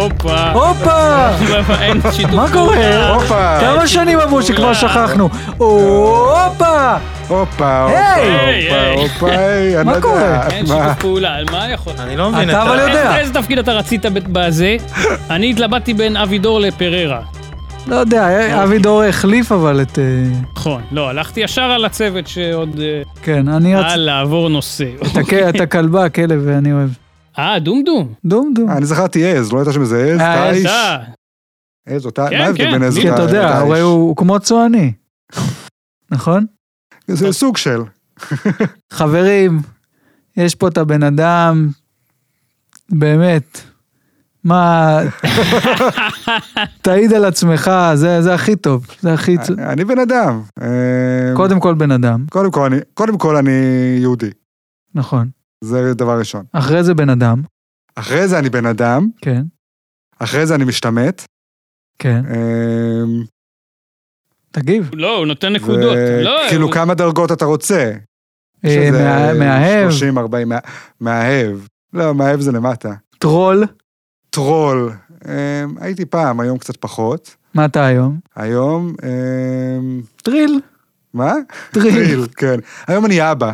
הופה! מה קורה? כמה שנים עברו שכבר שכחנו. הופה! הופה, מה קורה? אין שיתוף פעולה, על מה יכול? אני לא מבין אתה אבל יודע. איזה תפקיד אתה רצית בזה? אני התלבטתי בין אבידור לפררה. לא יודע, אבי דור החליף אבל את... נכון, לא, הלכתי ישר על הצוות שעוד... כן, אני לעבור נושא. את הכלבה, הכלב, ואני אוהב. דום. דום. אני זכרתי עז, לא הייתה שם איזה עז, טייש. עז, אותה, מה ההבדל בין עז כי אתה יודע, הוא כמו צועני. נכון? זה סוג של. חברים, יש פה את הבן אדם, באמת, מה, תעיד על עצמך, זה הכי טוב, זה הכי... אני בן אדם. קודם כל בן אדם. קודם כל אני יהודי. נכון. זה דבר ראשון. אחרי זה בן אדם. אחרי זה אני בן אדם. כן. אחרי זה אני משתמט. כן. תגיב. לא, הוא נותן נקודות. כאילו כמה דרגות אתה רוצה? מאהב. 30, 40, מאהב. לא, מאהב זה למטה. טרול. הייתי פעם, היום קצת פחות. מה אתה היום? היום... טריל. מה? טריל, כן. היום אני אבא.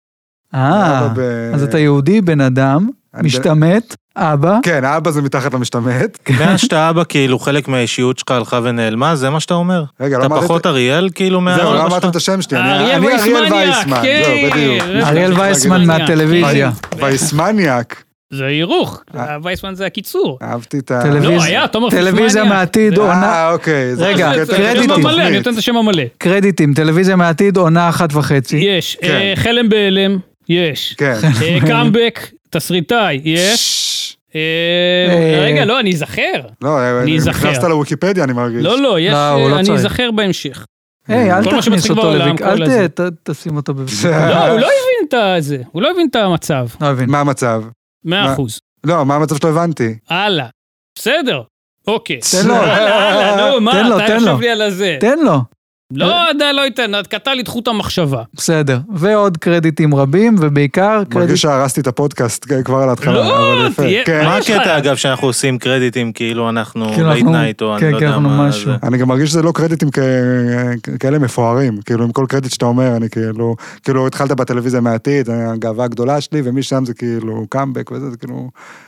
אז אתה יהודי, בן אדם, משתמט, אבא. כן, אבא זה מתחת למשתמט. מאז שאתה אבא, כאילו חלק מהאישיות שלך הלכה ונעלמה, זה מה שאתה אומר? רגע, אתה פחות אריאל, כאילו זהו, לא אמרת את השם שלי. אריאל וייסמניאק, אריאל וייסמן מהטלוויזיה. וייסמניאק. זה הירוך, וייסמן זה הקיצור. אהבתי את ה... לא, היה, תומר טלוויזיה מהעתיד, עונה... אוקיי. רגע, קרדיטים. אני נותן את השם המלא. קרדיטים, טלוויזיה מהעתיד, עונה 1.5. יש, חלם בהלם, יש. כן. קאמבק, תסריטאי, יש. רגע, לא, אני אזכר. לא, נכנסת לוויקיפדיה, אני מרגיש. לא, יש, אני אזכר בהמשך. אל תכניס אותו אל תשים אותו בבית. לא, הוא לא הבין את זה, הוא לא הבין את המצב. מה המצב? 100%. לא, מה המצב שלא הבנתי? הלאה, בסדר, אוקיי. תן לו. נו, מה, אתה יושב לי על הזה. תן לו. לא יודע, לא ייתן, את קטע לי את חוט המחשבה. בסדר, ועוד קרדיטים רבים, ובעיקר קרדיט... מרגיש שהרסתי את הפודקאסט כבר על ההתחלה. לא, תהיה... מה הקטע אגב שאנחנו עושים קרדיטים, כאילו אנחנו late night או אני לא יודע מה זה. אני גם מרגיש שזה לא קרדיטים כאלה מפוארים, כאילו עם כל קרדיט שאתה אומר, אני כאילו התחלת בטלוויזיה מהעתיד, הגאווה הגדולה שלי, ומשם זה כאילו קאמבק וזה, זה כאילו...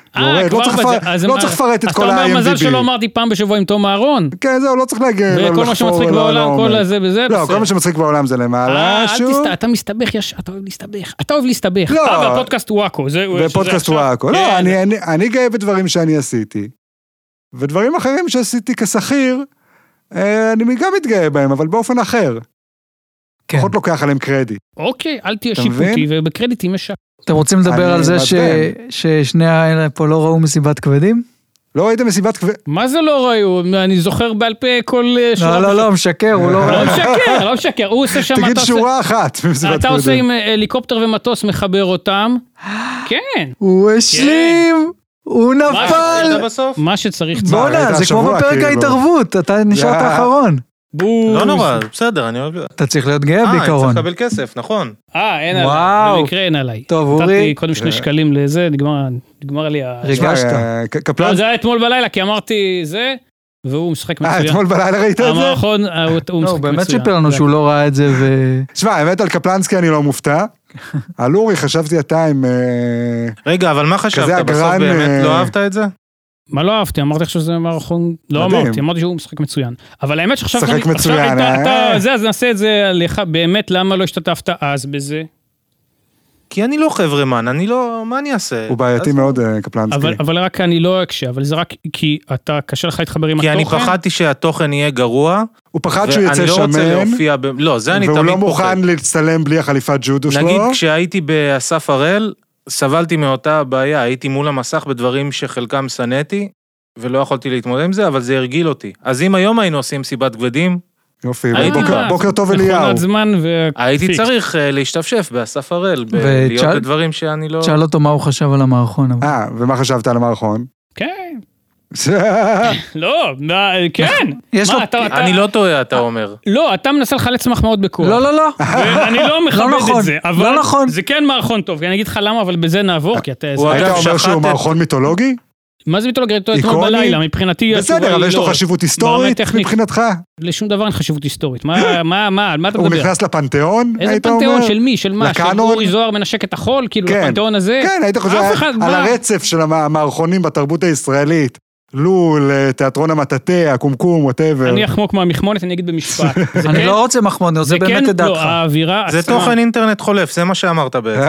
לא צריך לפרט את כל ה-IMDb. אתה אומר מזל שלא אמרתי פעם בשבוע עם תום אהרון. כן, זהו, לא צריך להגיע. וכל מה שמצחיק בעולם, כל הזה וזה. לא, כל מה שמצחיק בעולם זה למעלה. אתה מסתבך, אתה אוהב להסתבך. אתה אוהב להסתבך. לא. והפודקאסט וואקו. ופודקאסט וואקו. לא, אני גאה בדברים שאני עשיתי. ודברים אחרים שעשיתי כשכיר, אני גם מתגאה בהם, אבל באופן אחר. פחות לוקח עליהם קרדיט. אוקיי, אל תהיה שיפוטי, ובקרדיטים יש... אתם רוצים לדבר על זה ששני האלה פה לא ראו מסיבת כבדים? לא ראיתם מסיבת כבדים? מה זה לא ראו? אני זוכר בעל פה כל שורה... לא, משקר, הוא לא ראה. לא משקר, הוא עושה שם... תגיד שורה אחת במסיבת כבדים. אתה עושה עם הליקופטר ומטוס, מחבר אותם. כן. הוא השלים! הוא נפל! מה שצריך... בונה, זה כמו בפרק ההתערבות, אתה נשארת האחרון. לא נורא, בסדר, אני אוהב... אתה צריך להיות גאה בעיקרון. צריך לקבל כסף, נכון. אין עליי, במקרה אין עליי. טוב, אורי. נתתי קודם 2 שקלים לזה, נגמר לי ריגשת. זה היה אתמול בלילה, כי אמרתי זה, והוא משחק מצוין. אתמול בלילה ראית את זה? המערכון, הוא משחק מצוין. הוא באמת שיפר לנו שהוא לא ראה את זה ו... תשמע, האמת על קפלנסקי אני לא מופתע. על אורי חשבתי אתה עם... רגע, אבל מה חשבת? בסוף באמת לא אהבת את זה? מה לא אהבתי? אמרתי לך שזה מערכון... לא אמרתי שהוא משחק מצוין. אבל האמת שעכשיו... משחק מצוין, אז נעשה את זה עליך. באמת, למה לא השתתפת אז בזה? כי אני לא חברמן, אני לא... מה אני אעשה? הוא בעייתי מאוד, קפלנסקי. אבל רק אני לא אקשה, אבל זה רק כי אתה קשה לך להתחבר עם התוכן. כי אני פחדתי שהתוכן יהיה גרוע. הוא פחד שהוא יצא שמן. לא, זה אני תמיד פוחד. והוא לא מוכן להצטלם בלי החליפת ג'ודו שלו. נגיד, כשהייתי באסף הראל, סבלתי מאותה הבעיה, הייתי מול המסך בדברים שחלקם סנאתי, ולא יכולתי להתמודד עם זה, אבל זה הרגיל אותי. אז אם היום היינו עושים סיבת כבדים, יופי, בוקר טוב אליהו. הייתי צריך להשתפשף באסף הראל, להיות בדברים שאני לא... תשאל אותו מה הוא חשב על המערכון. ומה חשבת על המערכון? כן. לא, כן. אני לא טועה, אתה אומר. לא, אתה מנסה לחלץ מחמאות בכוח. לא. ואני לא מכבד את זה, אבל לא נכון. זה כן מערכון טוב, אני אגיד לך למה, אבל בזה נעבור, כי אתה... היית אומר שהוא מערכון מיתולוגי? מה זה מיתולוגיה? אתמול בלילה, מבחינתי... בסדר, אבל יש לו חשיבות היסטורית מבחינתך? לשום דבר אין חשיבות היסטורית. מה אתה מדבר? הוא נכנס לפנתיאון, איזה פנתיאון? של מי? של מה? של אורי זוהר מנשק את החול? כאילו לפנתיאון הזה? כן, היית חושב על הרצף של המערכונים בתרבות הישראלית. לול, תיאטרון המטאטה, הקומקום, whatever. אני אחמוק מהמחמונת, אני אגיד במשפט. אני לא רוצה מחמון, זה באמת את דעתך. זה תוכן אינטרנט חולף, זה מה שאמרת בעצם.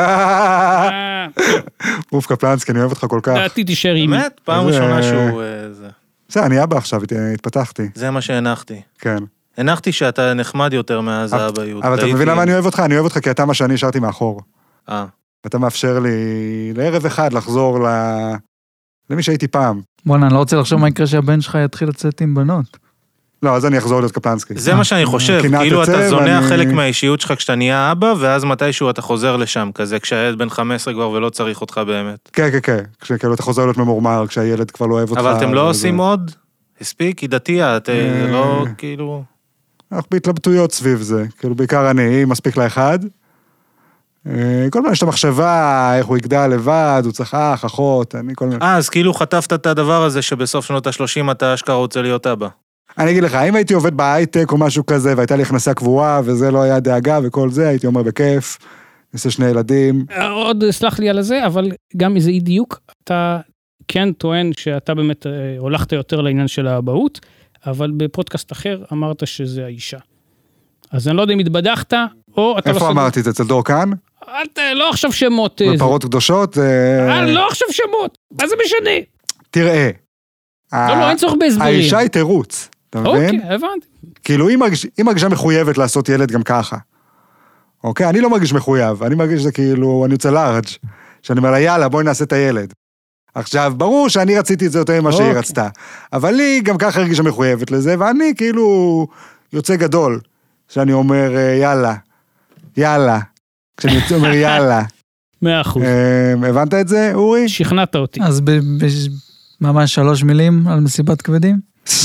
אוף קפלנסקי, אני אוהב אותך כל כך. דעתי תישאר עימי. באמת? פעם ראשונה שהוא... בסדר, אני אבא עכשיו, התפתחתי. זה מה שהנחתי. כן. הנחתי שאתה נחמד יותר מאז האבאיות. אבל אתה מבין למה אני אוהב אותך? אני אוהב אותך כי אתה מה שאני השארתי מאחור. אתה מאפשר לי לערב אחד לחזור למי שהייתי פעם. בוא'נה, אני לא רוצה לחשוב מה יקרה שהבן שלך יתחיל לצאת עם בנות. לא, אז אני אחזור להיות קפלנסקי. זה מה שאני חושב, כאילו אתה זונח חלק מהאישיות שלך כשאתה נהיה אבא, ואז מתישהו אתה חוזר לשם כזה, כשהילד בן 15 כבר ולא צריך אותך באמת. כן, כן, כן, כשכאילו אתה חוזר להיות ממורמר, כשהילד כבר לא אוהב אותך. אבל אתם לא עושים עוד? הספיק, היא דתייה, זה לא כאילו... אנחנו בהתלבטויות סביב זה, כאילו בעיקר אני, מספיק לאחד. כל מיני יש את המחשבה, איך הוא יגדל לבד, הוא צריך אחות, אני כל מיני... אז כאילו חטפת את הדבר הזה שבסוף שנות ה-30 אתה אשכרה רוצה להיות אבא. אני אגיד לך, אם הייתי עובד בהייטק או משהו כזה, והייתה לי הכנסה קבועה, וזה לא היה דאגה וכל זה, הייתי אומר בכיף, נעשה 2 ילדים. עוד סלח לי על זה, אבל גם מזה אי דיוק, אתה כן טוען שאתה באמת הולכת יותר לעניין של האבהות, אבל בפודקאסט אחר אמרת שזה האישה. אז אני לא יודע אם התבדחת, או אתה לא... איפה אמרתי את זה? אצל דור כאן? לא עכשיו שמות. בפרות קדושות? לא עכשיו שמות. מה זה משנה? תראה. לא, אין צורך בהסברים. האישה היא תירוץ. אתה מבין? אוקיי, הבנתי. כאילו, היא מרגישה מחויבת לעשות ילד גם ככה. אוקיי? אני לא מרגיש מחויב. אני מרגיש שזה כאילו, אני יוצא לארג' שאני אומר לה, יאללה, בואי נעשה את הילד. עכשיו, ברור שאני רציתי את זה יותר ממה שהיא רצתה. אבל היא גם ככה הרגישה מחויבת לזה, ואני כאילו יוצא גדול. שאני אומר, יאללה. יאללה. כשאני אומר יאללה. 100%. הבנת את זה, אורי? שכנעת אותי. אז ממש 3 מילים על מסיבת כבדים?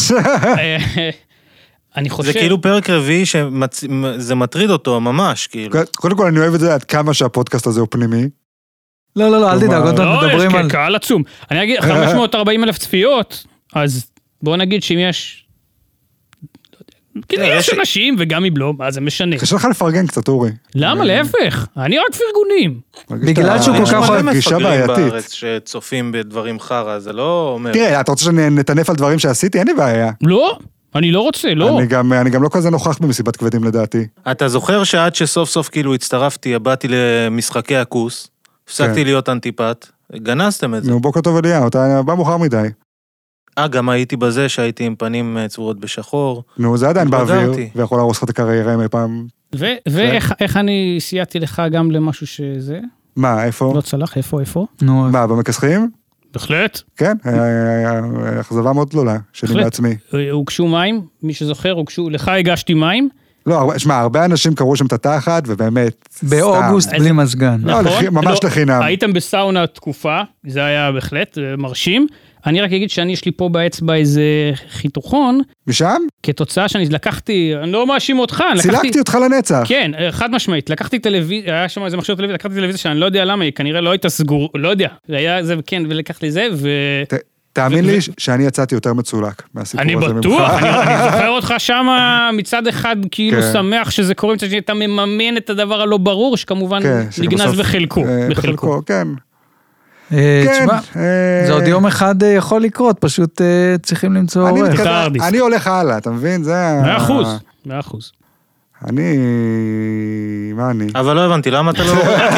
אני חושב... זה כאילו פרק רביעי שזה מטריד אותו ממש, כאילו. קודם כל אני אוהב את זה עד כמה שהפודקאסט הזה הוא פנימי. לא, אל תדאג, עוד מדברים על... לא, יש קהל עצום. אני אגיד, 540,000 צפיות, אז בואו נגיד שאם יש... כאילו יש אנשים וגם אם לא, מה זה משנה. קשה לך לפרגן קצת, אורי. למה? להפך. אני רק פרגונים. בגלל שהוא כל כך אוהב גישה בעייתית. בארץ שצופים בדברים חרא, זה לא אומר... תראה, אתה רוצה שנטנף על דברים שעשיתי? אין לי בעיה. לא, אני לא רוצה, לא. אני גם לא כזה נוכח במסיבת כבדים לדעתי. אתה זוכר שעד שסוף סוף כאילו הצטרפתי, באתי למשחקי הכוס, הפסקתי להיות אנטיפט, גנזתם את זה. נו, בוקר טוב אליהו, אתה בא מאוחר מדי. גם הייתי בזה שהייתי עם פנים צבועות בשחור. נו, זה עדיין באוויר, ויכול להרוס לך את הקריירה מי פעם. ואיך אני סייעתי לך גם למשהו שזה? מה, איפה? לא צלח, איפה? נו, מה, במכסחים? בהחלט. כן, אכזבה מאוד גדולה, שלי בעצמי. הוגשו מים, מי שזוכר, לך הגשתי מים. לא, שמע, הרבה אנשים קראו שם את התחת, ובאמת... באוגוסט בלי מזגן. לא, ממש לחינם. הייתם בסאונה תקופה, זה היה בהחלט מרשים. אני רק אגיד שאני יש לי פה באצבע איזה חיתוכון. משם? כתוצאה שאני לקחתי, אני לא מאשים אותך. צילקתי אותך לנצח. כן, חד משמעית. לקחתי טלוויזיה, היה שם איזה מכשיר טלוויזיה, לקחתי טלוויזיה שאני לא יודע למה, היא כנראה לא הייתה סגור, לא יודע. זה היה זה, כן, ולקחתי זה, תאמין לי שאני יצאתי יותר מצולק מהסיפור הזה ממך. אני בטוח, אני זוכר אותך שם מצד אחד כאילו שמח שזה קורה, מצד שאתה מממן את הדבר הלא ברור, שכמובן נגנז בחלקו. בחלקו, כן. תשמע, זה עוד יום אחד יכול לקרות, פשוט צריכים למצוא עורך. אני הולך הלאה, אתה מבין? זה... 100%. מה אני? אבל לא הבנתי, למה אתה לא...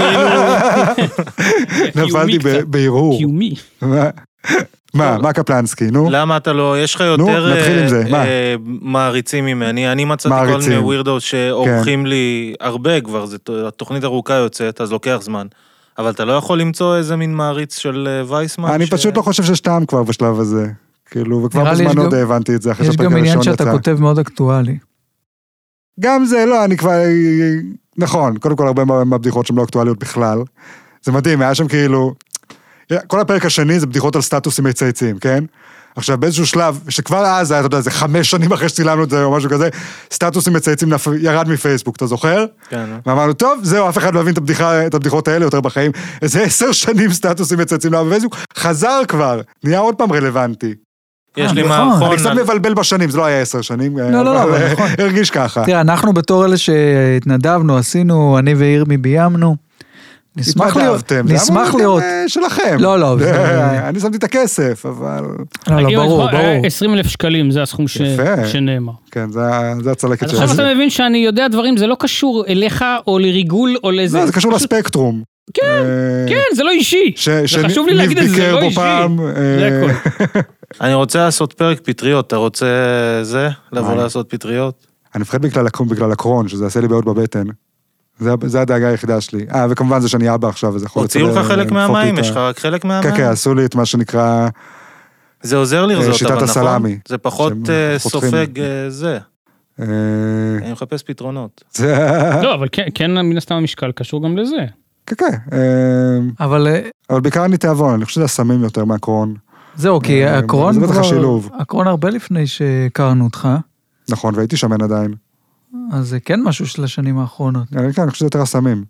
נפלתי בערעור. קיומי. מה קפלנסקי, נו? למה אתה לא, יש לך יותר מעריצים ממני, אני מצאתי כל מיני ווירדות שעורכים לי הרבה כבר, התוכנית ארוכה יוצאת, אז לוקח זמן. אבל אתה לא יכול למצוא איזה מין מעריץ של וייסמן? אני פשוט לא חושב שיש טעם כבר בשלב הזה. כאילו, וכבר בזמן עוד הבנתי את זה. יש גם עניין שאתה כותב מאוד אקטואלי. גם זה, לא, אני כבר... נכון, קודם כל הרבה מהבדיחות שהן לא אקטואליות בכלל. זה מדהים, היה שם כאילו... כל הפרק השני זה בדיחות על סטטוסים מצייצים, כן? עכשיו, באיזשהו שלב, שכבר אז היה, אתה יודע, זה 5 שנים אחרי שצילמנו את זה, או משהו כזה, סטטוסים מצייצים ירד מפייסבוק, אתה זוכר? כן. ואמרנו, טוב, זהו, אף אחד לא הבין את הבדיחות האלה יותר בחיים. איזה 10 שנים סטטוסים מצייצים בפייסבוק, חזר כבר, נהיה עוד פעם רלוונטי. יש לי מערכון. אני קצת מבלבל בשנים, זה לא היה 10 שנים. לא, נכון. הרגיש ככה. תראה, אנחנו בתור אלה שהתנדבנו, עשינו, אני וירמי ביימנו, נשמח להיות. שלכם. לא. אני שמתי את הכסף, אבל... לא, ברור. 20,000 שקלים, זה הסכום שנאמר. כן, זה הצלקת שלי. עכשיו אתה מבין שאני יודע דברים, זה לא קשור אליך או לריגול או לזה. לא, זה קשור לספקטרום. כן, זה לא אישי. זה חשוב לי להגיד את זה, זה לא אישי. זה הכל. אני רוצה לעשות פרק פטריות, אתה רוצה זה? לבוא לעשות פטריות? אני מפחד בגלל הקרון, שזה עשה לי בעיות בבטן. זה הדאגה היחידה שלי. וכמובן זה שאני אבא עכשיו, וזה יכול... הוציאו לך חלק מהמים, יש לך רק חלק מהמים? כן, עשו לי את מה שנקרא... זה עוזר לרזות, שיטת הסלאמי. זה פחות סופג זה. אני מחפש פתרונות. לא, אבל כן, מן הסתם המשקל קשור גם לזה. כן. אבל בעיקר אני תיאבון, אני חושב שזה הסמים יותר מהקרון. זהו, כי הקרון הרבה לפני שהכרנו אותך. נכון, והייתי שמן עדיין. אז זה כן משהו של השנים האחרונות. אני חושב שזה יותר הסמים.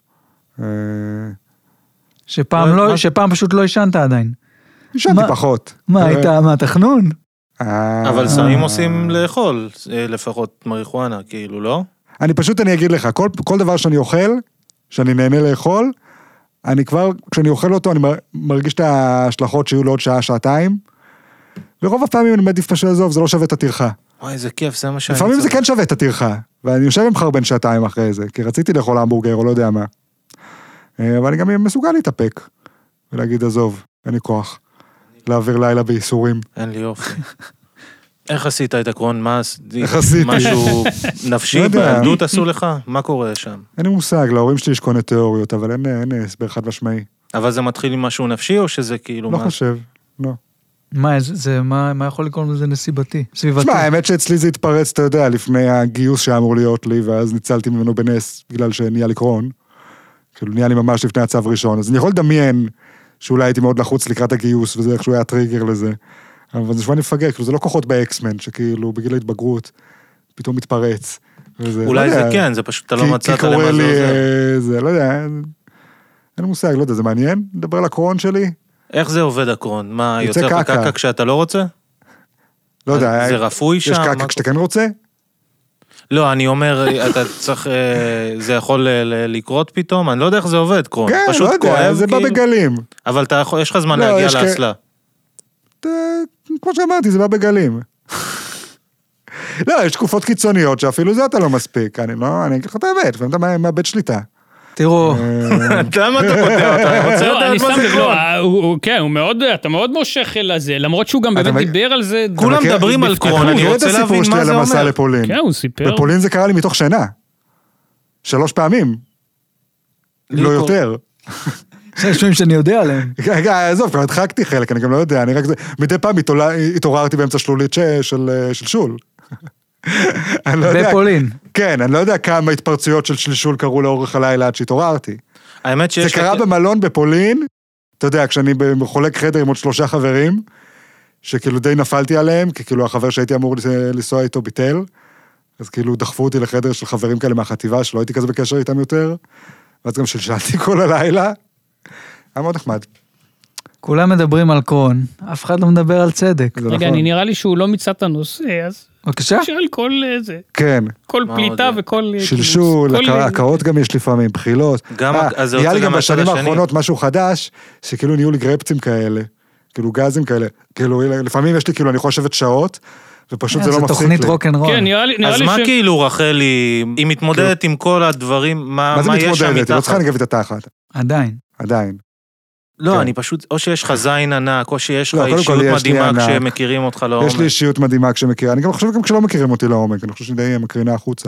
שפעם פשוט לא ישנת עדיין. ישנתי פחות. מה, היית מהתכנון? אבל סמים עושים לאכול, לפחות מריחואנה, כאילו, לא? אני אגיד לך, כל דבר שאני אוכל, שאני נהנה לאכול, אני כבר, כשאני אוכל אותו, אני מרגיש את ההשלכות שיהיו לעוד שעה, שעתיים, ורוב הפעמים אני מעדיף פשוט לעזוב, זה לא שווה את הטרחה. וואי, איזה כיף, זה מה שאני לפעמים זה כן שווה את הטרחה, ואני יושב עם חרבן שעתיים אחרי זה, כי רציתי לאכול המבורגר, או לא יודע מה. אבל אני גם מסוגל להתאפק, ולהגיד, עזוב, אין לי כוח, להעביר לילה בייסורים. אין לי יופי. איך עשית את הקרון? מה עשיתי? משהו נפשי בילדות עשו לך? מה קורה שם? אין לי מושג, להורים שלי יש כל מיני תיאוריות, אבל אין הסבר חד משמעי. אבל זה מתחיל עם משהו נפשי, או שזה כאילו... לא חושב, לא. מה יכול לקרוא לזה נסיבתי? סביבתי? תשמע, האמת שאצלי זה התפרץ, אתה יודע, לפני הגיוס שאמור להיות לי, ואז ניצלתי ממנו בנס, בגלל שנהיה לי קרון. כאילו, נהיה לי ממש לפני הצו ראשון. אז אני יכול לדמיין שאולי הייתי מאוד לחוץ לקראת הגיוס, וזה איכשהו היה טריגר לזה. אבל זה שווה נפגר, כאילו, זה לא כוחות באקסמן, שכאילו, בגיל ההתבגרות, פתאום מתפרץ. אולי זה כן, זה פשוט, אתה לא מצאת למה זה עוזר. זה, לא יודע, אין לי מושג, לא יודע, זה מעניין? לדבר על הקרון שלי? איך זה עובד הקרון? מה, יוצא לך קקה כשאתה לא רוצה? לא יודע. זה רפוי שם? יש קקה כשאתה כן רוצה? לא, אני אומר, אתה צריך, זה יכול לקרות פתאום, אני לא יודע איך זה עובד, קרון. כן, לא יודע, זה בא בגלים. אבל יש לך זמן להגיע לאסלה. כמו שאמרתי, זה בא בגלים. לא, יש תקופות קיצוניות שאפילו זה אתה לא מספיק. אני אגיד לך את האמת, לפעמים אתה מאבד שליטה. תראו. למה אתה פותח אותה? אני רוצה לדעת מה זה קרון. כן, אתה מאוד מושך אל הזה, למרות שהוא גם באמת דיבר על זה. כולם מדברים על קרון, אני רוצה להבין מה זה אומר. כן, הוא סיפר. בפולין זה קרה לי מתוך שינה. 3 פעמים. לא יותר. יש שונים שאני יודע עליהם. עזוב, כבר הדחקתי חלק, אני גם לא יודע, אני רק מדי פעם התעוררתי באמצע שלולית של שול. בפולין. כן, אני לא יודע כמה התפרצויות של שלשול קרו לאורך הלילה עד שהתעוררתי. האמת שיש... זה קרה במלון בפולין, אתה יודע, כשאני חולק חדר עם עוד 3 חברים, שכאילו די נפלתי עליהם, כי כאילו החבר שהייתי אמור לנסוע איתו ביטל, אז כאילו דחפו אותי לחדר של חברים כאלה מהחטיבה, שלא הייתי כזה בקשר איתם יותר, ואז גם שלשלתי כל הלילה. היה מאוד נחמד. כולם מדברים על קרון, אף אחד לא מדבר על צדק. רגע, אני נראה לי שהוא לא מיצה את הנושא, אז... בבקשה? שאל כל זה. כן. כל פליטה וכל... שלשול, הקאות גם יש לפעמים, בחילות. היה לי גם בשנים האחרונות משהו חדש, שכאילו נהיו לי גרפצים כאלה, כאילו גזים כאלה, כאילו לפעמים יש לי כאילו אני חושבת שעות, ופשוט זה לא מפסיק לי. זה תוכנית רוק'נ'רול. כן, נראה לי אז מה כאילו רחלי, היא מתמודדת עם כל הדברים, מה יש שם מתחת? מה זה מתמודדת? היא לא צריכה לגב את התחת. עדיין. לא, אני פשוט, או שיש לך זין ענק, או שיש לך אישיות מדהימה כשמכירים אותך לעומק. יש לי אישיות מדהימה כשמכירים, אני גם חושב גם כשלא מכירים אותי לעומק, אני חושב שאני די מקרינה החוצה.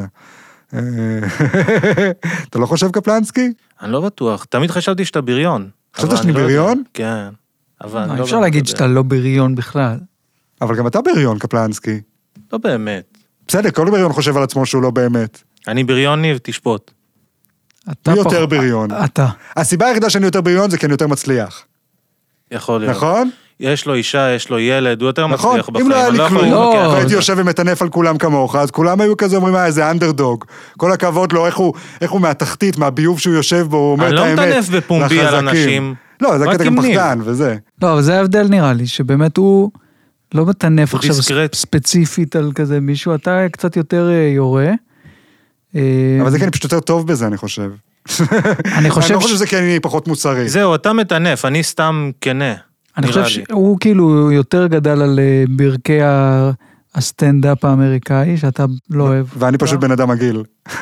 אתה לא חושב קפלנסקי? אני לא בטוח, תמיד חשבתי שאתה בריון. חשבת שאני בריון? כן. אבל אפשר להגיד שאתה לא בריון בכלל. אבל גם אתה בריון, קפלנסקי. לא באמת. בסדר, כל בריון חושב על עצמו שהוא לא באמת. אני בריוני ותשפוט. מי יותר בריון? אתה. הסיבה היחידה שאני יותר בריון זה כי אני יותר מצליח. יכול להיות. נכון? יש לו אישה, יש לו ילד, הוא יותר נכון, מצליח בחיים. אם לא היה לי כלום, לא. והייתי יושב ומטנף על כולם כמוך, אז כולם היו כזה אומרים, איזה אנדרדוג. כל הכבוד לו, איך הוא מהתחתית, מהביוב שהוא יושב בו, הוא אומר את האמת. אני לא מטנף בפומבי על אנשים. לא, זה קטע גם פחדן, וזה. לא, אבל זה ההבדל נראה לי, שבאמת הוא לא מטנף עכשיו ספציפית על כזה מישהו, אתה קצת יותר יורה. אבל זה כן פשוט יותר טוב בזה, אני חושב. אני לא חושב שזה כן פחות מוצרי. זהו, אתה מטנף, אני סתם כנה. אני חושב שהוא כאילו יותר גדל על ברכי הסטנדאפ האמריקאי, שאתה לא אוהב. ואני פשוט בן אדם מגיל.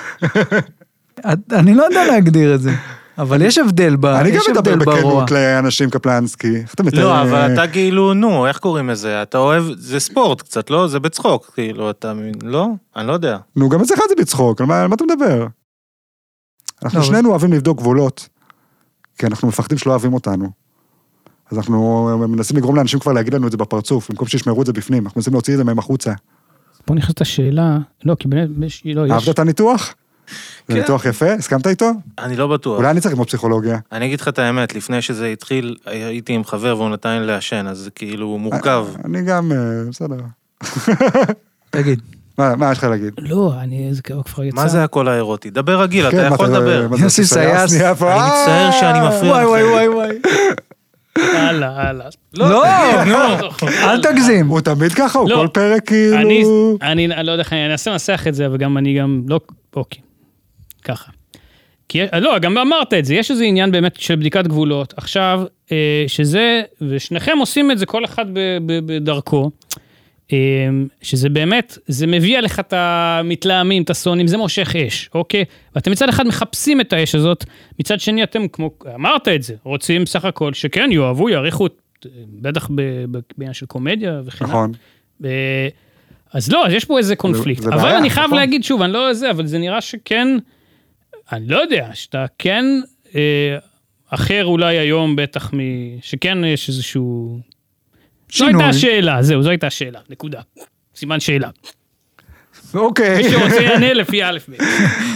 אני לא יודע להגדיר את זה. אבל יש הבדל ברוע. אני גם מדבר בכנות לאנשים קפלנסקי. לא, אבל אתה כאילו, נו, איך קוראים לזה? אתה אוהב, זה ספורט קצת, לא? זה בצחוק, כאילו, אתה, לא? אני לא יודע. נו, גם אצלך זה בצחוק, על מה אתה מדבר? אנחנו שנינו אוהבים לבדוק גבולות, כי אנחנו מפחדים שלא אוהבים אותנו. אז אנחנו מנסים לגרום לאנשים כבר להגיד לנו את זה בפרצוף, במקום שישמרו את זה בפנים, אנחנו מנסים להוציא את זה מהם החוצה. פה נכנסת השאלה, לא, כי באמת, אהבת את הניתוח? זה ניתוח יפה? הסכמת איתו? אני לא בטוח. אולי אני צריך ללמוד פסיכולוגיה. אני אגיד לך את האמת, לפני שזה התחיל, הייתי עם חבר והוא נתן לי לעשן, אז זה כאילו מורכב. אני גם, בסדר. תגיד. מה יש לך להגיד? לא, זה כבר יצא. מה זה הכל האירוטי? דבר רגיל, אתה יכול לדבר. יוסי סייס. אני מצטער שאני מפריע. וואי. הלאה. לא, אל תגזים. הוא תמיד ככה, הוא כל פרק כאילו... אני לא יודע, אני אנסה לנסח את זה, וגם אני גם לא... אוקיי, ככה. לא, גם אמרת את זה, יש איזה עניין באמת של בדיקת גבולות. עכשיו, שזה, ושניכם עושים את זה, כל אחד בדרכו, שזה באמת, זה מביא עליך את המתלהמים, את הסונים, זה מושך אש, אוקיי? ואתם מצד אחד מחפשים את האש הזאת, מצד שני אתם, כמו, אמרת את זה, רוצים סך הכל שכן יאהבו, יעריכו, בטח בעניין של קומדיה וכן. נכון. אז לא, אז יש פה איזה קונפליקט. אבל אני חייב להגיד שוב, אני לא זה, אבל זה נראה שכן, אני לא יודע, שאתה כן, אחר אולי היום בטח שכן יש איזשהו... זו הייתה השאלה, זו הייתה השאלה, נקודה. סימן שאלה. אוקיי. מי שרוצה יענה לפי א' ב'.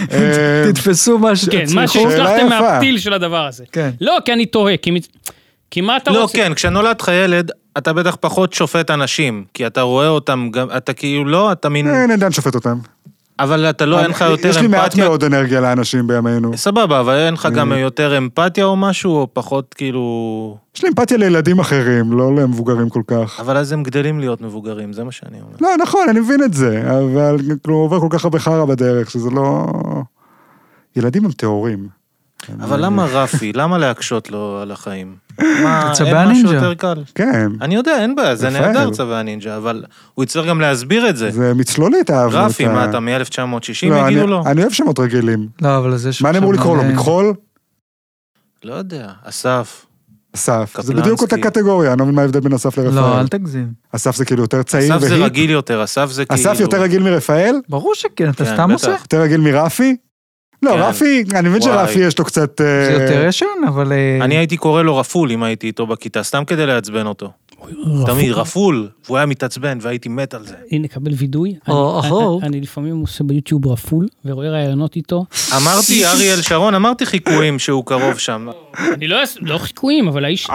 תתפסו מה שתצליחו. כן, מה שהצלחתם מהפתיל של הדבר הזה. כן. לא, כי אני תוהה, כי מה אתה רוצה? לא, כן, כשנולד לך ילד, אתה בטח פחות שופט אנשים, כי אתה רואה אותם, אתה כאילו לא, אתה מין... אין עדיין שופט אותם. אבל אתה לא, אין לך יותר אמפתיה. יש לי מעט מאוד אנרגיה לאנשים בימינו. סבבה, אבל אין לך גם יותר אמפתיה או משהו, או פחות כאילו... יש לי אמפתיה לילדים אחרים, לא למבוגרים כל כך. אבל אז הם גדלים להיות מבוגרים, זה מה שאני אומר. לא, נכון, אני מבין את זה, אבל עובר כל כך הרבה חרא בדרך, שזה לא... ילדים הם טהורים. אבל למה רפי? למה להקשות לו על החיים? מה, צבא אין משהו הנינג'ה. יותר קל? כן. אני יודע, אין בעיה, זה נהדר צבא הנינג'ה, אבל הוא יצטרך גם להסביר את זה. זה מצלולית, אהבנו אותה. רפי, מה אתה מ-1960 יגידו לו? אני אוהב שמות רגילים. לא, אבל זה... מה אני אמור לקרוא לו? מכחול? לא יודע, אסף. אסף, זה בדיוק אותה קטגוריה, אני לא מבין מה ההבדל בין אסף לרפאל. לא, אל תגזים. אסף זה כאילו יותר צעיר אסף זה רגיל יותר, אסף זה כאילו... אסף יותר רגיל מרפאל? ברור שכן, אתה סתם עושה? יותר רגיל מרפי? לא, רפי, אני מבין שרפי יש לו קצת... זה יותר ישן, אבל... אני הייתי קורא לו רפול אם הייתי איתו בכיתה, סתם כדי לעצבן אותו. תמיד, רפול, והוא היה מתעצבן והייתי מת על זה. הנה, נקבל וידוי. אני לפעמים עושה ביוטיוב רפול, ורואה רעיונות איתו. אמרתי, אריאל שרון, אמרתי חיקויים שהוא קרוב שם. אני לא חיקויים, אבל האיש...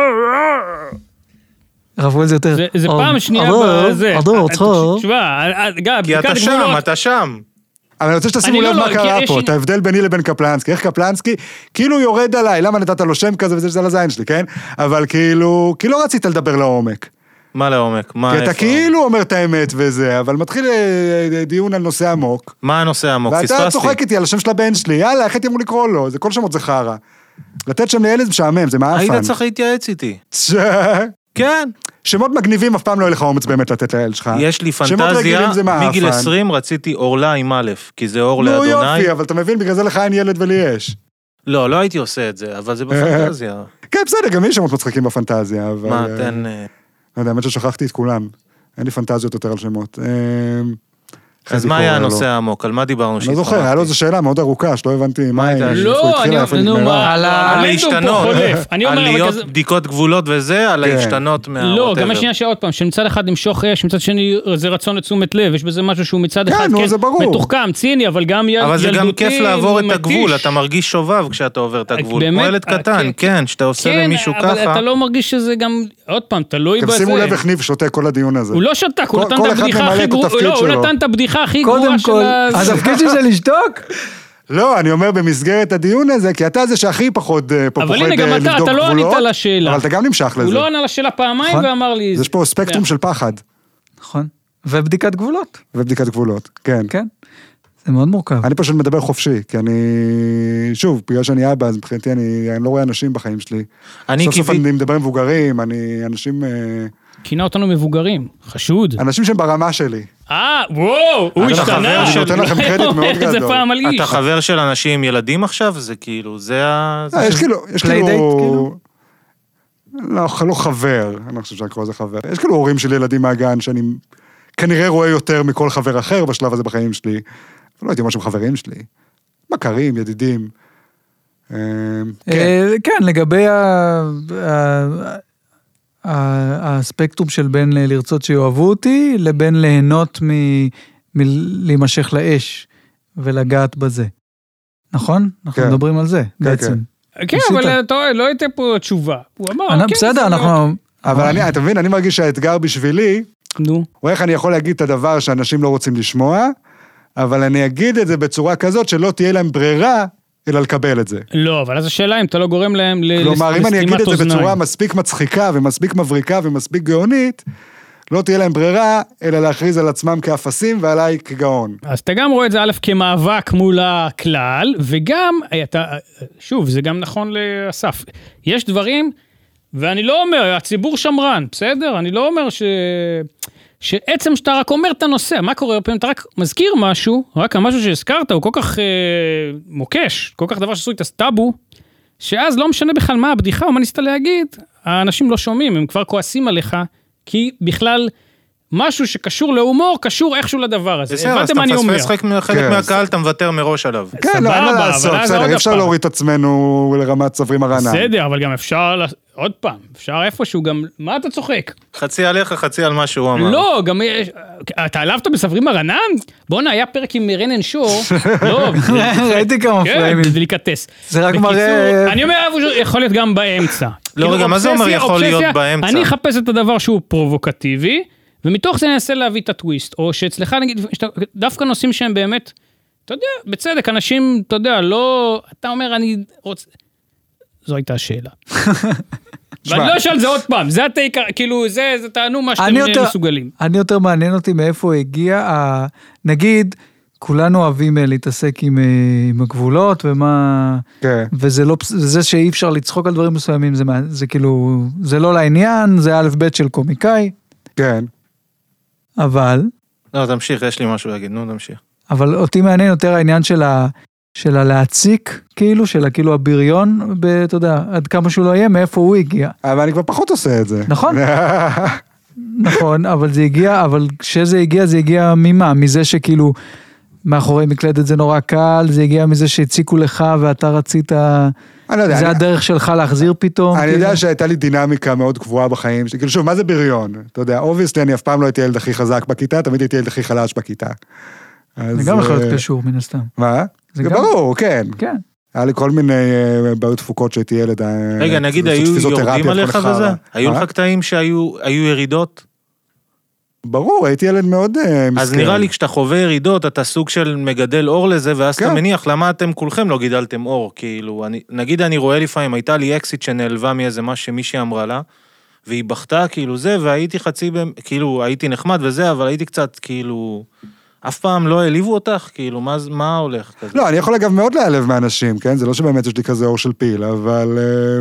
רפול זה יותר... זה פעם שנייה בזה. תשמע, כי אתה שם. אבל אני רוצה שתשימו לב מה קרה פה, את ההבדל ביני לבין קפלנסקי, איך קפלנסקי, כאילו יורד עליי, למה נתת לו שם כזה וזה שזה על הזין שלי, כן? אבל כאילו, כי לא רצית לדבר לעומק. מה לעומק? כי אתה כאילו אומר את האמת וזה, אבל מתחיל דיון על נושא עמוק. מה הנושא העמוק? פספסתי. ואתה צוחק איתי על השם של הבן שלי, יאללה, איך הייתי אמור לקרוא לו? זה כל שמות זה חרא. לתת שם לילד משעמם, זה מאפן. היית צריך להתייעץ איתי. כן. שמות מגניבים אף פעם לא יהיה לך אומץ באמת לתת לילד שלך. יש לי פנטזיה, מגיל 20 רציתי אורלה עם א', כי זה אור לאדוני. נו יופי, אבל אתה מבין, בגלל זה לך אין ילד ולי יש. לא הייתי עושה את זה, אבל זה בפנטזיה. כן, בסדר, גם יש שמות מצחיקים בפנטזיה, אבל... מה, תן... לא יודע, האמת ששכחתי את כולם. אין לי פנטזיות יותר על שמות. אז מה היה הנושא העמוק? על מה דיברנו? אני לא זוכר, היה לו איזו שאלה מאוד ארוכה, שלא הבנתי מה היא, לא, על להשתנות, על להיות בדיקות גבולות וזה, על להשתנות לא, גם יש שנייה שעוד פעם, שמצד אחד למשוך אש, מצד שני זה רצון לתשומת לב, יש בזה משהו שהוא מצד אחד מתוחכם, ציני, אבל גם ילדותי, אבל זה גם כיף לעבור את הגבול, אתה מרגיש שובב כשאתה עובר את הגבול, כמו ילד קטן, כן, שאתה עושה למישהו ככה. אבל אתה לא מרגיש שזה גם, עוד פעם, תלוי בזה. שימו לב איך ניב שותה כל הדיון הזה. הוא לא שתק, הוא נתן את הבדיחה הכי גרועה של אז התפקיד שזה לשתוק? לא, אני אומר במסגרת הדיון הזה, כי אתה זה שהכי פחות פוחד לבדוק גבולות. אבל הנה, גם אתה לא ענית לשאלה. אבל אתה גם נמשך לזה. הוא לא ענה לשאלה פעמיים ואמר לי... יש פה ספקטרום של פחד. נכון. ובדיקת גבולות. ובדיקת גבולות, כן. כן. זה מאוד מורכב. אני פשוט מדבר חופשי, כי אני... שוב, בגלל שאני אבא, אז מבחינתי אני לא רואה אנשים בחיים שלי. סוף סוף אני מדבר עם מבוגרים, אנשים... כינה אותנו מבוגרים, חשוד. אנשים שהם ברמה שלי. וואו, הוא השתנה. אני נותן לכם קרדיט מאוד גדול. אתה חבר של אנשים עם ילדים עכשיו? זה כאילו, זה ה... יש כאילו... לא חבר, אני לא חושב שאני קורא לזה חבר. יש כאילו הורים של ילדים מהגן, שאני כנראה רואה יותר מכל חבר אחר בשלב הזה בחיים שלי. לא הייתי משהו עם חברים שלי. מכרים, ידידים. כן, לגבי הספקטרום של בין לרצות שיאהבו אותי, לבין ליהנות מלהימשך לאש ולגעת בזה. נכון? אנחנו מדברים על זה, בעצם. כן, אבל לא הייתה פה תשובה. הוא אמר, בסדר, אנחנו... אבל אתה מבין, אני מרגיש שהאתגר בשבילי, הוא איך אני יכול להגיד את הדבר שאנשים לא רוצים לשמוע, אבל אני אגיד את זה בצורה כזאת שלא תהיה להם ברירה, אלא לקבל את זה. לא, אבל אז השאלה אם אתה לא גורם להם לסתימת אוזניים. כלומר, אם אני אגיד את זה בצורה מספיק מצחיקה ומספיק מבריקה ומספיק גאונית, לא תהיה להם ברירה, אלא להכריז על עצמם כאפסים ועליי כגאון. אז אתה גם רואה את זה א' כמאבק מול הכלל, וגם, שוב, זה גם נכון לאסף. יש דברים, ואני לא אומר, הציבור שמרן, בסדר? אני לא אומר שעצם שאתה רק אומר את הנושא, מה קורה? פעמים אתה רק מזכיר משהו, רק המשהו שהזכרת, הוא כל כך מוקש, כל כך דבר שעשו את הסטאבו, שאז לא משנה בכלל מה הבדיחה או מה ניסית להגיד, האנשים לא שומעים, הם כבר כועסים עליך, כי בכלל משהו שקשור להומור, קשור איכשהו לדבר הזה. בסדר, אז אתה מפספס חלק מהקהל, אתה מוותר מראש עליו. כן, לא, מה לעשות, בסדר, אפשר להוריד את עצמנו לרמת צברים הרענן. בסדר, אבל גם אפשר, עוד פעם, אפשר איפשהו גם, מה אתה צוחק? חצי עליך, חצי על מה שהוא אמר. לא, גם, אתה עלבת בסברים הרענן? בוא'נה, היה פרק עם רנן שור, לא, ראיתי כמה פריימים. כן, דליקטס. זה רק מראה... אני אומר, יכול להיות גם באמצע. לא, רגע, מה זה אומר יכול להיות באמצע? אני אחפש את הדבר שהוא פרובוקטיבי, ומתוך זה ננסה להביא את הטוויסט, או שאצלך נגיד, דווקא נושאים שהם באמת, אתה יודע, בצדק, אנשים, אתה יודע, לא, אתה אומר, אני רוצה, זו הייתה השאלה. ואני לא אשאל זה עוד פעם, זה התיק, כאילו, זה טענו מה שאתם מסוגלים. אני יותר מעניין אותי מאיפה הגיע, נגיד, כולנו אוהבים להתעסק עם הגבולות, ומה, וזה שאי אפשר לצחוק על דברים מסוימים, זה כאילו, זה לא לעניין, זה א' ב' של קומיקאי. כן. אבל... לא, תמשיך, יש לי משהו להגיד, נו, תמשיך. אבל אותי מעניין יותר העניין של הלהציק, כאילו, של כאילו הבריון, אתה יודע, עד כמה שהוא לא יהיה, מאיפה הוא הגיע. אבל אני כבר פחות עושה את זה. נכון. נכון, אבל זה הגיע, אבל כשזה הגיע, זה הגיע ממה? מזה שכאילו, מאחורי מקלדת זה נורא קל, זה הגיע מזה שהציקו לך ואתה רצית... זה הדרך שלך להחזיר פתאום. אני יודע שהייתה לי דינמיקה מאוד קבועה בחיים, כאילו שוב, מה זה בריון? אתה יודע, obviously אני אף פעם לא הייתי ילד הכי חזק בכיתה, תמיד הייתי ילד הכי חלש בכיתה. זה גם יכול להיות קשור מן הסתם. מה? זה ברור, כן. כן. היה לי כל מיני בעיות תפוקות שהייתי ילד. רגע, נגיד, היו יורדים עליך וזה? היו לך קטעים שהיו ירידות? ברור, הייתי ילד מאוד מסכן. אז נראה לי כשאתה חווה ירידות, אתה סוג של מגדל אור לזה, ואז אתה מניח, למה אתם כולכם לא גידלתם אור? כאילו, נגיד אני רואה לפעמים, הייתה לי אקסיט שנעלבה מאיזה מה שמישהי אמרה לה, והיא בכתה כאילו זה, והייתי כאילו, הייתי נחמד וזה, אבל הייתי קצת כאילו, אף פעם לא העליבו אותך, כאילו, מה הולך כזה? לא, אני יכול אגב מאוד להעלב מאנשים, כן? זה לא שבאמת יש לי כזה אור של פיל, אבל...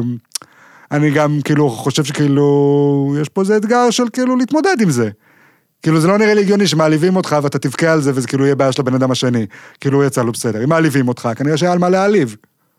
אני גם כאילו חושב שכאילו, יש פה איזה אתגר של כאילו להתמודד עם זה. כאילו זה לא נראה לי הגיוני שמעליבים אותך ואתה תבכה על זה וזה כאילו יהיה בעיה של הבן אדם השני. כאילו הוא יצא לו בסדר. אם מעליבים אותך, כנראה שהיה על מה להעליב.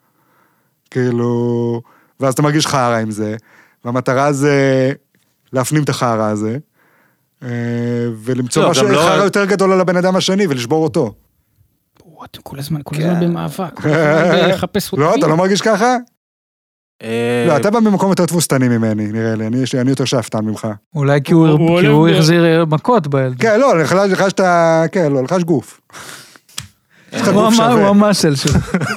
כאילו, ואז אתה מרגיש חרה עם זה, והמטרה זה להפנים את החרה הזה, ולמצוא משהו אחד יותר גדול על הבן אדם השני, ולשבור אותו. אתם כל הזמן במאבק, לחפש לא, אתה לא מרגיש ככה? לא, אתה בא ממקום יותר תבוסתני ממני, נראה לי, אני יותר שאפתן ממך. אולי כי הוא החזיר מכות בילד. כן, לא, לחש גוף. הוא המשל שלו.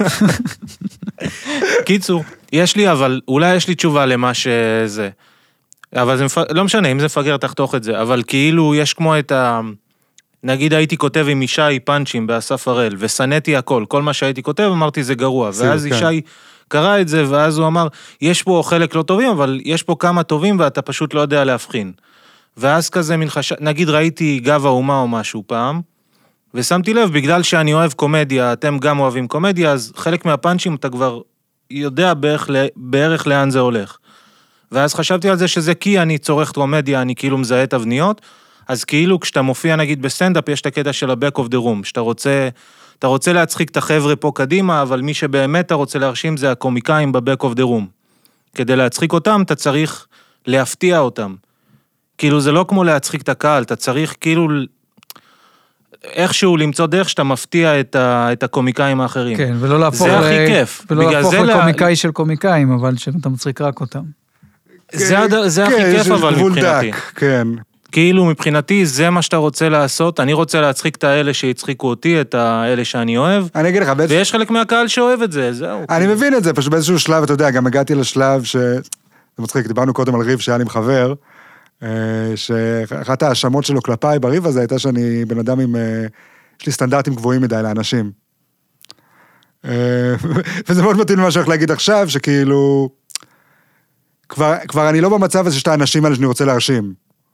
קיצור, אולי יש לי תשובה למה שזה. אבל זה לא משנה, אם זה מפגר תחתוך את זה, אבל כאילו יש כמו את נגיד הייתי כותב עם ישי פאנצ'ים באסף הראל, וסנאתי הכל, כל מה שהייתי כותב אמרתי זה גרוע, ואז ישי קרא את זה, ואז הוא אמר, יש פה חלק לא טובים, אבל יש פה כמה טובים, ואתה פשוט לא יודע להבחין. ואז כזה נגיד ראיתי גב האומה או משהו פעם, ושמתי לב, בגלל שאני אוהב קומדיה, אתם גם אוהבים קומדיה, אז חלק מהפאנצ'ים אתה כבר יודע בערך לאן זה הולך. ואז חשבתי על זה שזה כי אני צורך קומדיה, אני כאילו מזהה את אבניות, אז כאילו כשאתה מופיע נגיד בסטנדאפ, יש את הקטע של ה-back of the room, שאתה רוצה להצחיק את החבר'ה פה קדימה, אבל מי שבאמת אתה רוצה להרשים זה הקומיקאים ב-back of the room. כדי להצחיק אותם, אתה צריך להפתיע אותם. כאילו זה לא כמו להצחיק את הקהל, אתה צריך כאילו איכשהו למצוא דרך שאתה מפתיע את הקומיקאים האחרים. כן, ולא להפוך לקומיקאי של קומיקאים, אבל שאתה מצחיק רק אותם. זה הכי כיף אבל מבחינתי. כן. כאילו מבחינתי זה מה שאתה רוצה לעשות, אני רוצה להצחיק את האלה שהצחיקו אותי, את האלה שאני אוהב, אני אגיד לך, ויש חלק מהקהל שאוהב את זה, זהו. אני מבין את זה, פשוט באיזשהו שלב, אתה יודע, גם הגעתי לשלב זה מצחיק, דיברנו קודם על ריב שהיה לי עם חבר, שאחת ההאשמות שלו כלפיי בריב הזה הייתה שאני בן אדם יש לי סטנדרטים גבוהים מדי לאנשים. וזה מאוד מתאים למה שהולך להגיד עכשיו, שכאילו, כבר אני לא במצב הזה שאתה האנשים האלה שאני רוצה להרשים.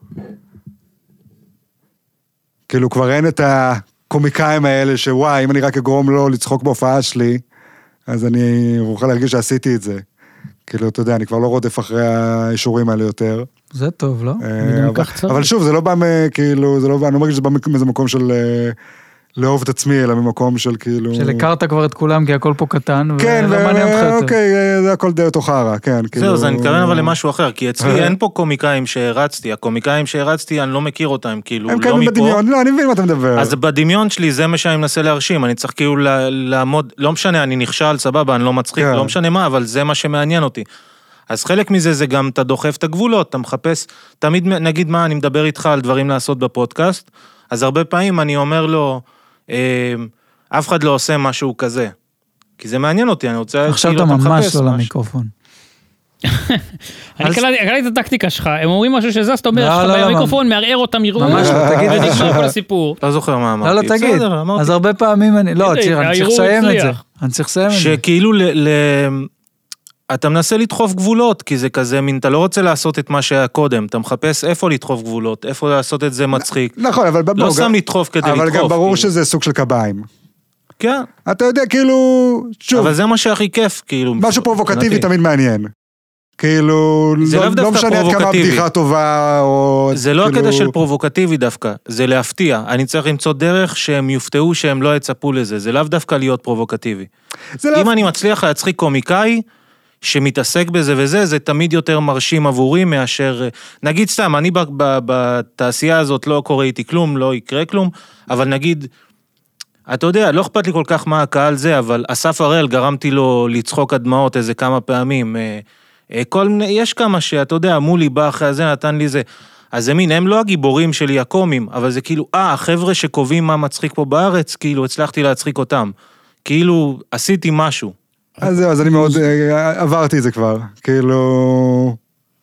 כאילו כבר אין את הקומיקאים האלה שוואי, אם אני רק אגרום לו לצחוק בהופעה שלי, אז אני אוכל להרגיש שעשיתי את זה. כאילו, אתה יודע, אני כבר לא רודף אחרי האישורים האלה יותר. זה טוב, לא? אבל שוב, זה לא בא, כאילו, אני לא מרגיש שזה בא מאיזה מקום של לאהוב את עצמי, אלא ממקום של כאילו... שלקרת כבר את כולם, כי הכל פה קטן, כן, ולא מעניין אותך יותר. אוקיי, זה הכל די אותו חרא, כן. זהו, אז אני מתכוון אבל למשהו אחר, כי אצלי אין פה קומיקאים שהרצתי, הקומיקאים שהרצתי, אני לא מכיר אותם, כאילו, לא מפה. הם קיימים בדמיון, לא, אני מבין מה אתה מדבר. אז בדמיון שלי, זה מה שאני מנסה להרשים, אני צריך כאילו לעמוד, לא משנה, אני נכשל, סבבה, אני לא מצחיק, לא משנה מה, אבל זה מה שמעניין אותי. אז חלק מזה זה גם, אתה דוחף את הגבולות, אתה מחפש, תמיד נגיד מה, אני מדבר איתך על דברים לעשות בפודקאסט, אז הרבה פעמים אני אומר לו, אף אחד לא עושה משהו כזה, כי זה מעניין אותי, אני רוצה... עכשיו אתה ממש לא למיקרופון. אני קראתי את הטקטיקה שלך, הם אומרים משהו שזה, אז אתה אומר, שלך במיקרופון, מערער אותם, יראו, ממש לא, תגיד. ונגמר כל הסיפור. לא זוכר מה אמרתי. לא, תגיד. אז הרבה פעמים אני... לא, צ'יר, אני צריך לסיים את זה. אני צריך לסיים את זה. שכאילו אתה מנסה לדחוף גבולות, כי זה כזה מין, אתה לא רוצה לעשות את מה שהיה קודם, אתה מחפש איפה לדחוף גבולות, איפה לעשות את זה מצחיק. נכון, אבל... לא שם לדחוף כדי לדחוף. אבל גם ברור שזה סוג של קביים. כן. אתה יודע, כאילו... אבל זה מה שהכי כיף, כאילו... משהו פרובוקטיבי תמיד מעניין. כאילו, לא משנה עד כמה בדיחה טובה, או... זה לא הקטע של פרובוקטיבי דווקא, זה להפתיע. אני צריך למצוא דרך שהם יופתעו שהם לא יצפו לזה, זה לאו דווקא להיות פרובוקטיבי. אם אני מצליח להצחיק קומיקאי, שמתעסק בזה וזה, זה תמיד יותר מרשים עבורי מאשר, נגיד סתם, אני בתעשייה הזאת לא קורה איתי כלום, לא יקרה כלום, אבל נגיד, אתה יודע, לא אכפת לי כל כך מה הקהל זה, אבל אסף הראל גרמתי לו לצחוק הדמעות איזה כמה פעמים, יש כמה שאתה יודע, מולי בא אחרי זה, נתן לי זה, אז זה מין, הם לא הגיבורים שלי הקומים, אבל זה כאילו, החבר'ה שקובעים מה מצחיק פה בארץ, כאילו הצלחתי להצחיק אותם, כאילו עשיתי משהו. אז זהו, אז אני מאוד, עברתי את זה כבר, כאילו,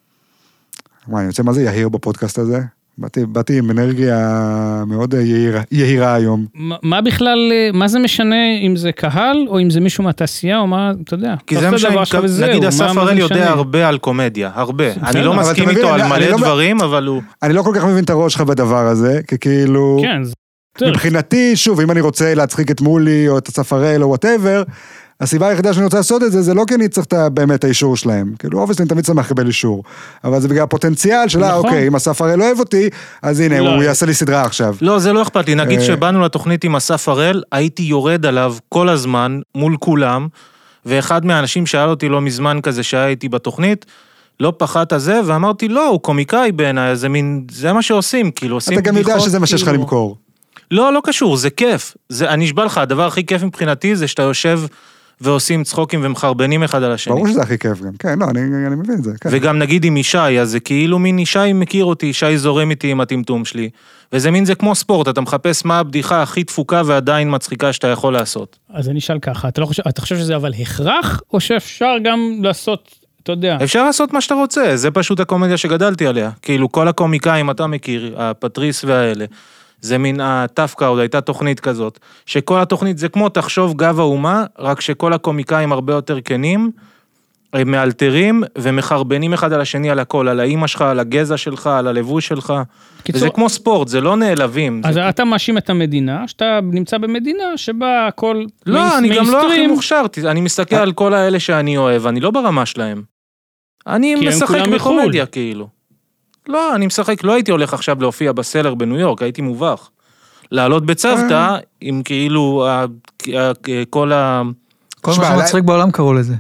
אני רוצה מה זה יהיר בפודקאסט הזה? באתי עם אנרגיה מאוד יהירה היום. מה בכלל, מה זה משנה אם זה קהל, או אם זה מישהו מהתעשייה, או מה, אתה יודע. כי זה משנה, נגיד אסף הראל יודע הרבה על קומדיה, הרבה. אני לא מסכים איתו על מלא דברים, אבל הוא... אני לא כל כך מבין את הראש שלך בדבר הזה, כי כאילו... מבחינתי, שוב, אם אני רוצה להצחיק את מולי, או את אסף הראל, או whatever, הסיבה היחידה שאני רוצה לעשות את זה, זה לא כי אני צריך באמת האישור שלהם. כאילו, אובייסלי, אני תמיד שמח לקבל אישור. אבל זה בגלל הפוטנציאל שלה, אוקיי, אם אסף הראל לא אוהב אותי, אז הנה, הוא יעשה לי סדרה עכשיו. לא, זה לא אכפת לי. נגיד שבאנו לתוכנית עם אסף הראל, הייתי יורד עליו כל הזמן, מול כולם, ואחד מהאנשים שאל אותי לא מזמן כזה שהיה איתי בתוכנית, לא פחת הזה, ואמרתי, לא, הוא קומיקאי בעיניי, זה מה שעושים, כאילו, עושים בדיחות. אתה גם יודע שזה מה שיש לך למכור. לא, לא קשור, זה כיף. אני אשבע לך, הדבר הכי כיף מבחינתי, זה שאתה יושב ועושים צחוקים ומחרבנים אחד על השני. ברור שזה הכי כיף גם, כן, לא, אני מבין את זה. וגם נגיד עם ישי, אז זה כאילו מין ישי מכיר אותי, ישי זורם איתי עם הטמטום שלי, וזה מין זה כמו ספורט, אתה מחפש מה הבדיחה הכי דפוקה ועדיין מצחיקה שאתה יכול לעשות. אז אני אשאל ככה, אתה חושב שזה אבל הכרח, או שאפשר גם לעשות, אתה יודע? אפשר לעשות מה שאתה רוצה, זה פשוט הקומדיה שגדלתי עליה, כאילו כל הקומיקאים אתה מכיר, הפטריס והאלה, זה מין התפקה, עוד הייתה תוכנית כזאת, שכל התוכנית זה כמו תחשוב גב האומה, רק שכל הקומיקאים הרבה יותר כנים, הם מאלתרים ומחרבנים אחד על השני על הכל, על האמא שלך, על הגזע שלך, על הלבוש שלך, וזה כמו ספורט, זה לא נעלבים. אז אתה מאשים את המדינה, שאתה נמצא במדינה שבה הכל לא, אני גם לא הכי מוכשר, אני מסתכל על כל האלה שאני אוהב, אני לא ברמה שלהם. אני משחק בקומדיה כאילו. לא, אני משחק, לא הייתי הולך עכשיו להופיע בסלר בניו יורק, הייתי מובך. לעלות בצוותא, עם כאילו כל ה... כל מה שמצחיק בעולם קראו לזה.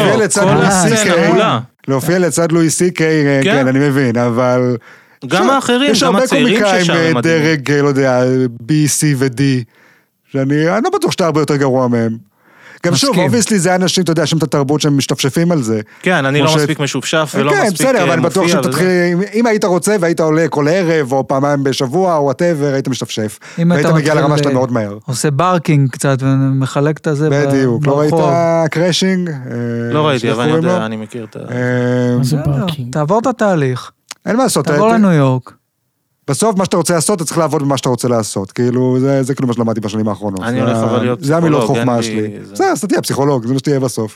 להופיע לצד לואי סי-קיי, כן, אני מבין, אבל... גם האחרים, גם הצעירים ששם. יש הרבה קומיקאים דרג, לא יודע, B, C ו-D, שאני לא בטוח שאתה הרבה יותר גרוע מהם. גם שוב, אובייסלי זה אנשים, אתה יודע, שם את התרבות שהם משתפשפים על זה. כן, אני לא מספיק משופשף ולא מספיק מופיע. כן, בסדר, אבל אני בטוח שתתחיל, אם היית רוצה והיית עולה כל ערב, או פעמיים בשבוע, או whatever, היית משתפשף. והיית מגיע לרמה שאתה מאוד מהר. עושה ברקינג קצת, ומחלק את זה ברחוב. בדיוק, לא ראית קרשינג? לא ראיתי, אבל אני יודע, אני מכיר את זה ברקינג. תעבור את התהליך. אין מה לעשות. תעבור לניו יורק. בסוף, מה שאתה רוצה לעשות, אתה צריך לעבוד במה שאתה רוצה לעשות. כאילו, זה כאילו מה שלמדתי בשנים האחרונות. אני הולך אבל להיות פסיכולוג. זה המילות חוכמה שלי. אז תהיה פסיכולוג, זה מה שתהיה בסוף.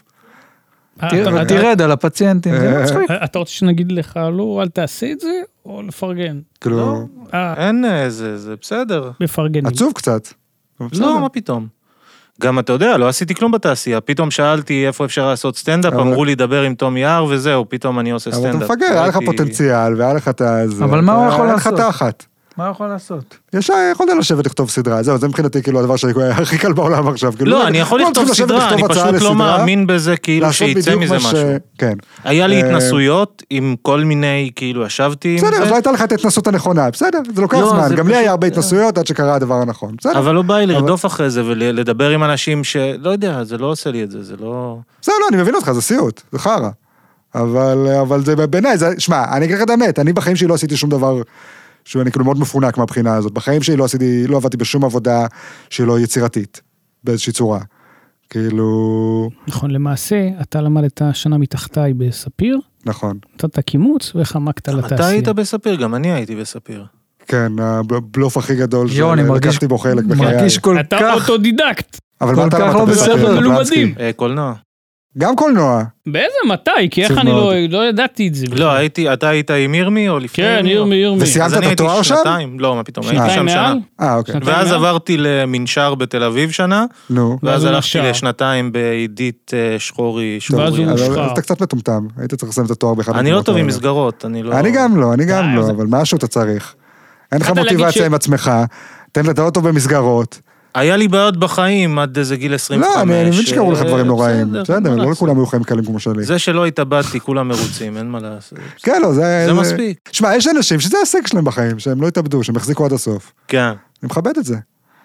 תרד על הפציינטים, זה מצחיק. אתה רוצה שנגיד לך, לא, אל תעשה את זה, או לפרגן? כאילו... אין זה בסדר. בפרגנים. עצוב קצת. לא, מה פתאום? גם אתה יודע, לא עשיתי כלום בתעשייה, פתאום שאלתי איפה אפשר לעשות סטנדאפ, אמרו לי דבר עם תום יער וזהו, פתאום אני עושה סטנדאפ. אבל אתה מפגר, היה לך פוטנציאל, והיה לך את זה. אבל מה הוא יכול לעשות? היה לך תחת. מה הוא יכול לעשות? יכולת לשבת לכתוב סדרה, זהו, זה מבחינתי כאילו הדבר הכי קל בעולם עכשיו. לא, אני יכול לכתוב סדרה, אני פשוט לא מאמין בזה כאילו שיצא מזה משהו. היה לי התנסויות עם כל מיני, כאילו ישבתי עם זה. בסדר, אז לא הייתה לך את ההתנסות הנכונה, בסדר, זה לוקח זמן, גם לי היה הרבה התנסויות עד שקרה הדבר הנכון, בסדר. אבל לא בא לי לרדוף אחרי זה ולדבר עם אנשים שלא יודע, זה לא עושה לי את זה, זה לא... בסדר, לא, אני מבין אותך, זה סיוט, זה חרא. אבל זה בעיניי, שמע, אני אגיד לך את האמת, אני בחיים שלי לא עשיתי שום דבר שאני כאילו מאוד מפונק מהבחינה הזאת. בחיים שלי לא עבדתי בשום עבודה שלא יצירתית, באיזושהי צורה. כאילו... נכון, למעשה, אתה למדת שנה מתחתיי בספיר. נכון. נתת קימוץ וחמקת לתעשייה. אתה היית בספיר, גם אני הייתי בספיר. כן, הבלוף הכי גדול שלקחתי בו חלק בחיי. מרגיש כל כך... אתה אוטודידקט. אבל מה אתה למדת בספיר? קולנוע. גם קולנוע. באיזה? מתי? כי איך אני לא ידעתי את זה. לא, אתה היית עם ירמי או לפני? כן, ירמי. וסיימת את התואר שם? לא, מה פתאום, הייתי שם שנה. אוקיי. ואז עברתי למנשר בתל אביב שנה, ואז הלכתי לשנתיים בעידית שחורי. אז אתה קצת מטומטם, היית צריך לסיים את התואר באחד. אני לא טוב עם מסגרות, אני גם לא, אבל משהו אתה צריך. אין לך מוטיבציה עם עצמך, תן לך טוב במסגרות. היה לי בעיות בחיים עד איזה גיל 25. לא, אני מבין שקראו לך דברים נוראים. בסדר, לא לכולם היו חיים קלים כמו שלי. זה שלא התאבדתי, כולם מרוצים, אין מה לעשות. כן, לא, זה מספיק. שמע, יש אנשים שזה ההישג שלהם בחיים, שהם לא התאבדו, שהם החזיקו עד הסוף. כן. אני מכבד את זה.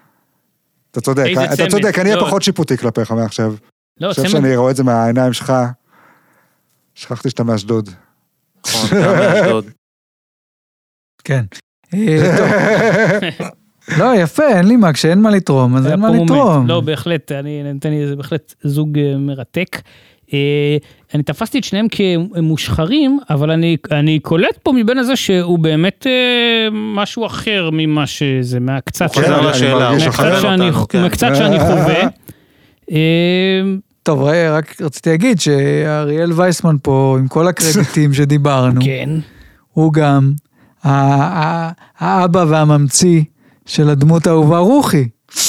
אתה צודק, אני אהיה פחות שיפוטי כלפיך מעכשיו. אני חושב שאני רואה את זה מהעיניים שלך. שכחתי שאתה מאשדוד. נכון, אתה מאשדוד. כן. לא, יפה, אין לי מה, כשאין מה לתרום, אז אין מה לתרום. לא, בהחלט, נתן לי איזה בהחלט זוג מרתק. אני תפסתי את שניהם כמושחרים, אבל אני קולט פה מבין הזה שהוא באמת משהו אחר ממה שזה, מהקצת שאני חווה. טוב, רק רציתי להגיד שאריאל וייסמן פה, עם כל הקרדיטים שדיברנו, הוא גם האבא והממציא, של הדמות האהובה רוחי.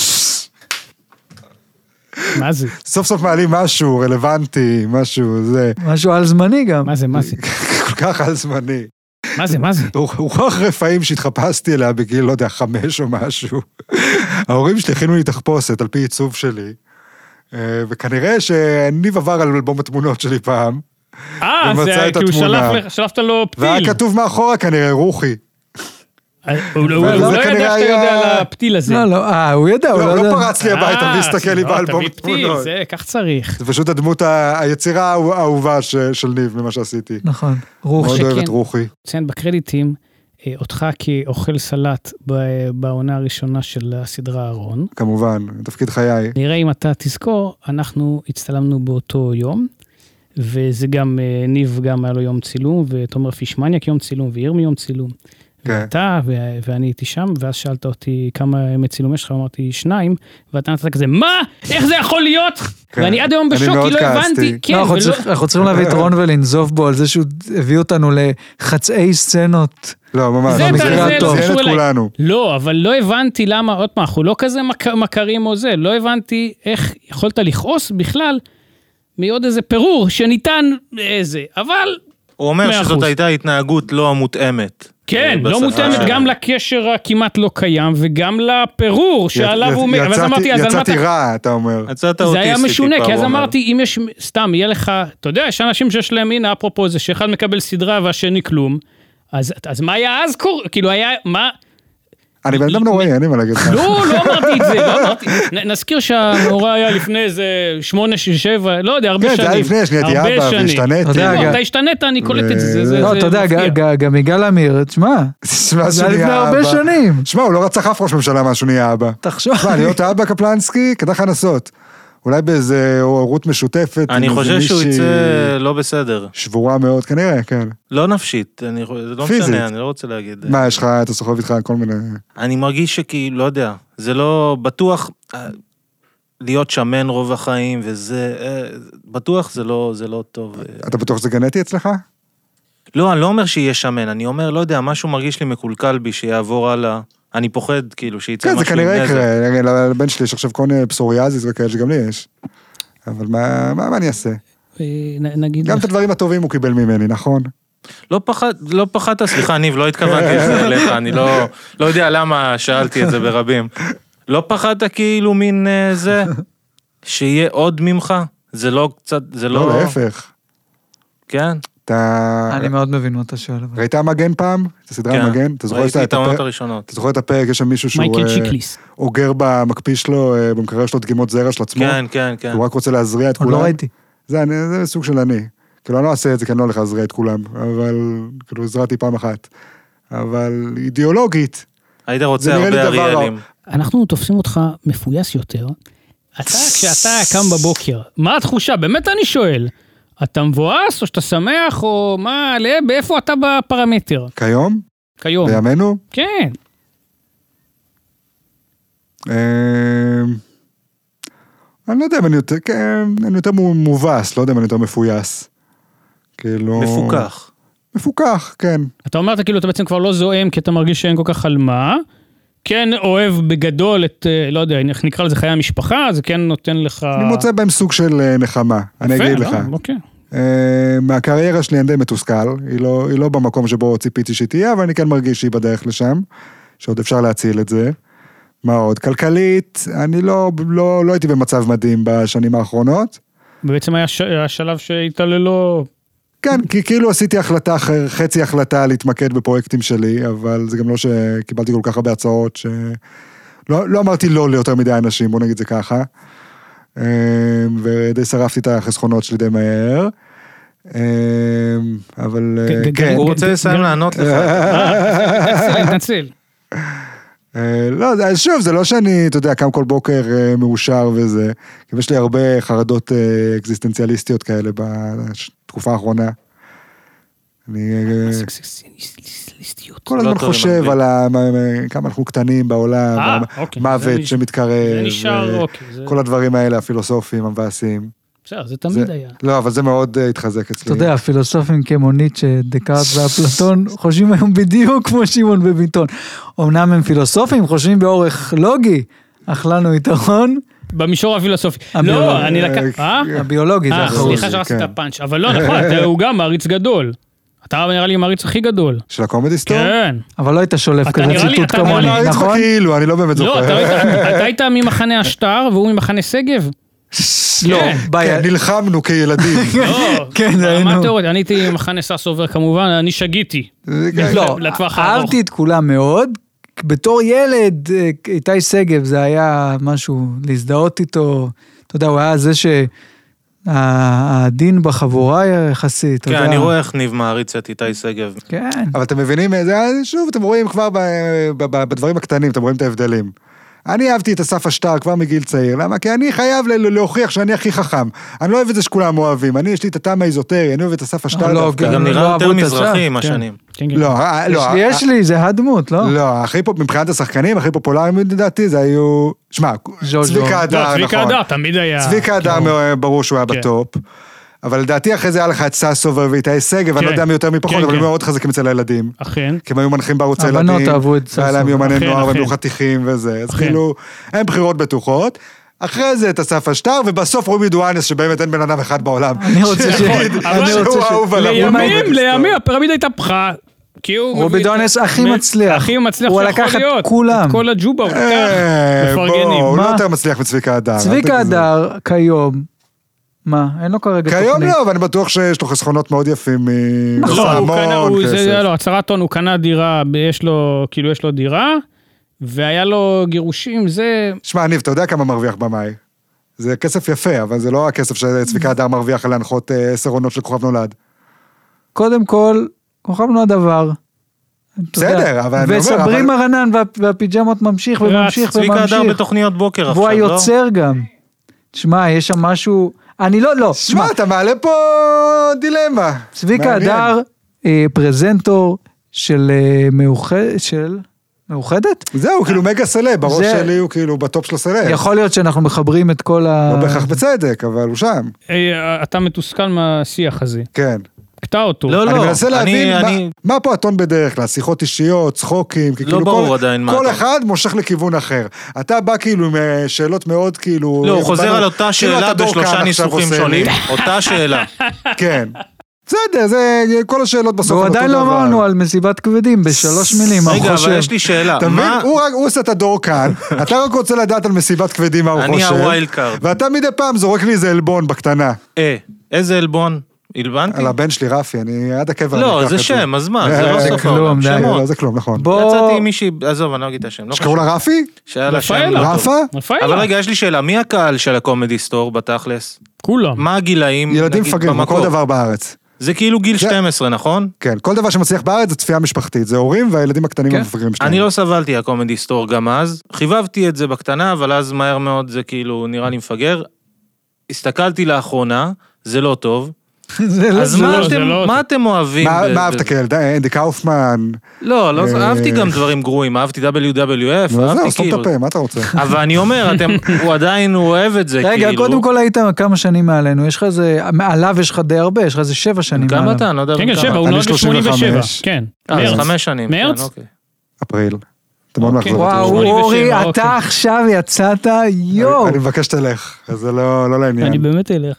מה זה? סוף סוף מעלים משהו רלוונטי, משהו על זמני גם. מה זה? כל כך על זמני. מה זה? רוח רפאים שהתחפשתי אליה בגיל, לא יודע, 5 או משהו. ההורים שלי הכינו לי תחפושת על פי עיצוב שלי, וכנראה שניב עבר על אלבום התמונות שלי פעם, זה כי הוא שלפת לו פתיל. והיה כתוב מאחורה כנראה רוחי. הוא לא ידע שאתה יודע על הפתיל הזה. לא, הוא ידע. הוא לא פרץ לי הביתה והסתכל לי באלבום תמונות. זה כך צריך. זה פשוט היצירה האהובה של ניב ממה שעשיתי. נכון, רוחי. מאוד אוהבת רוחי. ציין בקרדיטים, אותך כאוכל סלט בעונה הראשונה של הסדרה ארון. כמובן, תפקיד חיי. נראה אם אתה תזכור, אנחנו הצטלמנו באותו יום, וזה גם, ניב גם היה לו יום צילום, ותומר פישמניאק יום צילום, וירמי יום צילום. ואתה, ואני הייתי שם, ואז שאלת אותי כמה צילום יש לך, אמרתי 2, ואתה נתת כזה, מה? איך זה יכול להיות? ואני עד היום בשוק, כי לא הבנתי. אנחנו צריכים להביא את רון ולנזוף בו על זה שהוא הביא אותנו לחצאי סצנות. לא, ממש. זה לא, אבל לא הבנתי למה, עוד פעם, אנחנו לא כזה מכרים או זה, לא הבנתי איך יכולת לכעוס בכלל, מעוד איזה פירור שניתן איזה, אבל... הוא אומר שזאת הייתה התנהגות לא המותאמת. כן, לא מותאמת גם לקשר הכמעט לא קיים, וגם לפירור שעליו הוא... יצאתי רע, אתה אומר. זה היה משונה, כי אז אמרתי, אם יש, סתם, יהיה לך, אתה יודע, יש אנשים שיש להם, הנה, אפרופו זה, שאחד מקבל סדרה והשני כלום, אז מה היה אז כאילו היה, מה... אני בן אדם נוראי, אני מה להגיד לך. לא אמרתי את זה, לא אמרתי. נזכיר שהנורא היה לפני איזה 8, 7, לא יודע, הרבה שנים. כן, זה היה לפני, שניתי אבא, והשתנתי. אתה השתנית, אני קולט את זה. לא, אתה יודע, גם יגאל אמיר, תשמע, זה היה לפני הרבה שנים. שמע, הוא לא רצח אף ראש ממשלה משהו נהיה אבא. תחשוב. שמע, להיות אבא קפלנסקי, כדאי לך לנסות. אולי באיזה הורות משותפת. אני חושב שהוא יצא לא בסדר. שבורה מאוד, כנראה, כן. לא נפשית, זה לא משנה, אני לא רוצה להגיד. מה, יש לך, אתה סוחב איתך כל מיני... אני מרגיש שכי, לא יודע, זה לא בטוח להיות שמן רוב החיים, וזה, בטוח זה לא טוב. אתה בטוח שזה גנטי אצלך? לא, אני לא אומר שיהיה שמן, אני אומר, לא יודע, משהו מרגיש לי מקולקל בי, שיעבור הלאה. אני פוחד, כאילו, שיצא משהו... כן, זה כנראה יקרה, לבן שלי יש עכשיו כל מיני פסוריאזיס וכאלה שגם לי יש. אבל מה אני אעשה? גם את הדברים הטובים הוא קיבל ממני, נכון? לא פחדת, סליחה, ניב, לא התכוונתי לזה עליך, אני לא יודע למה שאלתי את זה ברבים. לא פחדת כאילו מין זה, שיהיה עוד ממך? זה לא קצת, זה לא... לא, להפך. כן? אני מאוד מבין מה אתה שואל. ראית המגן פעם? את הסדרה המגן? ראיתי את העונות הראשונות. אתה זוכר את הפרק, יש שם מישהו שהוא אוגר במקפיא שלו, במקרר שלו דגימות זרע של עצמו? כן. הוא רק רוצה להזריע את כולם. לא ראיתי. זה סוג של אני. כאילו אני לא אעשה את זה, כי אני לא הולך להזריע את כולם, אבל כאילו הזרעתי פעם אחת. אבל אידיאולוגית. היית רוצה הרבה אריאלים. אנחנו תופסים אותך מפויס יותר. כשאתה קם בבוקר, מה התחושה? באמת אני שואל. אתה מבואס, או שאתה שמח, או מה, באיפה אתה בפרמטר? כיום? כיום. בימינו? כן. אני לא יודע אם אני יותר מובס, לא יודע אם אני יותר מפויס. כאילו... מפוקח. מפוקח, כן. אתה אומרת, כאילו, אתה בעצם כבר לא זוהם, כי אתה מרגיש שאין כל כך על מה. כן אוהב בגדול את, לא יודע, איך נקרא לזה חיי המשפחה, זה כן נותן לך... אני מוצא בהם סוג של נחמה, אני אגיד לך. אוקיי. מהקריירה שלי אין די מתוסכל, היא לא במקום שבו ציפיתי שתהיה, אבל אני כן מרגיש שהיא בדרך לשם, שעוד אפשר להציל את זה. מה עוד? כלכלית, אני לא הייתי במצב מדהים בשנים האחרונות. ובעצם היה השלב שהיית ללא... כן, כי כאילו עשיתי חצי החלטה להתמקד בפרויקטים שלי, אבל זה גם לא שקיבלתי כל כך הרבה הצעות, לא אמרתי לא ליותר מדי אנשים, בוא נגיד זה ככה, ודי שרפתי את החסכונות שלי די מהר, אבל כן. הוא רוצה לסיים לענות לך. נציל. לא, שוב, זה לא שאני, אתה יודע, קם כל בוקר מאושר וזה, כי יש לי הרבה חרדות אקזיסטנציאליסטיות כאלה בתקופה האחרונה. אני כל הזמן חושב על כמה אנחנו קטנים בעולם, מוות שמתקרב, כל הדברים האלה הפילוסופיים, המבאסים. בסדר, זה תמיד היה. לא, אבל זה מאוד התחזק אצלי. אתה יודע, הפילוסופים כמו ניטשה, דקארט ואפלטון, חושבים היום בדיוק כמו שמעון בביטון. אמנם הם פילוסופים, חושבים באורך לוגי, אך לנו יתרון. במישור הפילוסופי. לא, אני לקח... הביולוגי, זה אחרון. סליחה שעשית פאנץ', אבל לא, נכון, הוא גם מעריץ גדול. אתה נראה לי המעריץ הכי גדול. של הקומדי סטור? כן. אבל לא היית שולף כזה ציטוט כמוני, נכון? אני לא באמת זוכר. לא, אתה היית ממחנה השטר, והוא ממחנה סגב. לא, נלחמנו כילדים. כן, זה היינו. מה תיאוריה? אני הייתי מחנה ססובר כמובן, אני שגיתי. לא, אהבתי את כולם מאוד. בתור ילד, איתי שגב, זה היה משהו להזדהות איתו. אתה יודע, הוא היה זה שהדין בחבורה יחסית. כן, אני רואה איך ניב מעריץ את איתי שגב. כן. אבל אתם מבינים, שוב, אתם רואים כבר בדברים הקטנים, אתם רואים את ההבדלים. אני אהבתי את אסף אשטר כבר מגיל צעיר, למה? כי אני חייב להוכיח שאני הכי חכם. אני לא אוהב את זה שכולם אוהבים, יש לי את הטעם האיזוטרי, אני אוהב את אסף אשטר דווקא. גם נראה יותר מזרחי עם השנים. יש לי, זה הדמות, לא? לא, מבחינת השחקנים, הכי פופולריים לדעתי, זה היו, שמע, צביקה הדר, נכון. צביקה הדר תמיד היה. צביקה הדר ברור שהוא היה בטופ. אבל לדעתי אחרי זה היה לך את ססובר ואיתי שגב, אני לא יודע מי יותר מפחות, אבל הם מאוד חזקים אצל הילדים. אכן. כי הם היו מנחים בערוץ הילדים. הבנות אהבו את ססובר. והיה להם יומני נוער והם היו חתיכים וזה. אז כאילו, הם בחירות בטוחות. אחרי זה את אסף אשטר, ובסוף רובי דואנס, שבאמת אין בן אדם אחד בעולם. אני רוצה לימים הפירמידה התהפכה. רובי דואנס הכי מצליח. הוא לקח את כולם. את כל הג'ובה, הוא לקח. מפרגנים. הוא לא יותר מצליח מצביקה הדר. צביקה הדר, כיום. מה? אין לו כרגע תוכנית. כיום לא, אבל אני בטוח שיש לו חסכונות מאוד יפים. נכון, הצהרת הון, הוא קנה דירה, יש לו דירה, והיה לו גירושים, זה... שמע, ניב, אתה יודע כמה מרוויח במאי? זה כסף יפה, אבל זה לא הכסף שצביקה הדר מרוויח על להנחות 10 עונות של כוכב נולד. קודם כל, כוכב נולד עבר. בסדר, אבל אני אומר... וסברי מרנן והפיג'מות ממשיך וממשיך. צביקה הדר בתוכניות בוקר עכשיו, לא? והוא היוצר גם. תשמע, יש שם משהו... אני לא... שמע, אתה מעלה פה דילמה. צביקה הדר, פרזנטור של מאוחדת? זהו, כאילו מגה סלב, בראש שלי הוא כאילו בטופ של הסלב. יכול להיות שאנחנו מחברים את כל לא בהכרח בצדק, אבל הוא שם. אתה מתוסכל מהשיח הזה. כן. קטע אותו. לא, אני מנסה להבין מה פה הטון בדרך כלל, שיחות אישיות, צחוקים, לא ברור עדיין מה. כל אחד מושך לכיוון אחר. אתה בא כאילו עם שאלות מאוד כאילו... לא, הוא חוזר על אותה שאלה בשלושה ניסוחים שונים. אותה שאלה. כן. בסדר, זה כל השאלות בסוף. הוא עדיין לא אמרנו על מסיבת כבדים, בשלוש מילים. רגע, אבל יש לי שאלה. אתה מבין? הוא עושה את הדור כאן, אתה רק רוצה לדעת על מסיבת כבדים מה הוא חושב. אני הווילד קארד. ואתה מדי פעם זורק לי איזה אלבון בקטנה. איזה אלבון? הלבנתי? על הבן שלי רפי, אני עד הקבר. לא, זה שם, אז מה? זה לא סוף העולם. לא, זה כלום, נכון. יצאתי עם מישהי, עזוב, אני לא אגיד את השם. שקראו לה רפי? שהיה לה שם לא טוב. אבל רגע, יש לי שאלה, מי הקהל של הקומדי סטור בתכלס? כולם. מה הגילאים? ילדים מפגרים, כל דבר בארץ. זה כאילו גיל 12, נכון? כן, כל דבר שמצליח בארץ זה צפייה משפחתית, זה הורים והילדים הקטנים המפגרים שלהם. אני לא סבלתי הקומדי סטור גם אז, חיבבתי את זה בקטנה, אבל אז מהר מאוד זה כאילו נראה לי מפגר. הסתכלתי לאחרונה, זה לא טוב. אז מה אתם אוהבים? מה אהבת כילד? אנדי קאופמן? לא, אהבתי גם דברים גרועים, אהבתי WWF, אהבתי כאילו. מה אתה רוצה? אבל אני אומר, הוא עדיין אוהב את זה כאילו. רגע, קודם כל היית כמה שנים מעלינו, יש לך איזה, מעליו יש לך די הרבה, יש לך איזה 7 שנים מעליו. כמה אתה? אני לא יודע. כן, 7, הוא נולד ב-87. כן, מרץ. 5 שנים. מרץ? אפריל. וואו, אורי, אתה עכשיו יצאת, יו. אני מבקש תלך, אז זה לא לעניין. אני באמת אלך.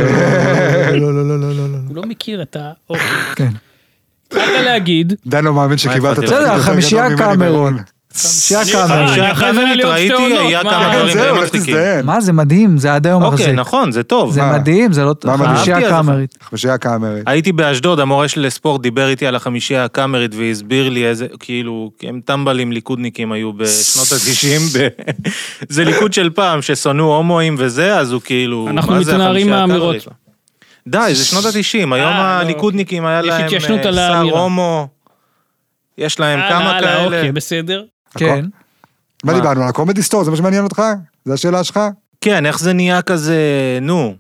לא. הוא לא מכיר את האוכל. כן. התחלת להגיד. דנו מאמין שקיבלת את זה. בסדר, 5 קאמרון. 5 קאמרון. ראיתי, היה כמה דברים די מצחיקים. מה, זה מדהים, זה עד היום מחזיק. אוקיי, נכון, זה טוב. זה מדהים, זה לא... 5 קאמרית. 5 קאמרית. הייתי באשדוד, המורה שלי לספורט דיבר איתי על 5 הקאמרית והסביר לי איזה, כאילו, הם טמבלים ליכודניקים היו בשנות ה-90, זה ליכוד של פעם, ששונאו הומואים וזה, אז הוא כאילו... אנחנו מתנערים מהאמירות. די, זה שנות ה-90, היום הליכודניקים היה להם שר הומו, יש להם כמה כאלה. אוקיי, בסדר. כן. מה דיברנו? על הקומדי סטור, זה מה שמעניין אותך? זה השאלה שלך? כן, איך זה נהיה כזה, נו.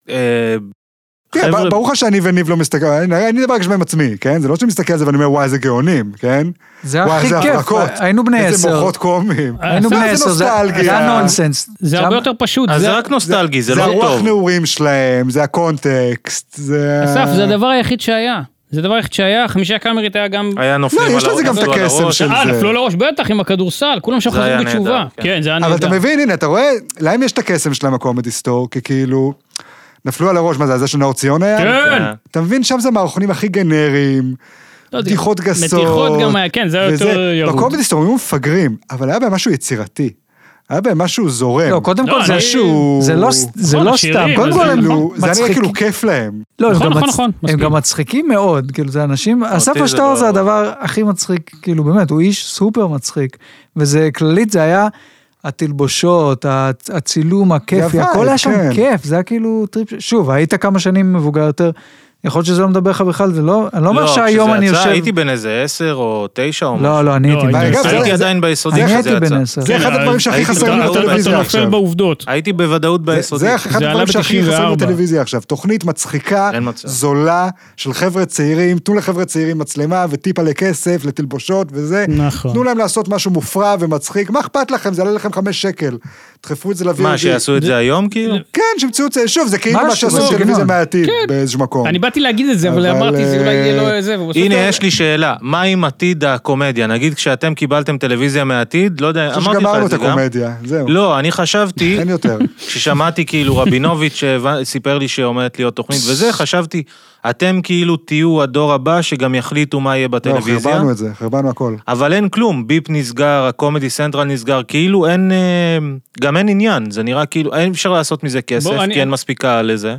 ברור לך שאני וניב לא מסתכל, אני דבר כשמה עם עצמי, כן? זה לא שאני מסתכל על זה ואני אומר, וואי, זה גאונים, כן? זה הכי כיף, היינו בני 10. איזה מוחות קומיים. היינו בני 10, זה היה נונסנס. זה הרבה יותר פשוט. אז זה רק נוסטלגי, זה לא טוב. זה הרוח נעורים שלהם, זה הקונטקסט, זה... אסף, זה הדבר היחיד שהיה. זה דבר היחיד שהיה, 5 קאמרית היה גם... היה נופלים על הראש. יש לזה גם את הקסם של זה. נפלו לראש, בטח, עם הכדורסל, כולם שם חזרו בתשובה. כן, זה היה נהדר. אבל אתה מבין, הנה, אתה רואה, להם יש את הקסם שלהם הקומדי סטור, כי כאילו, נפלו על הראש, מה זה שנאור ציון היה? כן. אתה מבין, שם זה מערכונים הכי גנריים, בדיחות גסות. מתיחות גם היה, כן, זה היה יותר ירוד. בקומדי סטור היו מפגרים, אבל היה בהם משהו יצירתי. היה בהם משהו זורם. לא, קודם כל זה לא סתם, קודם כל הם מצחיקים. זה היה כאילו כיף להם. לא, הם גם מצחיקים מאוד, כאילו זה אנשים, אסף אשטר זה הדבר הכי מצחיק, כאילו באמת, הוא איש סופר מצחיק, וזה כללית, זה היה התלבושות, הצילום, הכיף, הכל היה שם כיף, זה היה כאילו טריפ, שוב, היית כמה שנים מבוגר יותר, יכול להיות שזה לא מדבר לך בכלל, זה לא, אני לא אומר שהיום אני יושב... הייתי בן איזה 10 או 9 או משהו. לא, אני הייתי בן 10. הייתי עדיין ביסודי. אני הייתי בן 10. זה אחד הדברים שהכי חסרים בטלוויזיה עכשיו. הייתי בוודאות ביסודי. זה אחד הדברים שהכי חסרים בטלוויזיה עכשיו. תוכנית מצחיקה, זולה, של חבר'ה צעירים, תנו לחבר'ה צעירים מצלמה וטיפה לכסף, לתלבושות וזה. תנו להם לעשות משהו מופרע ומצחיק. מה אכפת לכם? זה עלה לכם 5 שקל. דחפו את זה לאוויר. מה, שיעשו את זה היום כאילו? כן, שימצאו את זה. שוב, זה כאילו מה שעשו בטלוויזיה מהעתיד באיזשהו מקום. אני באתי להגיד את זה, אבל אמרתי, זה אולי יהיה לא זה. הנה, יש לי שאלה. מה עם עתיד הקומדיה? נגיד, כשאתם קיבלתם טלוויזיה מהעתיד, לא יודע, אמרתי לך את זה גם. שגמרנו את הקומדיה, זהו. לא, אני חשבתי, אין יותר. כששמעתי כאילו רבינוביץ' סיפר לי שעומדת להיות תוכנית וזה, חשבתי, אתם כאילו תהיו הדור הבא שגם יחליטו מה יהיה בטלוויזיה. לא, חרבנו את זה, חרבנו הכל. אבל אין כלום, ביפ נסגר, הקומדי סנטרל נסגר, כאילו אין, גם אין עניין, זה נראה כאילו, אין אפשר לעשות מזה כסף, כי אין מספיקה לזה.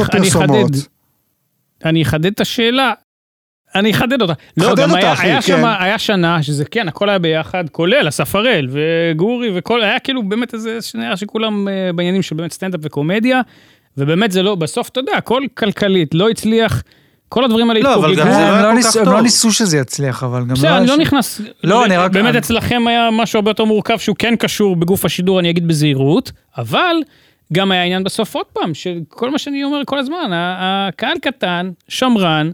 אני אחדד את השאלה, אני אחדד אותה. לא, גם היה שנה שזה כן, הכל היה ביחד, כולל אסף הראל וגורי וכל, היה כאילו באמת איזה שנייה שכולם בעניינים של באמת סטנדאפ וקומדיה, ובאמת זה לא, בסוף אתה יודע, הכל כלכלית, לא הצליח, כל הדברים האלה התפוגגו. לא, אבל גם זה לא היה כל כך טוב. הם לא ניסו שזה יצליח, אבל גם בסדר, אני לא נכנס. לא, אני רק... באמת אצלכם היה משהו הרבה יותר מורכב, שהוא כן קשור בגוף השידור, אני אגיד בזהירות, אבל גם היה עניין בסוף עוד פעם, שכל מה שאני אומר כל הזמן, הקהל קטן, שמרן,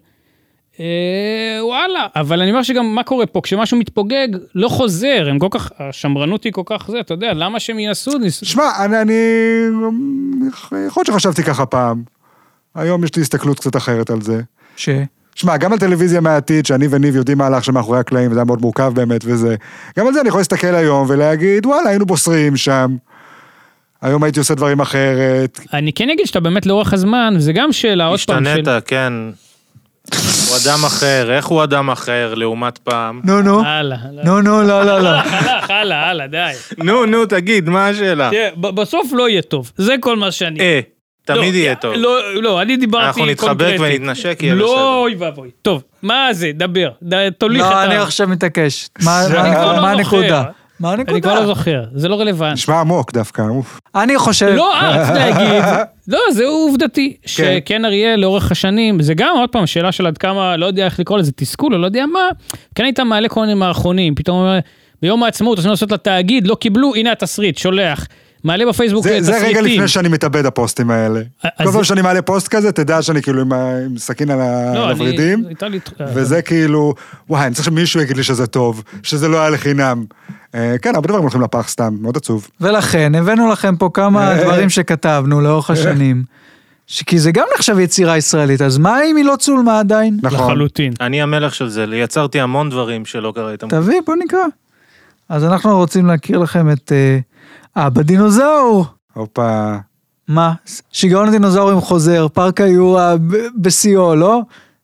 וואלה, אבל אני אומר שגם מה קורה פה, כשמשהו מתפוגג, לא חוזר, הם כל כך, השמרנות היא כל כך זה, אתה יודע, למה שהם ינסו? שמע, אני יכול להיות שחשבתי ככה פעם, היום יש לי הסתכלות קצת אחרת על זה. שמע, גם על טלוויזיה מהעתיד, שאני וניב יודעים מה הלך שמאחורי הקלעים, וזה היה מאוד מורכב באמת וזה, גם על זה אני יכול להסתכל היום ולהגיד, וואלה, היינו בוסרים שם, היום הייתי עושה דברים אחרת. אני כן אגיד שאתה באמת לאורך הזמן, וזה גם שאלה, עוד פעם של... השתנית, כן. הוא אדם אחר, איך הוא אדם אחר לעומת פעם? נו. לא. הלאה, די. נו, תגיד, מה השאלה? בסוף לא יהיה טוב, זה כל מה שאני... תמיד יהיה טוב. לא, אני דיברתי אנחנו נתחבק ונתנשק, יהיה בסדר. לא, אוי ואבוי. טוב, מה זה? דבר. תוליך את ה... לא, אני עכשיו מתעקש. מה הנקודה? מה הנקודה? אני כבר לא זוכר, זה לא רלוונטי. נשמע עמוק דווקא, אוף. אני חושב... לא, רציתי להגיד, לא, זה עובדתי, שכן אריה לאורך השנים, זה גם עוד פעם שאלה של עד כמה, לא יודע איך לקרוא לזה, תסכול, לא יודע מה, כן היית מעלה כל מיני מערכונים, פתאום ביום העצמאות, עשינו לעשות לתאגיד, לא קיבלו, הנה התסריט, שולח, מעלה בפייסבוק תסריטים. זה רגע לפני שאני מתאבד הפוסטים האלה. כל פעם שאני מעלה פוסט כזה, תדע שאני כאילו עם סכין על הוורידים, וזה כאילו, וואי, אני צריך שמישהו יגיד לי שזה טוב, שזה לא היה לחינם. כן, הרבה דברים הולכים לפח סתם, מאוד עצוב. ולכן, הבאנו לכם פה כמה דברים שכתבנו לאורך השנים, כי זה גם נחשב יצירה ישראלית, אז מה אם היא לא צולמה עדיין? לחלוטין. אני המלך של זה, יצרתי המון דברים שלא קראתם. תביא, בוא נקרא. אז אנחנו רוצים להכיר לכם את אבא דינוזאור. הופה. מה? שיגעון הדינוזאורים חוזר, פארק היורה בסיוע, לא?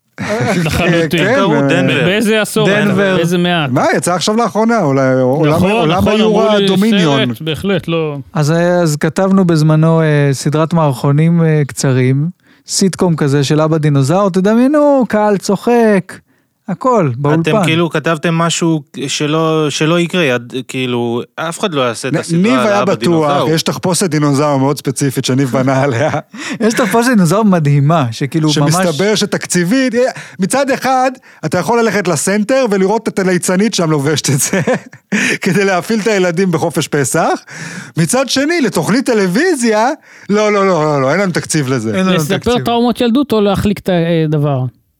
באיזה עשור? דנבר. באיזה מעט? מה, יצא עכשיו לאחרונה, עולם היורה דומיניון. בהחלט, לא. אז כתבנו בזמנו סדרת מערכונים קצרים, סיטקום כזה של אבא דינוזאור, תדמיינו, קהל צוחק, הכל, באולפן. אתם כאילו כתבתם משהו שלא יקרה, כאילו, אף אחד לא יעשה את הסדרה ניב היה בטוח, יש תחפושת דינוזאור מאוד ספציפית שניב בנה עליה. יש תחפושת דינוזאור מדהימה, שכאילו ממש... שמסתבר שתקציבית, מצד אחד, אתה יכול ללכת לסנטר ולראות את הליצנית שם לובשת את זה, כדי להפעיל את הילדים בחופש פסח. מצד שני, לתוכנית טלוויזיה, לא, אין לנו תקציב לזה. לספר טראומות ילדות או להחליק את הדבר?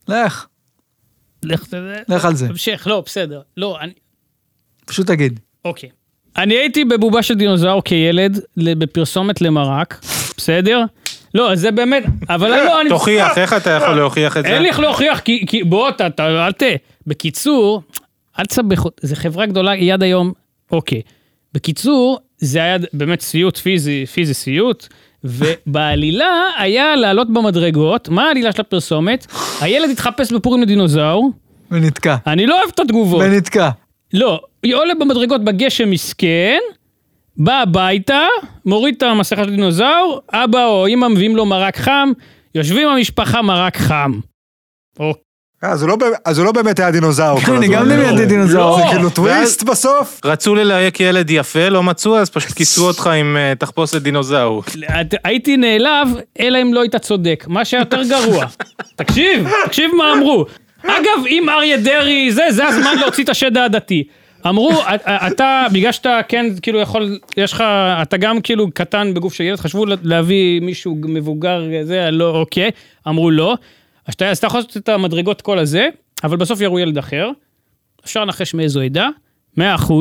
לך על זה. המשך, לא, בסדר. לא, אני... פשוט תגיד. אוקיי. אני הייתי בבובה של דינוזאור כילד, בפרסומת למרק, בסדר? לא, זה באמת, אבל לא, אני... תוכיח, איך אתה יכול להוכיח את זה? אין לי איך להוכיח, כי בוא, אל בקיצור, אל תסבך, זה חברה גדולה, היא עד היום, אוקיי. בקיצור, זה היה באמת סיוט, פיזי סיוט, ובעלילה היה לעלות במדרגות, מה העלילה של הפרסומת? הילד התחפש בפורים לדינוזאור. ונתקע. אני לא אוהב את התגובות. ונתקע. לא, היא עולה במדרגות בגשם מסכן, בא הביתה, מוריד את המסכה של דינוזאור, אבא או אמא מביאים לו מרק חם, יושבים המשפחה מרק חם. אז הוא לא באמת היה דינוזאור. אני גם דמיינתי דינוזאור. זה כאילו טוויסט בסוף. רצו ללהק ילד יפה, לא מצאו, אז פשוט כיסו אותך עם תחפושת דינוזאור. הייתי נעלב, אלא אם לא היית צודק, מה שיותר גרוע. תקשיב מה אמרו. אגב, אם אריה דרעי, זה הזמן להוציא את השד העדתי. אמרו, אתה, בגלל שאתה כן, כאילו יכול, יש לך, אתה גם כאילו קטן בגוף של ילד, חשבו להביא מישהו מבוגר, זה, לא, אוקיי. אמרו לא. אז אתה יכול לעשות את המדרגות כל הזה, אבל בסוף יראו ילד אחר, אפשר לנחש מאיזו עדה, 100%,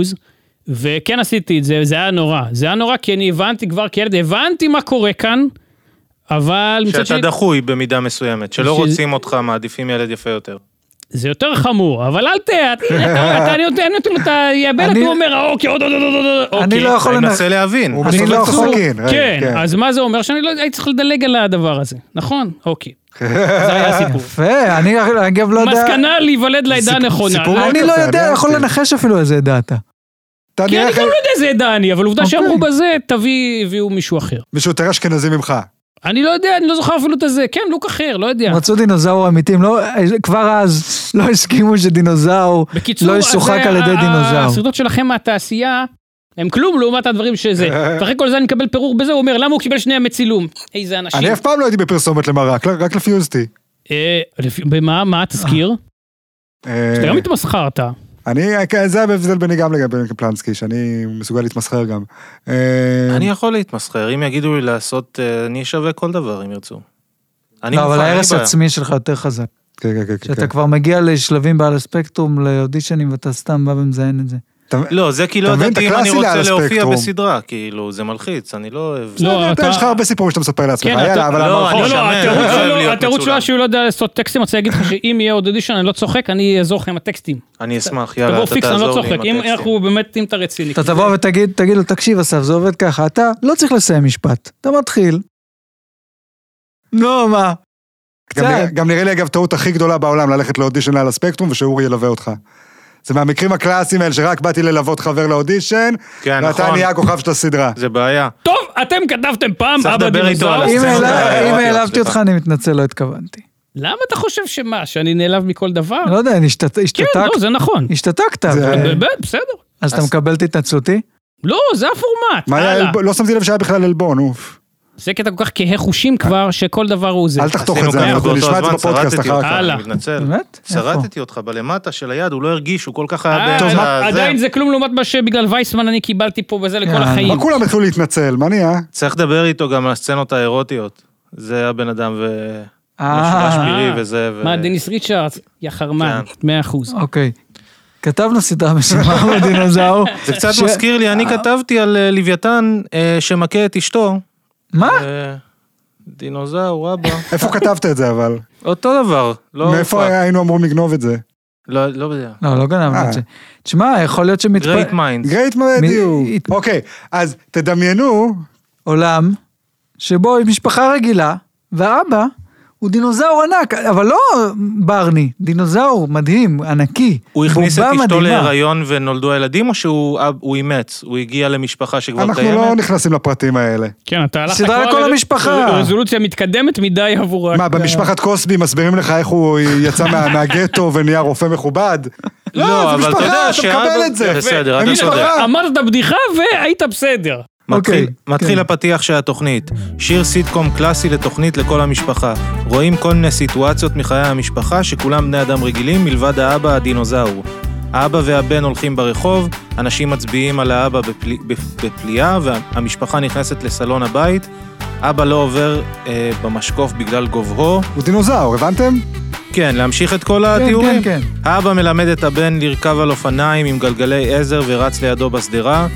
וכן עשיתי את זה, זה היה נורא, כי אני הבנתי כבר כילד, הבנתי מה קורה כאן, אבל... שאתה דחוי במידה מסוימת, שלא רוצים אותך, מעדיפים ילד יפה יותר. זה יותר חמור, אבל אל אתה יאבד, אתה אומר, אוקיי, אני לא יכול לנסה להבין. הוא בסוף לא סכין. כן, אז מה זה אומר? שאני לא הייתי צריך לדלג על הדבר הזה, נכון? אוקיי. זה היה סיפור. יפה, אני אגב לא יודע... מסקנה להיוולד לעדה נכונה. אני לא יודע, יכול לנחש אפילו איזה עדה אתה. כן, אני גם לא יודע איזה עדה אני, אבל עובדה שאמרו בזה, תביאו מישהו אחר. מישהו יותר אשכנזי ממך. אני לא יודע, אני לא זוכר אפילו את זה, כן, לוק אחר, לא יודע. מצאו דינוזאור אמיתיים, כבר אז לא הסכימו שדינוזאור לא ישוחק על ידי דינוזאור. הסרטות שלכם מהתעשייה, הם כלום לעומת הדברים שזה. ואחרי כל זה אני מקבל פירור בזה, הוא אומר, למה הוא קיבל שני המצילום? איזה אנשים. אני אף פעם לא הייתי בפרסומת למרק, רק לפי יוזתי. במה? מה תזכיר? שאתה גם מתמסחרת. זה ההבדל ביני גם לגבי פלנסקי, שאני מסוגל להתמסחר גם. אני יכול להתמסחר, אם יגידו לי לעשות, אני אשווה כל דבר, אם ירצו. לא, אבל ההרס עצמי שלך יותר חזק. שאתה כבר מגיע לשלבים בעל הספקטרום, לאודישנים, ואתה סתם בא ומזיין את זה. לא, זה כי לא ידעתי אם אני רוצה להופיע בסדרה, כאילו, זה מלחיץ, אני לא אוהב. לא, יש לך הרבה סיפורים שאתה מספר לעצמך, יאללה, אבל התירוץ שלו שהוא לא יודע לעשות טקסטים, אני רוצה להגיד לך שאם יהיה עוד אודישן, אני לא צוחק, אני אעזור לכם עם הטקסטים. אני אשמח, יאללה, אתה תעזור לי עם הטקסטים. אם אנחנו באמת, אם אתה רציני. אתה תבוא ותגיד לו, תקשיב אסף, זה עובד ככה, אתה לא צריך לסיים משפט, אתה מתחיל. נו, מה? גם נראה לי אגב טעות הכי גדולה בעולם ללכת לאודישן על הספקטרום ושאורי ילווה אותך. זה מהמקרים הקלאסיים האלה שרק באתי ללוות חבר לאודישן, ואתה נהיה הכוכב של הסדרה. זה בעיה. טוב, אתם כתבתם פעם אבא דינוזאור. אם העלבתי אותך אני מתנצל, לא התכוונתי. למה אתה חושב שמה? שאני נעלב מכל דבר? לא יודע, השתתקת. כן, לא, זה נכון. השתתקת. בסדר. אז אתה מקבל את התנצלותי? לא, זה הפורמט. לא שמתי לב שהיה בכלל אלבון, אוף. זה קטע כל כך כהה חושים כבר, שכל דבר הוא זה. אל תחתוך את זה, אנחנו נשמע את זה בפודקאסט אחר כך. אני מתנצל. באמת? שרתתי אותך בלמטה של היד, הוא לא הרגיש, הוא כל כך היה עדיין זה כלום לעומת מה שבגלל וייסמן אני קיבלתי פה בזה לכל החיים. מה כולם התחילו להתנצל, מה נהיה? צריך לדבר איתו גם על הסצנות האירוטיות. זה היה בן אדם משולש מירי וזה. מה, דניס ריצ'ארדס, יא חרמן, 100%. אוקיי. כתבנו סדרה משמעה בדינוזאור. זה קצת מזכיר לי, אני כתבתי על לוויתן שמכה את אשתו. מה? דינוזאור, אבא. איפה כתבת את זה אבל? אותו דבר. מאיפה היינו אמורים לגנוב את זה? לא יודע. לא גנבנו את זה. תשמע, יכול להיות Great minds. Great minds. אוקיי, אז תדמיינו. עולם שבו היא משפחה רגילה, והאבא הוא דינוזאור ענק, אבל לא ברני, דינוזאור מדהים, ענקי. הוא הכניס את אשתו להיריון ונולדו הילדים, או שהוא אימץ? הוא הגיע למשפחה שכבר קיימת? אנחנו לא נכנסים לפרטים האלה. כן, אתה הלכת סדרה לכל המשפחה. רזולוציה מתקדמת מדי עבור... מה, במשפחת קוסבי מסבירים לך איך הוא יצא מהגטו ונהיה רופא מכובד? לא, זה משפחה, אתה מקבל את זה. בסדר, אתה צודק. אמרת את הבדיחה והיית בסדר. מתחיל הפתיח של התוכנית, שיר סיטקום קלאסי לתוכנית לכל המשפחה. רואים כל מיני סיטואציות מחיי המשפחה שכולם בני אדם רגילים מלבד האבא הדינוזאור. האבא והבן הולכים ברחוב, אנשים מצביעים על האבא בפליאה והמשפחה נכנסת לסלון הבית. אבא לא עובר במשקוף בגלל גובהו. הוא דינוזאור, הבנתם? כן, להמשיך את כל התיאורים. כן. האבא מלמד את הבן לרכב על אופניים עם גלגלי עזר ורץ לידו בסדרה,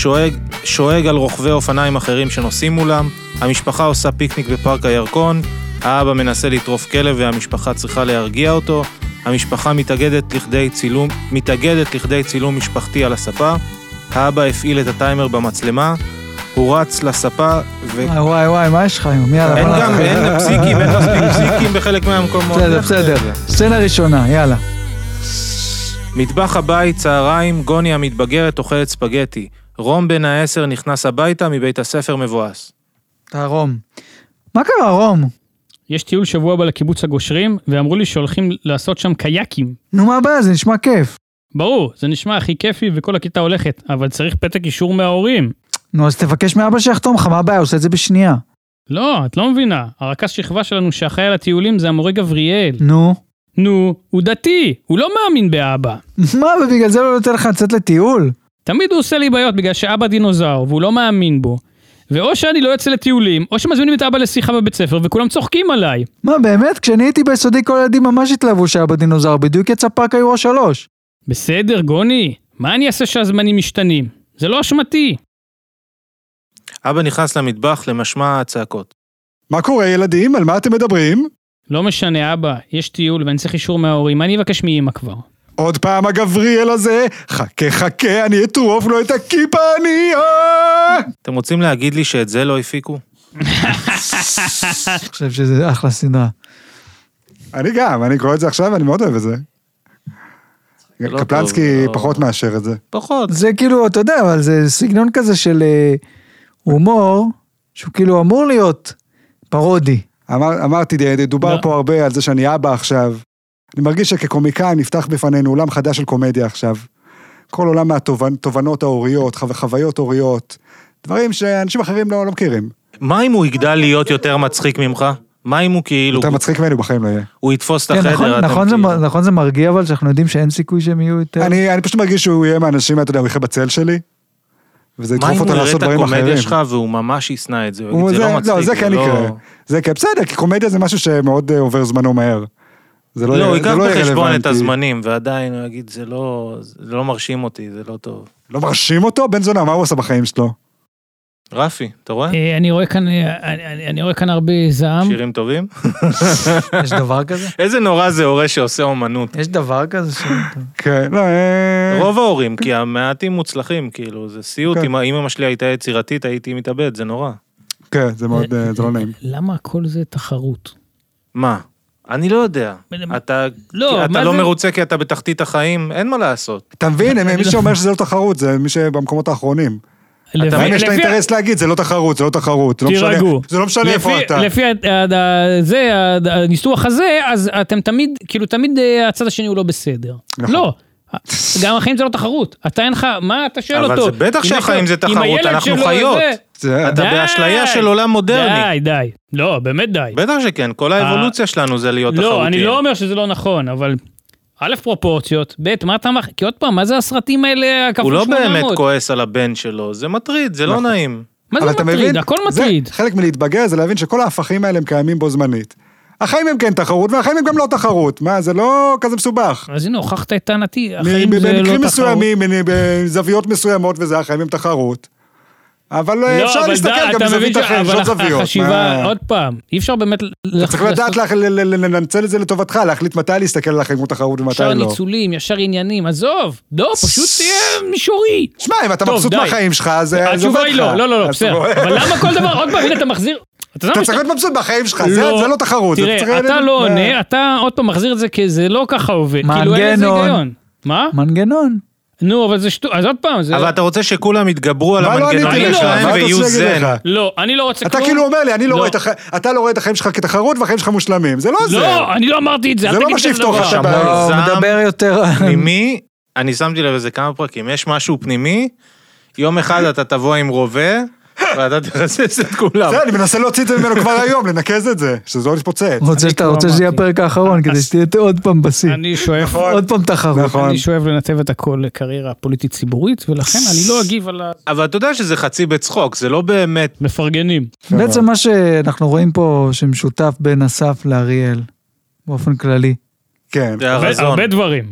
שואג על רוכבי אופניים אחרים שנוסעים מולם, המשפחה עושה פיקניק בפארק הירקון, האבא מנסה לטרוף כלב והמשפחה צריכה להרגיע אותו, המשפחה מתאגדת לכדי צילום משפחתי על הספה, האבא הפעיל את הטיימר במצלמה, הוא רץ לספה וואי, מה יש לך היום? אין פסיקים, אין מספיק פסיקים בחלק מהמקומות. בסדר. סצנה ראשונה, יאללה. מטבח הבית, צהריים, גוני המתבגרת אוכלת ספגטי. רום בן 10 נכנס הביתה מבית הספר מבואס. אתה רום. מה קרה, רום? יש טיול שבוע הבא לקיבוץ הגושרים, ואמרו לי שהולכים לעשות שם קייקים. נו, מה הבעיה? זה נשמע כיף. ברור, זה נשמע הכי כיפי וכל הכיתה הולכת, אבל צריך פתק אישור מההורים. נו, אז תבקש מאבא שיחתום לך, מה הבעיה? עושה את זה בשנייה. לא, את לא מבינה. הרכז שכבה שלנו שאחראי על הטיולים זה המורה גבריאל. נו, הוא דתי, הוא לא מאמין באבא. מה, ובגלל זה לא נותן לך לצאת לטיול? תמיד הוא עושה לי בעיות בגלל שאבא דינוזאור, והוא לא מאמין בו. ואו שאני לא יוצא לטיולים, או שמזמינים את אבא לשיחה בבית ספר, וכולם צוחקים עליי. מה, באמת? כשאני הייתי ביסודי כל הילדים ממש התלהבו שאבא דינוזאור, בדיוק יצא פארק היורו 3. בסדר, גוני. מה אני אעשה שהזמנים משתנים? זה לא אשמתי. אבא נכנס למטבח למשמע הצעקות. מה קורה, ילדים? על מה אתם מדברים? לא משנה, אבא. יש טיול ואני צריך אישור מההורים. מה אני אבקש מאמא כבר? עוד פעם הגבריאל הזה? חכה, אני אטרוף לו את הכיפה, אתם רוצים להגיד לי שאת זה לא הפיקו? אני חושב שזה אחלה סדרה. אני גם, אני קורא את זה עכשיו ואני מאוד אוהב את זה. קפלנסקי פחות מאשר את זה. פחות. זה כאילו, אתה יודע, אבל זה סגנון כזה של הומור, שהוא כאילו אמור להיות פרודי. אמרתי, דובר פה הרבה על זה שאני אבא עכשיו. אני מרגיש שכקומיקאי נפתח בפנינו עולם חדש של קומדיה עכשיו. כל עולם מהתובנות ההוריות, חוויות הוריות, דברים שאנשים אחרים לא מכירים. מה אם הוא יגדל להיות יותר מצחיק ממך? מה אם הוא כאילו... יותר מצחיק ממנו בחיים לא יהיה. הוא יתפוס את החדר. נכון זה מרגיע, אבל שאנחנו יודעים שאין סיכוי שהם יהיו יותר... אני פשוט מרגיש שהוא יהיה מהאנשים, אתה יודע, הוא יחיה בצל שלי, וזה ידחוף אותו לעשות דברים אחרים. מה אם הוא יראה את הקומדיה שלך והוא ממש יסנע את זה? זה לא מצחיק. לא, זה כן יקרה. זה כן, בסדר, כי קומדיה זה משהו שמאוד עובר זמנו מהר. לא, הוא ייקח בחשבון את הזמנים, ועדיין הוא יגיד, זה לא מרשים אותי, זה לא טוב. לא מרשים אותו? בן זונה, מה הוא עושה בחיים שלו? רפי, אתה רואה? אני רואה כאן הרבה זעם. שירים טובים? יש דבר כזה? איזה נורא זה הורה שעושה אומנות. יש דבר כזה שירים טובים. כן, לא, רוב ההורים, כי המעטים מוצלחים, כאילו, זה סיוט, אם אמא שלי הייתה יצירתית, הייתי מתאבד, זה נורא. כן, זה מאוד, זה לא נעים. למה הכל זה תחרות? מה? אני לא יודע. אתה לא מרוצה כי אתה בתחתית החיים, אין מה לעשות. אתה מבין, מי שאומר שזה לא תחרות, זה מי שבמקומות האחרונים. אם יש לה אינטרס להגיד, זה לא תחרות, זה לא תחרות. תירגעו. זה לא משנה איפה אתה. לפי הניסוח הזה, אז אתם תמיד, כאילו תמיד הצד השני הוא לא בסדר. לא. גם החיים זה לא תחרות. אתה אין לך, מה אתה שואל אותו? אבל זה בטח שהחיים זה תחרות, אנחנו חיות. אתה באשליה של עולם מודרני. די. לא, באמת די. בטח שכן, כל האבולוציה שלנו זה להיות תחרותיים. לא, אני לא אומר שזה לא נכון, אבל... א' פרופורציות, ב' מה אתה... כי עוד פעם, מה זה הסרטים האלה? הוא לא באמת כועס על הבן שלו, זה מטריד, זה לא נעים. מה זה מטריד? הכל מטריד. חלק מלהתבגר זה להבין שכל ההפכים האלה הם קיימים בו זמנית. החיים הם כן תחרות, והחיים הם גם לא תחרות. מה, זה לא כזה מסובך. אז הנה, הוכחת את טענתי, החיים זה לא תחרות. במקרים מסוימים, בזוויות מסוימות וזה, החיים הם תחרות. אבל אפשר להסתכל גם בזווית אחרת, זאת זוויות. החשיבה, עוד פעם, אי אפשר באמת... אתה צריך לדעת לנצל את זה לטובתך, להחליט מתי להסתכל על החיים כמו תחרות ומתי לא. ישר ניצולים, ישר עניינים, עזוב, לא, פשוט תהיה מישורי. שמע, אם אתה מבסוט מהחיים שלך, זה עובד לך. התשובה היא לא, בסדר. אבל למה כל דבר, עוד פעם, הנה אתה מחזיר... אתה צריך להיות מבסוט בחיים שלך, זה לא תחרות. תראה, אתה לא עונה, אתה עוד פעם מחזיר את זה כי זה לא ככה עובד. מנגנון. מה? מנגנון. נו, אבל זה שטות, אז עוד פעם, זה... אבל אתה רוצה שכולם יתגברו על המנגנונים שלהם ויהיו זן. לא, אני לא רוצה כלום. אתה כאילו אומר לי, אתה לא רואה את החיים שלך כתחרות והחיים שלך מושלמים, זה לא זה. לא, אני לא אמרתי את זה. זה לא מה שיפתור לך. הוא מדבר יותר... פנימי, אני שמתי לב איזה כמה פרקים, יש משהו פנימי, יום אחד אתה תבוא עם רובה, ואתה תרסס את כולם. זה, אני מנסה להוציא את זה ממנו כבר היום, לנקז את זה, שזה לא יתפוצץ. רוצה שזה יהיה הפרק האחרון, כדי שתהיה עוד פעם בשיא. אני שואף, עוד פעם תחרות. אני שואף לנתב את הכל לקריירה פוליטית ציבורית, ולכן אני לא אגיב על ה... אבל אתה יודע שזה חצי בצחוק, זה לא באמת... מפרגנים. בעצם מה שאנחנו רואים פה, שמשותף בין אסף לאריאל, באופן כללי. כן. הרבה דברים.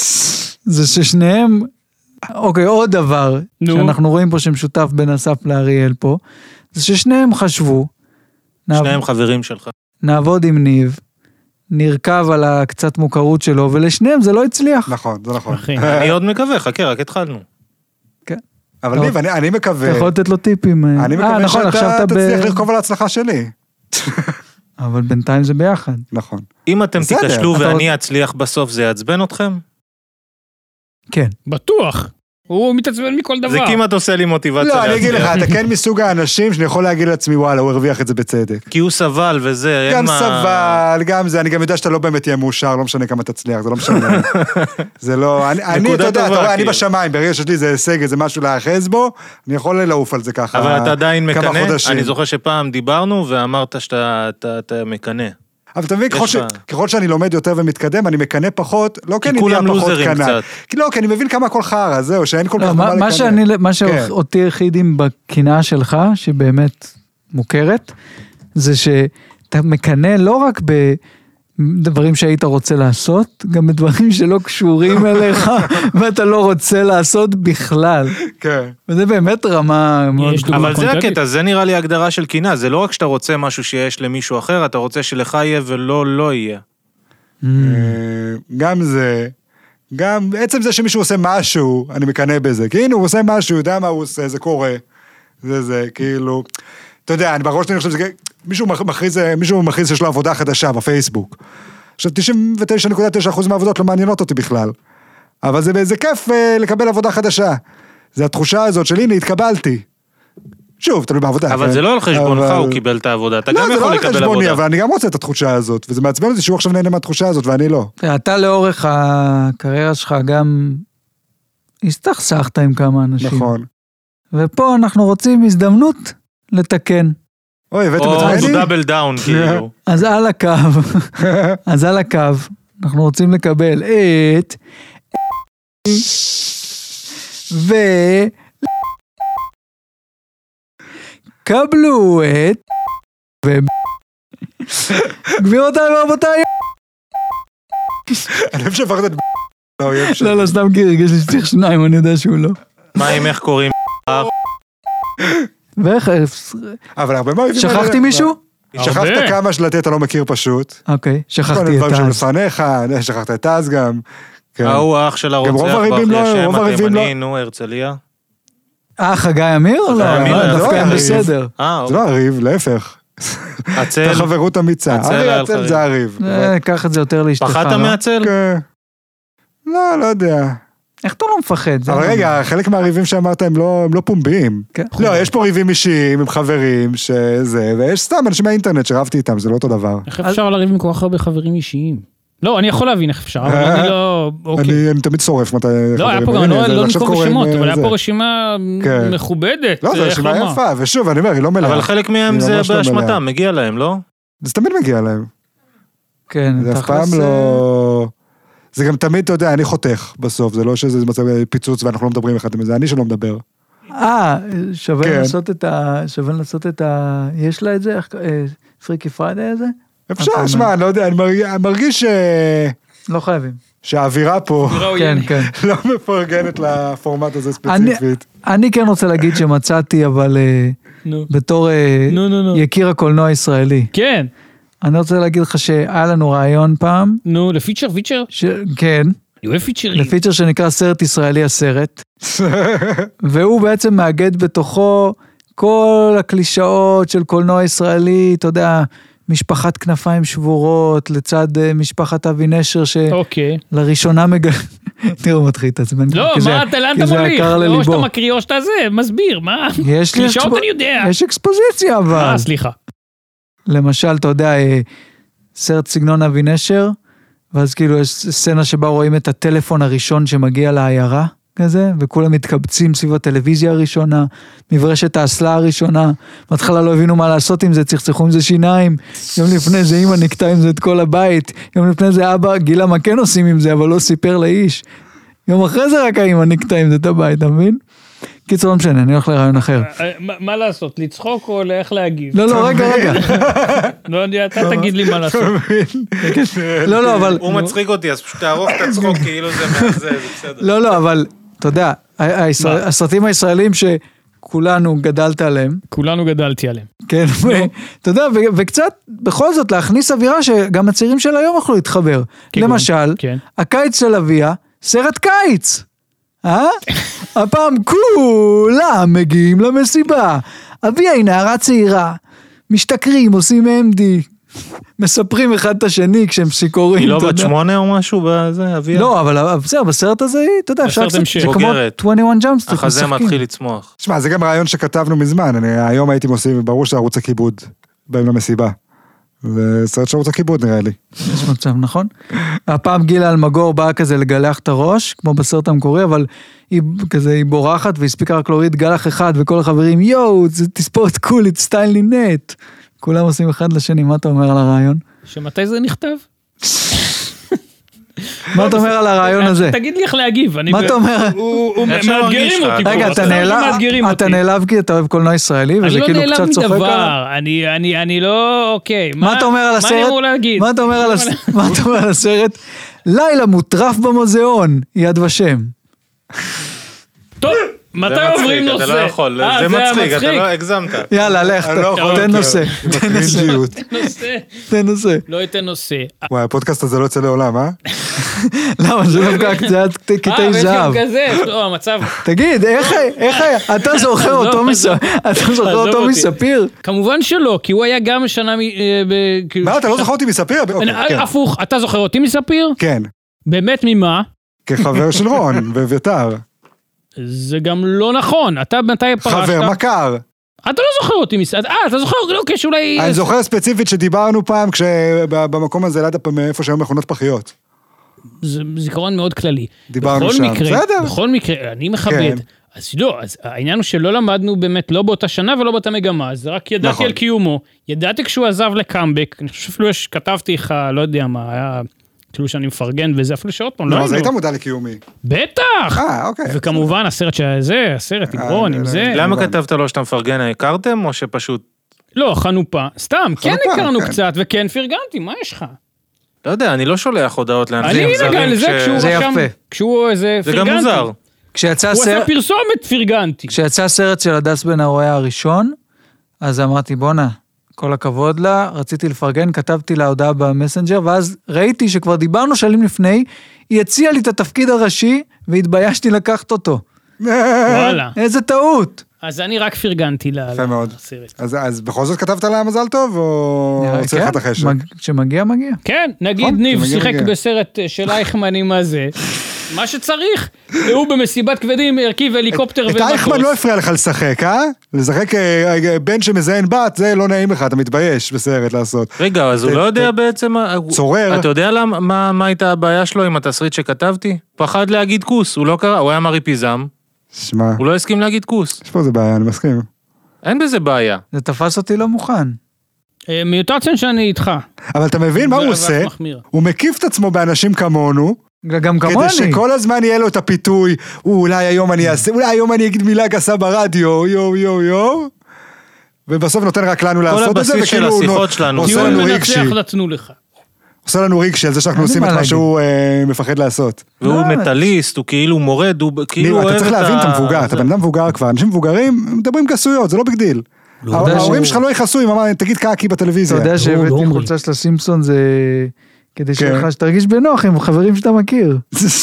זה ששניהם... אוקיי, עוד דבר שאנחנו רואים פה שמשותף בין אסף לאריאל פה, זה ששניהם חשבו, שניהם חברים שלך. נעבוד עם ניב, נרכב על הקצת מוכרות שלו, ולשניהם זה לא הצליח. נכון, זה נכון. אני עוד מקווה, חכה, רק התחלנו. כן. אבל ניב, אני מקווה... אתה יכול לתת לו טיפים. אני מקווה שאתה תצליח לרכוב על ההצלחה שלי. אבל בינתיים זה ביחד. נכון. אם אתם תיכשלו ואני אצליח בסוף, זה יעצבן אתכם? כן. בטוח. הוא מתעצבן מכל דבר. זה כמעט עושה לי מוטיבציה. לא, אני אגיד לך, אתה כן מסוג האנשים שאני יכול להגיד לעצמי, וואלה, הוא הרוויח את זה בצדק. כי הוא סבל וזה, גם סבל, גם זה, אני גם יודע שאתה לא באמת תהיה מאושר, לא משנה כמה תצליח, זה לא משנה. זה לא, אני, אתה יודע, אני בשמיים, ברגע שיש לי איזה הישג, איזה משהו להאחז בו, אני יכול לעוף על זה ככה. אבל אתה עדיין מקנה, אני זוכר שפעם דיברנו ואמרת שאתה מקנה. אבל אתה מבין, ככל שאני לומד יותר ומתקדם, אני מקנה פחות, לא כי אני נהיה פחות קנה. לא, כי אני מבין כמה הכל חרא, זהו, שאין כל כך מה לקנה. מה שאותי יחידים בקנאה שלך, שבאמת מוכרת, זה שאתה מקנה לא רק בדברים שהיית רוצה לעשות, גם בדברים שלא קשורים אליך, ואתה לא רוצה לעשות בכלל. כן. וזה באמת רמה מאוד גדולה. אבל זה הקטע, זה נראה לי הגדרה של קנאה, זה לא רק שאתה רוצה משהו שיש למישהו אחר, אתה רוצה שלך יהיה ולא לא יהיה. גם זה, גם עצם זה שמישהו עושה משהו, אני מקנא בזה, כי הנה הוא עושה משהו, יודע מה הוא עושה, זה קורה, זה כאילו, אתה יודע, אני בראש אני חושב שזה, מישהו מכריז שיש לו עבודה חדשה בפייסבוק. עכשיו 99.9% מהעבודות לא מעניינות אותי בכלל, אבל זה כיף לקבל עבודה חדשה. זה התחושה הזאת של הנה התקבלתי. שוב, תלוי בעבודה. אבל זה לא על חשבונך, הוא קיבל את העבודה, אתה גם יכול לקבל עבודה. אבל אני גם רוצה את התחושה הזאת, וזה מעצבן אותי שהוא עכשיו נהנה מהתחושה הזאת, ואני לא. אתה לאורך הקריירה שלך גם הסתכסכת עם כמה אנשים. נכון. ופה אנחנו רוצים הזדמנות לתקן. אוי, הבאתם את ממני? או דאבל דאון, כאילו. אז על הקו, אנחנו רוצים לקבל את... קבלו את... גבירותיי ורבותיי... אני חושב שפחת את... לא, סתם גיריג, יש לי שצריך שניים, אני יודע שהוא לא. מה עם איך קוראים? ואיך... אבל הרבה מה... שכחתי מישהו? שכחת כמה שלטי אתה לא מכיר פשוט. אוקיי, שכחתי את אז. לפניך, שכחת את אז גם. הוא האח של הרוצח, רוב הריבים לא. נו, הרצליה. חגי אמיר? לא, דווקא הם בסדר. זה לא הריב, להפך. הצל. החברות אמיצה. הצל זה הריב. קח את זה יותר לאשתך. פחדת מהצל? לא יודע. איך אתה לא מפחד? אבל רגע, חלק מהריבים שאמרת הם לא פומביים. לא, יש פה ריבים אישיים עם חברים שזה, ויש סתם אנשים מהאינטרנט שרבתי איתם, זה לא אותו דבר. איך אפשר לריב עם כל כך הרבה חברים אישיים? לא, אני יכול להבין איך אפשר, אבל אני לא... אני תמיד שורף מתי... לא, היה פה גם, לא נקום בשמות, אבל היה פה רשימה מכובדת. לא, זו רשימה יפה, ושוב, אני אומר, היא לא מלאה. אבל חלק מהם זה באשמתם, מגיע להם, לא? זה תמיד מגיע להם. כן, זה אף פעם לא... זה גם תמיד, אתה יודע, אני חותך בסוף, זה לא שזה מצב פיצוץ ואנחנו לא מדברים אחד עם זה, אני שלא מדבר. שווה לעשות את ה... יש לה את זה? פריקי פריידי הזה? אפשר, שמע, אני לא יודע, אני מרגיש ש... לא חייבים. שהאווירה פה כן. לא מפרגנת לפורמט הזה ספציפית. אני כן רוצה להגיד שמצאתי, אבל בתור יקיר הקולנוע הישראלי. כן. אני רוצה להגיד לך שהיה לנו רעיון פעם. נו, לפיצ'ר? כן. לפיצ'ר שנקרא סרט ישראלי הסרט. והוא בעצם מאגד בתוכו כל הקלישאות של קולנוע ישראלי, אתה יודע, משפחת כנפיים שבורות, לצד משפחת אבי נשר, שלראשונה תראו, מתחיל את עצמם. לא, מה, לאן אתה מוליך? או שאתה מקריא או שאתה זה, מסביר, מה? קלישאות אני יודע. יש אקספוזיציה, אבל. סליחה. למשל, אתה יודע, סרט סגנון אבי נשר, ואז כאילו יש סצנה שבה רואים את הטלפון הראשון שמגיע לעיירה, כזה, וכולם מתקבצים סביב הטלוויזיה הראשונה, מברשת האסלה הראשונה, בהתחלה לא הבינו מה לעשות עם זה, צחצחו עם זה שיניים, יום לפני זה אמא נקטה עם זה את כל הבית, יום לפני זה אבא גילה מה כן עושים עם זה, אבל לא סיפר לאיש, יום אחרי זה רק האמא נקטה עם זה את הבית, אתה מבין? קיצור, לא משנה, אני הולך לרעיון אחר. מה לעשות, לצחוק או איך להגיב? לא, רגע. לא יודע, אתה תגיד לי מה לעשות. לא, אבל... הוא מצחיק אותי, אז פשוט תערוך את הצחוק, כאילו זה בסדר. לא, אבל, אתה יודע, הסרטים הישראלים שכולנו גדלת עליהם. כולנו גדלתי עליהם. כן, אתה יודע, וקצת, בכל זאת, להכניס אווירה שגם הצעירים של היום יכולו להתחבר. למשל, הקיץ של אביה, סרט קיץ. הפעם כולם מגיעים למסיבה. אביה היא נערה צעירה, משתכרים, עושים MD, מספרים אחד את השני כשהם שיכורים. היא לא בת 8 או משהו בזה, אביה? לא, אבל בסדר, בסרט הזה, אתה יודע, אפשר קצת, זה כמו 21 ג'אמפ, החזה מתחיל לצמוח. תשמע, זה גם רעיון שכתבנו מזמן, היום הייתי מוסיף, ברור שערוץ הכיבוד, באים למסיבה. זה סרט של ערוץ הכיבוד נראה לי. יש מצב, נכון? הפעם גילה אלמגור באה כזה לגלח את הראש, כמו בסרט המקורי, אבל היא כזה, היא בורחת, והספיקה רק להוריד גלח אחד, וכל החברים, יואו, זה תספורת קול, it's style net. כולם עושים אחד לשני, מה אתה אומר על הרעיון? שמתי זה נכתב? מה אתה אומר על הרעיון הזה? תגיד לי איך להגיב. מה אתה אומר? הוא מאתגרים אותי. רגע, אתה נעלב כי אתה אוהב קולנוע ישראלי, וזה כאילו קצת צוחק עליו? אני לא, אוקיי. מה אתה אומר על הסרט? מה אני אמור להגיד? מה אתה אומר על הסרט? לילה מוטרף במוזיאון, יד ושם. טוב. מתי עוברים נושא? אתה לא יכול, זה מצחיק, אתה לא הגזמת. יאללה, לך, תן נושא. תן נושא. לא אתן נושא. וואי, הפודקאסט הזה לא יוצא לעולם, אה? למה, זה לא כך, זה היה קטעי זהב. לא, המצב. תגיד, איך אתה זוכר אותו מספיר? כמובן שלא, כי הוא היה גם שנה... מה, אתה לא זוכר אותי מספיר? הפוך, אתה זוכר אותי מספיר? כן. באמת ממה? כחבר של רון, בביתר. זה גם לא נכון, אתה מתי פרשת? חבר מכר. אתה לא זוכר אותי מסעד, אתה זוכר, לא, כשאולי... אני זוכר ספציפית שדיברנו פעם, כשבמקום הזה ליד איפה שהיו מכונות פחיות. זה זיכרון מאוד כללי. דיברנו שם, בסדר. בכל מקרה, אני מכבד. אז לא, העניין הוא שלא למדנו באמת, לא באותה שנה ולא באותה מגמה, אז רק ידעתי על קיומו. ידעתי כשהוא עזב לקאמבק, אני חושב אפילו כתבתי לך, לא יודע מה, היה... כאילו שאני מפרגן וזה אפילו שעוד פעם, לא היינו. אז היית מודע לקיומי. בטח! אוקיי. וכמובן הסרט שזה, הסרט עברון עם זה. למה כתבת לו שאתה מפרגן, הכרתם או שפשוט... לא, חנופה. סתם, כן הכרנו קצת וכן פרגנתי, מה יש לך? לא יודע, אני לא שולח הודעות לאנשים זרים זה יפה. כשהוא איזה פרגנתי. זה גם מוזר. הוא עשה פרסומת פרגנתי. כשיצא הסרט של הדס בן הרויה הראשון, אז אמרתי בונה. כל הכבוד לה, רציתי לפרגן, כתבתי לה הודעה במסנג'ר, ואז ראיתי שכבר דיברנו שנים לפני, היא הציעה לי את התפקיד הראשי, והתביישתי לקחת אותו. וואלה. איזה טעות. אז אני רק פרגנתי יפה מאוד. אז בכל זאת כתבת לה מזל טוב, או צריך את החשק? כשמגיע, מגיע. כן, נגיד ניב שיחק בסרט של אייכמן עם הזה, מה שצריך, הוא במסיבת כבדים, הרכיב הליקופטר ומטוס. את אייכמן לא הפריע לך לשחק, אה? לשחק בן שמזיין בת, זה לא נעים לך, אתה מתבייש בסרט לעשות. רגע, אז הוא לא יודע בעצם... צורר. אתה יודע מה הייתה הבעיה שלו עם התסריט שכתבתי? פחד להגיד כוס, הוא לא קרא, הוא היה מרי פיזם. שמע. הוא לא הסכים להגיד כוס. יש פה איזה בעיה, אני מסכים. אין בזה בעיה. זה תפס אותי לא מוכן. מיותר ציין שאני איתך. אבל אתה מבין מה הוא עושה? הוא מקיף את עצמו באנשים כמונו, גם כמוני. כדי שכל הזמן יהיה לו את הפיתוי, אולי היום אני אעשה, אולי היום אני אגיד מילה גסה ברדיו, יו, ובסוף נותן רק לנו לעשות את זה, וכאילו הוא עושה לנו רגשי. עושה לנו רגשי על זה שאנחנו עושים את מה שהוא מפחד לעשות. והוא מטליסט, הוא כאילו מורד, הוא כאילו אוהב את ה... אתה צריך להבין את המבוגר, אתה בן אדם מבוגר כבר, אנשים מבוגרים מדברים גסויות, זה לא בגדיל. ההורים שלך לא יכעסו אם תגיד קעקי בטלוויזיה. אתה יודע שהבאתי חולצה של הסימפסון זה... כדי שתרגיש בנוח עם חברים שאתה מכיר.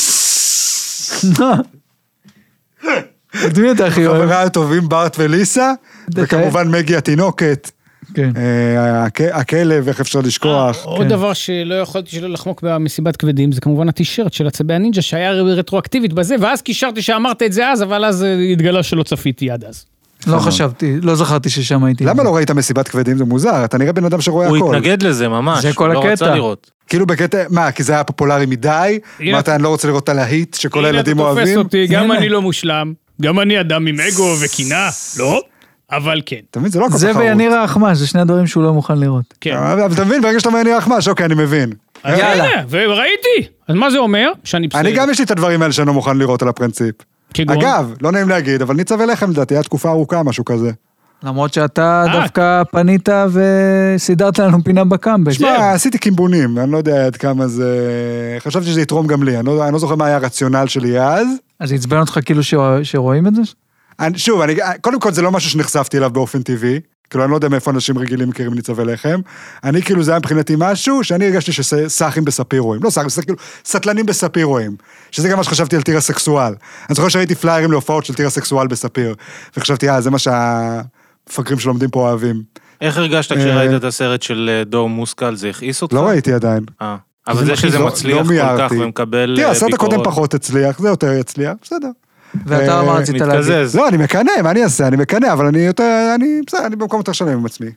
את מי אתה הכי אוהב? חברה הטובים בארט וליסה, וכמובן מגי התינוקת. הכלב, איך אפשר לשכוח. עוד דבר שלא יכולתי שלא לחמוק במסיבת כבדים, זה כמובן הטישרט של הצבי הנינג'ה, שהיה רטרואקטיבית בזה, ואז קישרתי שאמרת את זה אז, אבל אז התגלה שלא צפיתי עד אז. לא חשבתי, לא זכרתי ששם הייתי. למה לא ראית מסיבת כבדים? זה מוזר, אתה נראה בן אדם שרואה הכל. הוא התנגד לזה ממש, זה כל הקטע. כאילו בקטע, מה, כי זה היה פופולרי מדי? מה, אתה לא רוצה לראות את הלהיט שכל הילדים אוהבים? הנה אתה תופס אותי, גם אני לא מושלם, גם אני אדם עם אגו וקינה, לא? אבל כן. אתה מבין, זה לא כל כך זה ויניר האחמש, זה שני הדברים שהוא לא מוכן לראות. כן. אבל אתה מבין, ברגע שאתה ויניר האחמש, אוקיי, אני מבין. יאללה. וראיתי. אז מה זה אומר? אני גם יש לי את הדברים האלה שאני לא מוכן לראות על הפרינציפ. אגב, לא נעים להגיד, אבל ניצב אליכם, לדעתי, היה תקופה ארוכה, משהו כזה. למרות שאתה דווקא פנית וסידרת לנו פינה בקאמבק. שמע, עשיתי קימבונים, אני לא יודע עד כמה זה... חשבתי שזה יתרום גם לי, אני לא זוכר מה היה הרציונל שלי אז. אז יצבן אותך כאילו שרואים את זה? שוב, קודם כל זה לא משהו שנחשפתי אליו באופן טבעי, כאילו אני לא יודע מאיפה אנשים רגילים מכירים ניצב אליכם, אני כאילו זה היה מבחינתי משהו שאני הרגשתי שסאחים בספיר רואים, לא סאחים, כאילו סטלנים בספיר רואים, שזה גם מה שחשבתי על טירה סקסואל, אני זוכר שראיתי פליירים להופעות של טירה סקסואל בספיר, וחשבתי, זה מה שהמפגרים שלומדים פה אוהבים, איך הרגשת כשראית את הסרט של דור מושכל, זה הכעיס אותך? לא ראיתי עדיין. אבל זה שזה מצליח כל כך ומקבל ביקורות. תראה, הסרט הקודם פחות הצליח, זה יותר יצליח, בסדר. ואתה מה רצית להגיד? לא, אני מקנה, מה אני אעשה? אני מקנה, אבל אני במקום יותר שלם עם עצמי.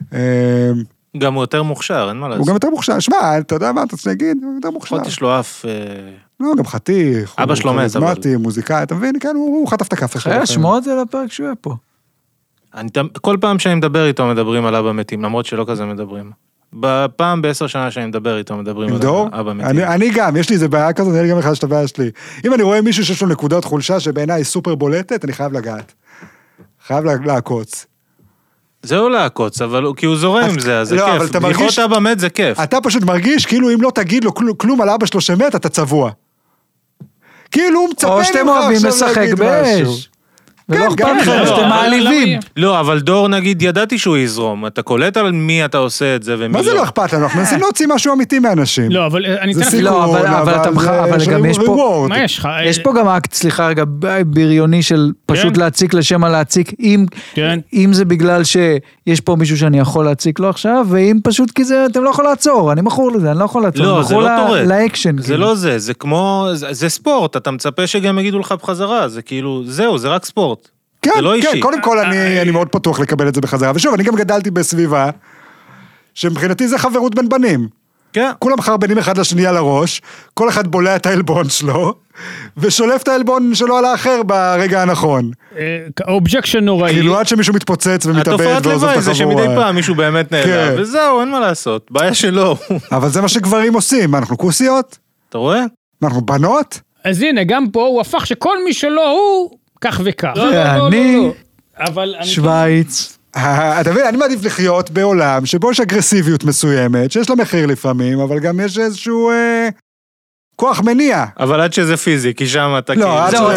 גם הוא יותר מוכשר, אין מה לעשות. הוא גם יותר מוכשר, שמע, אתה יודע מה אתה רוצה להגיד? הוא יותר מוכשר. יש לו אף... לא, גם חתיך. אבא שלו מת, אבל... מוזיקאי, אתה מבין? כן, הוא חטף את הקפה שלו. חייב, שמוע את זה לפרק שהוא יהיה פה. כל פעם שאני מדבר איתו מדברים על אבא מתים, למרות שלא כזה מדברים. בפעם ב10 שנה שאני מדבר איתו מדברים על אבא מתים. אני גם, יש לי איזה בעיה כזאת, אני גם אחד שאת הבעיה שלי. אם אני רואה מישהו שיש לו נקודת חולשה שבעיניי סופר בולטת, אני חייב לגעת. חייב לעקוץ. זהו לעקוץ, אבל כי הוא זורם עם זה, אז זה כיף. בדיחות אבא מת זה כיף. אתה פשוט מרגיש כאילו אם לא תגיד לו כלום על אבא שלו שמת, אתה צבוע. כאילו הוא מצפה או שאתם אוהבים לשחק באש. ולא אכפת לכם, שאתם מעליבים. לא, אבל דור נגיד, ידעתי שהוא יזרום, אתה קולט על מי אתה עושה את זה ומי לא. מה זה לא אכפת לנו? אנחנו מנסים להוציא משהו אמיתי מאנשים. לא, אבל אני זה סיכון, אבל גם יש פה... מה יש לך? יש פה גם אקט, סליחה רגע, בריוני של פשוט להציק לשם על להציק, אם זה בגלל שיש פה מישהו שאני יכול להציק לו עכשיו, ואם פשוט כי זה, אתם לא יכול לעצור, אני מכור לזה, אני לא יכול לעצור. לא, זה לא תורד. לאקשן. זה לא זה, זה כמו, זה ספורט, אתה מצפה שגם יגידו לך בחזרה, זה כאילו, זהו, זה רק ספורט. כן, כן, קודם כל אני מאוד פתוח לקבל את זה בחזרה, ושוב, אני גם גדלתי בסביבה, שמבחינתי זה חברות בין בנים. כן. כולם חרבנים אחד לשני על הראש, כל אחד בולע את העלבון שלו, ושולף את העלבון שלו על האחר ברגע הנכון. אובג'קשן נוראי. כאילו עד שמישהו מתפוצץ ומתאבד ועוזב את החבורה. התופעת לוואי זה שמדי פעם מישהו באמת נעלב, וזהו, אין מה לעשות, בעיה שלו. אבל זה מה שגברים עושים, אנחנו כוסיות? אתה רואה? אנחנו בנות? אז הנה, גם פה הוא הפך שכל מי שלא הוא... כך וכך. אני שוויץ. אתה מבין, אני מעדיף לחיות בעולם שבו יש אגרסיביות מסוימת, שיש לה מחיר לפעמים, אבל גם יש איזשהו כוח מניע. אבל עד שזה פיזי, כי שם אתה כאילו... לא,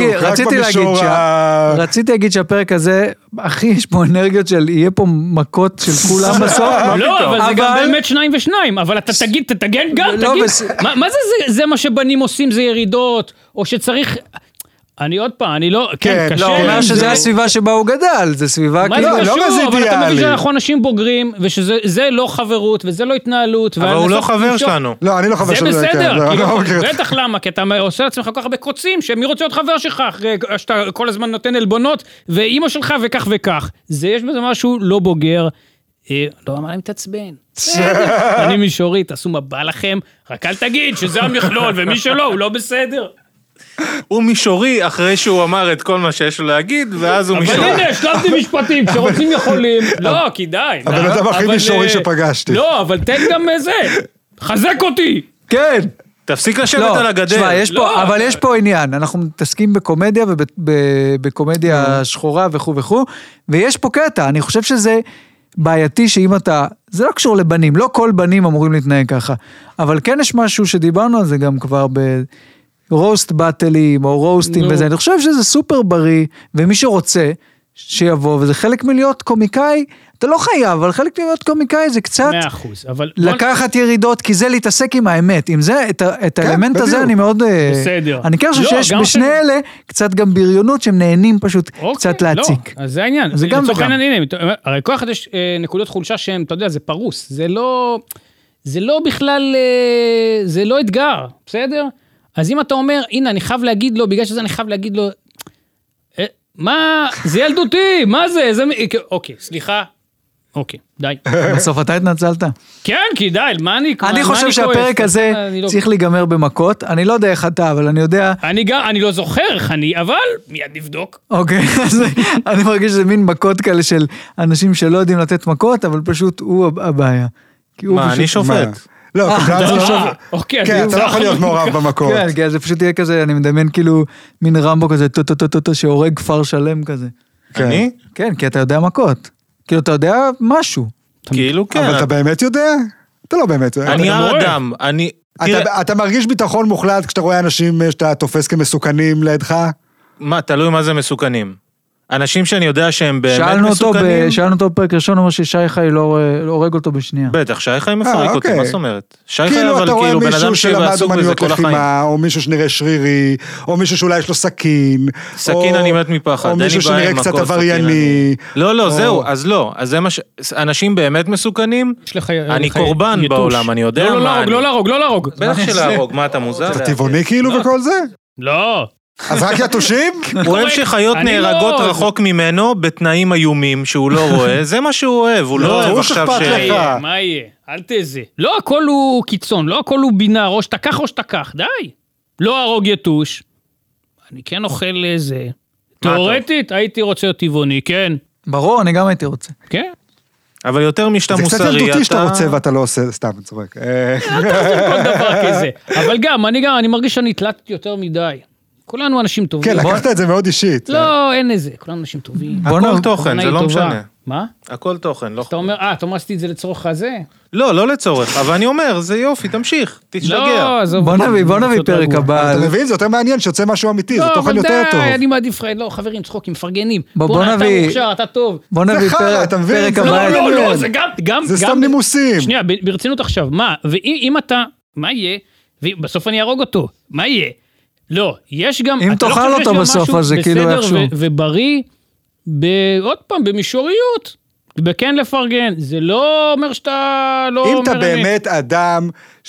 רציתי להגיד שהפרק הזה, אחי, יש פה אנרגיות של, יהיה פה מכות של כולם בסוף. לא, אבל זה גם באמת 2 ו2, אבל אתה תגיד, תתגן גם, תגיד. מה זה מה שבנים עושים, זה ירידות, או שצריך... אני עוד פעם, אני לא, כן, קשה. לא, אומר שזה הסביבה שבה הוא גדל, זה סביבה כאילו... מה זה קשור, אבל אתה מבין שאנחנו אנשים בוגרים, ושזה לא חברות, וזה לא התנהלות. אבל הוא לא חבר שלנו. לא, אני לא חבר שלנו. זה בסדר, בטח למה, כי אתה עושה לעצמך כל כך הרבה קוצים, שמי רוצה להיות חבר שלך, שאתה כל הזמן נותן אלבונות, ואימא שלך וכך וכך. יש בזה משהו לא בוגר, לא אמר להם תעצבן. אני מישורית, תעשו מה בא לכם, רק אל תגיד שזה המכלול, ומי שלא, הוא לא בסדר. הוא מישורי אחרי שהוא אמר את כל מה שיש לו להגיד, ואז הוא מישורי. אבל הנה, השלמתי משפטים, כשרוצים יכולים. לא, כדאי. אבל אתה הכי מישורי שפגשתי. לא, אבל תן גם זה. חזק אותי. כן. תפסיק לשבת על הגדר. אבל יש פה עניין, אנחנו מתעסקים בקומדיה ובקומדיה שחורה וכו' וכו', ויש פה קטע, אני חושב שזה בעייתי שאם אתה, זה לא קשור לבנים, לא כל בנים אמורים להתנהג ככה, אבל כן יש משהו שדיברנו על זה גם כבר רוסט באטלים או רוסטים וזה, אני חושב שזה סופר בריא, ומי שרוצה שיבוא, וזה חלק מלהיות קומיקאי, אתה לא חייב, אבל חלק מלהיות קומיקאי זה קצת 100%, אבל... לקחת ירידות, כי זה להתעסק עם האמת, עם זה, את האלמנט הזה אני מאוד... בסדר. אני כן חושב שיש בשני אלה קצת גם בריונות, שהם נהנים פשוט קצת להציק. אז זה העניין. זה גם וגם. הרי כל אחד יש נקודות חולשה שהם, אתה יודע, זה פרוס, זה לא בכלל, זה לא אתגר, בסדר? אז אם אתה אומר, הנה, אני חייב להגיד לו, בגלל שזה אני חייב להגיד לו, מה, זה ילדותי, מה זה? אוקיי, סליחה, אוקיי, די. בסוף אתה התנצלת? כן, כי די, מה אני כועס? אני חושב שהפרק הזה צריך להיגמר במכות, אני לא יודע איך אתה, אבל אני יודע... אני לא זוכר איך אני, אבל מיד נבדוק. אוקיי, אז אני מרגיש שזה מין מכות כאלה של אנשים שלא יודעים לתת מכות, אבל פשוט הוא הבעיה. מה, אני שופט? לא, כן, אתה לא יכול להיות מעורב במקום. כן, זה פשוט יהיה כזה, אני מדמיין כאילו מין רמבו כזה, שהורג כפר שלם כזה. אני? כן, כי אתה יודע מכות. כאילו, אתה יודע משהו. כאילו, כן. אבל אתה באמת יודע? אתה לא באמת יודע. אני אדם, אתה מרגיש ביטחון מוחלט כשאתה רואה אנשים שאתה תופס כמסוכנים לידך? מה, תלוי מה זה מסוכנים. אנשים שאני יודע שהם באמת מסוכנים. שאלנו אותו בפרק ראשון, אומר ששי חי לא הורג אותו בשנייה. בטח, שי חי מפרק אותי, מה זאת אומרת? שי חי אבל כאילו בן אדם שעסוק בזה כל החיים. או מישהו שנראה שרירי, או מישהו שאולי יש לו סכין. סכין אני מת מפחד. או מישהו שנראה קצת עברייני. לא, זהו, אז לא. אז זה מה אנשים באמת מסוכנים, אני קורבן בעולם, אני יודע מה. לא להרוג. בטח שלהרוג, מה אתה מוזר? אתה טבעוני כאילו וכל זה? לא. אז רק יתושים? הוא אוהב שחיות נהרגות רחוק ממנו בתנאים איומים שהוא לא רואה, זה מה שהוא אוהב, הוא לא אוהב עכשיו מה יהיה? אל תזה. לא הכל הוא קיצון, לא הכל הוא בינה, ראש תקח, די. לא הרוג יתוש. אני כן אוכל איזה. תיאורטית, הייתי רוצה להיות טבעוני, כן. ברור, אני גם הייתי רוצה. כן. אבל יותר משתה מוסרי, זה קצת ילדותי שאתה רוצה ואתה לא עושה, סתם, אני צוחק. אל תחזור כל דבר כזה. אבל גם, אני מרגיש שאני התלטתי יותר מדי. כולנו אנשים טובים. כן, לקחת את זה מאוד אישית. לא, אין איזה, כולנו אנשים טובים. הכל תוכן, זה לא משנה. מה? הכל תוכן, לא... אתה אומר עשיתי את זה לצורך הזה? לא לצורך, אבל אני אומר, זה יופי, תמשיך, תשתגע. לא, בוא נביא פרק הבא. אתה מבין, זה יותר מעניין שיוצא משהו אמיתי, זה תוכן יותר טוב. לא, אבל די, אני מעדיף, לא, חברים, צחוקים, מפרגנים. בוא נביא... אתה מוכשר, אתה טוב. בוא נביא פרק הבא. לא, זה גם... זה סתם נימוסים. שנייה, ברצינות עכשיו, מה? ואם אתה... מה יהיה? ובסוף אני ארוג אותו. מה יהיה? לא, יש גם... אם תאכל אותו בסוף, אז זה כאילו איכשהו. ובריא, עוד פעם, במישוריות. בכן לפרגן, זה לא אומר שאתה לא... אם אתה באמת אדם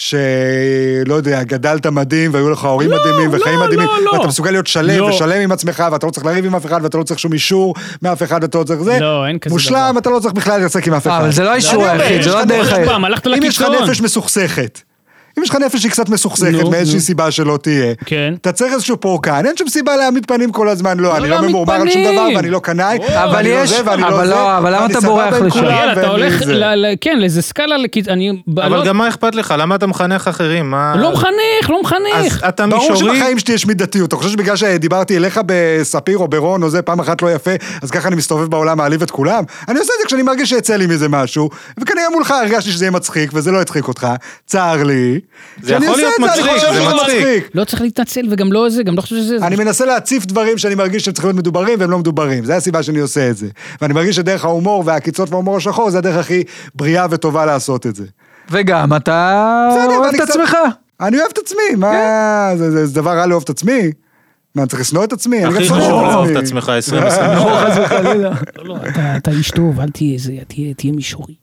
שלא יודע, גדלת מדהים והיו לך הורים מדהימים וחיים מדהימים, ואתה מסוגל להיות שלם ושלם עם עצמך, ואתה לא צריך לריב עם אף אחד, ואתה לא צריך שום אישור מאף אחד, ואתה לא צריך זה, מושלם, אתה לא צריך בכלל להתעסק עם אף אחד. אבל זה לא האישור היחיד, זה לא הדרך היחיד. אם יש לך נפש מסוכסכת, אם יש לך נפש שהיא קצת מסוכסכת מאיזושהי סיבה שלא תהיה, אתה צריך איזשהו פורקן, אין שום סיבה להעמיד פנים כל הזמן, לא, אני לא ממורמר על שום דבר ואני לא קנאי, אבל יש, אבל למה אתה בורח לשם? אתה הולך, כן, לאיזה סקאלה, אבל גם מה אכפת לך? למה אתה מחנך אחרים? לא מחנך. אז אתה מישורי... ברור שבחיים שלי יש מידתיות, אתה חושב שבגלל שדיברתי אליך בספיר או ברון או זה פעם אחת לא יפה, אז ככה אני מסתובב בעולם מעליב את כולם? אני עושה את זה כשאני מרגיש שיצא לי מזה משהו, וכנראה מולך הרגשתי שזה יהיה מצחיק, וזה לא יצחיק אותך, צער לי. זה יכול להיות מצחיק, זה מצחיק. לא צריך להתנצל וגם לא זה, גם לא חושב שזה... אני מנסה להציף דברים שאני מרגיש שהם צריכים להיות מדוברים והם לא מדוברים, זה הסיבה שאני עושה את זה. ואני מרגיש שדרך ההומור והקיצות וההומור השחור, זה הדרך הכי בריאה וטובה לעשות את זה. וגם אתה אוהב את עצמך. אני אוהב את עצמי, מה... זה דבר רע לאהוב את עצמי? מה, אני צריך לסנוע את עצמי? הכי חשוב לאהוב את עצמך 2020. לא, אתה איש טוב, אל תהיה זה, תהיה מישורי.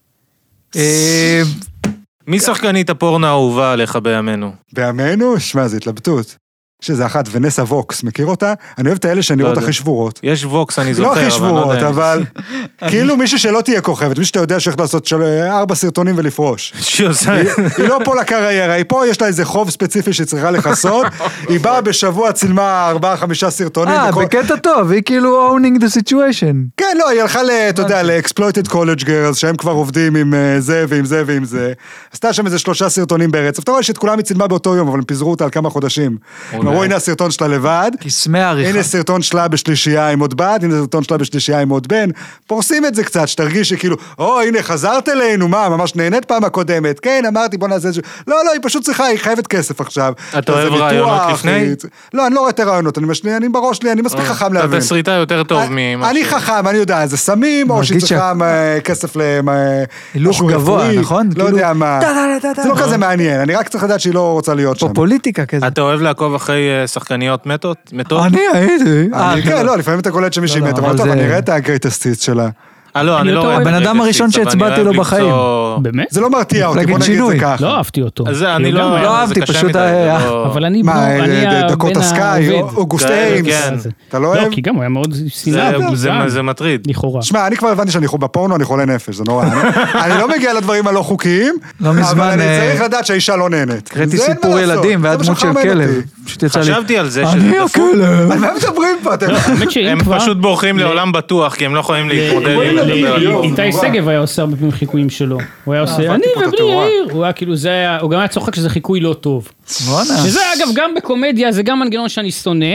מי שחקנית הפורנו האהובה עליך בימינו? בימינו? שמע, זה התלבטות. שזה אחת, ונסה ווקס, מכיר אותה? אני אוהב את האלה שנראות הכי שבורות. יש ווקס, אני זוכר, לא הכי שבורות, אבל כאילו מישהו שלא תהיה כוכבת, מישהו שאתה יודע שהולך לעשות 4 סרטונים ולפרוש. היא לא פה לקריירה, היא פה, יש לה איזה חוב ספציפי שצריכה לחסות, היא באה בשבוע, צילמה 4-5 סרטונים. בקטע טוב, היא כאילו owning the situation. כן, לא, היא הלכה, אתה יודע, ל-exploited college girls, שהם כבר עובדים עם זה ועם זה ועם זה. עשתה שם איזה 3 סרטונים ברצף. אתה רואה שאת כולם היא צילמה באותו יום, אבל הם פיזרו אותה על כמה חודשים. הנה הסרטון שלה לבד, הנה סרטון שלה בשלישייה עם עוד בת, הנה סרטון שלה בשלישייה עם עוד בן, פורסים את זה קצת, שתרגיש שכאילו, הנה חזרת אלינו, מה, ממש נהנית פעם הקודמת, כן, אמרתי בוא נעשה את זה, לא, היא פשוט צריכה, היא חייבת כסף עכשיו. אתה אוהב רעיונות לפני? לא, אני לא רואה את הרעיונות, אני בראש לי, אני מספיק חכם להבין. אתה תסריטה יותר טוב ממה אני חכם, אני יודע, זה סמים, או שהיא צריכה כסף הילוך גבוה, נכון? לא יודע מה, זה לא כזה מעניין, אני רק צריך לדעת שהיא לא רוצה להיות שם. פוליטיקה כזה. אתה אוהב לעקוב אחרי שחקניות מתות? אני הייתי. כן, לא, לפעמים אתה קולט שמישהי מת, אבל טוב, אני אראה את הגרייטסט היטס שלה. לא, אני לא רואה. הבן אדם הראשון שהצבעתי לו בחיים. באמת? זה לא מרתיע אותי, בוא נגיד זה ככה. לא אהבתי אותו. אני לא אהבתי, פשוט היה... אבל אני... דקוטה סקאי, אוגוסט איימס. אתה לא אוהב? לא, כי גם הוא היה מאוד שנאה. זה מטריד. לכאורה. שמע, אני כבר הבנתי שאני בפורנו, אני חולה נפש, זה נורא. אני לא מגיע לדברים הלא חוקיים, אבל אני צריך לדעת שהאישה לא נהנית. קראתי סיפור ילדים ועד דמות של כלב. חשבתי על זה אני הכלב. על מה מדברים פה? הם פשוט בורחים לעולם בטוח, כי הם לא יכולים להתמודד. איתי סגב היה עושה הרבה פעמים חיקויים שלו. הוא היה עושה, אני ובלי יאיר. הוא היה כאילו, הוא גם היה צוחק שזה חיקוי לא טוב. שזה אגב גם בקומדיה, זה גם מנגנון שאני שונא.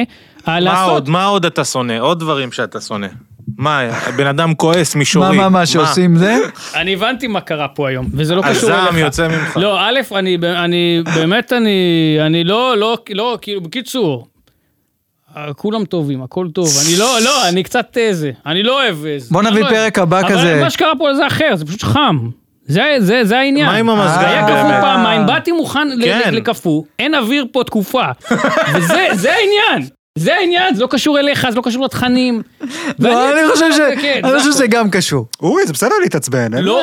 מה עוד אתה שונא? עוד דברים שאתה שונא. מה, בן אדם כועס מישורי. מה שעושים זה? אני הבנתי מה קרה פה היום, וזה לא קשור אליך. הזעם יוצא ממך. לא, א', אני באמת, אני לא, כאילו, בקיצור, כולם טובים, הכל טוב. אני קצת איזה, אני לא אוהב איזה. בוא נביא פרק הבא כזה. אבל מה שקרה פה זה אחר, זה פשוט חם. זה העניין. מה עם המזגן? היה קפוא פעמיים, באתי מוכן לקפוא, אין אוויר פה תקופה. וזה העניין. זה העניין, זה לא קשור אליך, זה לא קשור לתכנים. לא, אני חושב שזה גם קשור. אורי, זה בסדר להתעצבן. לא,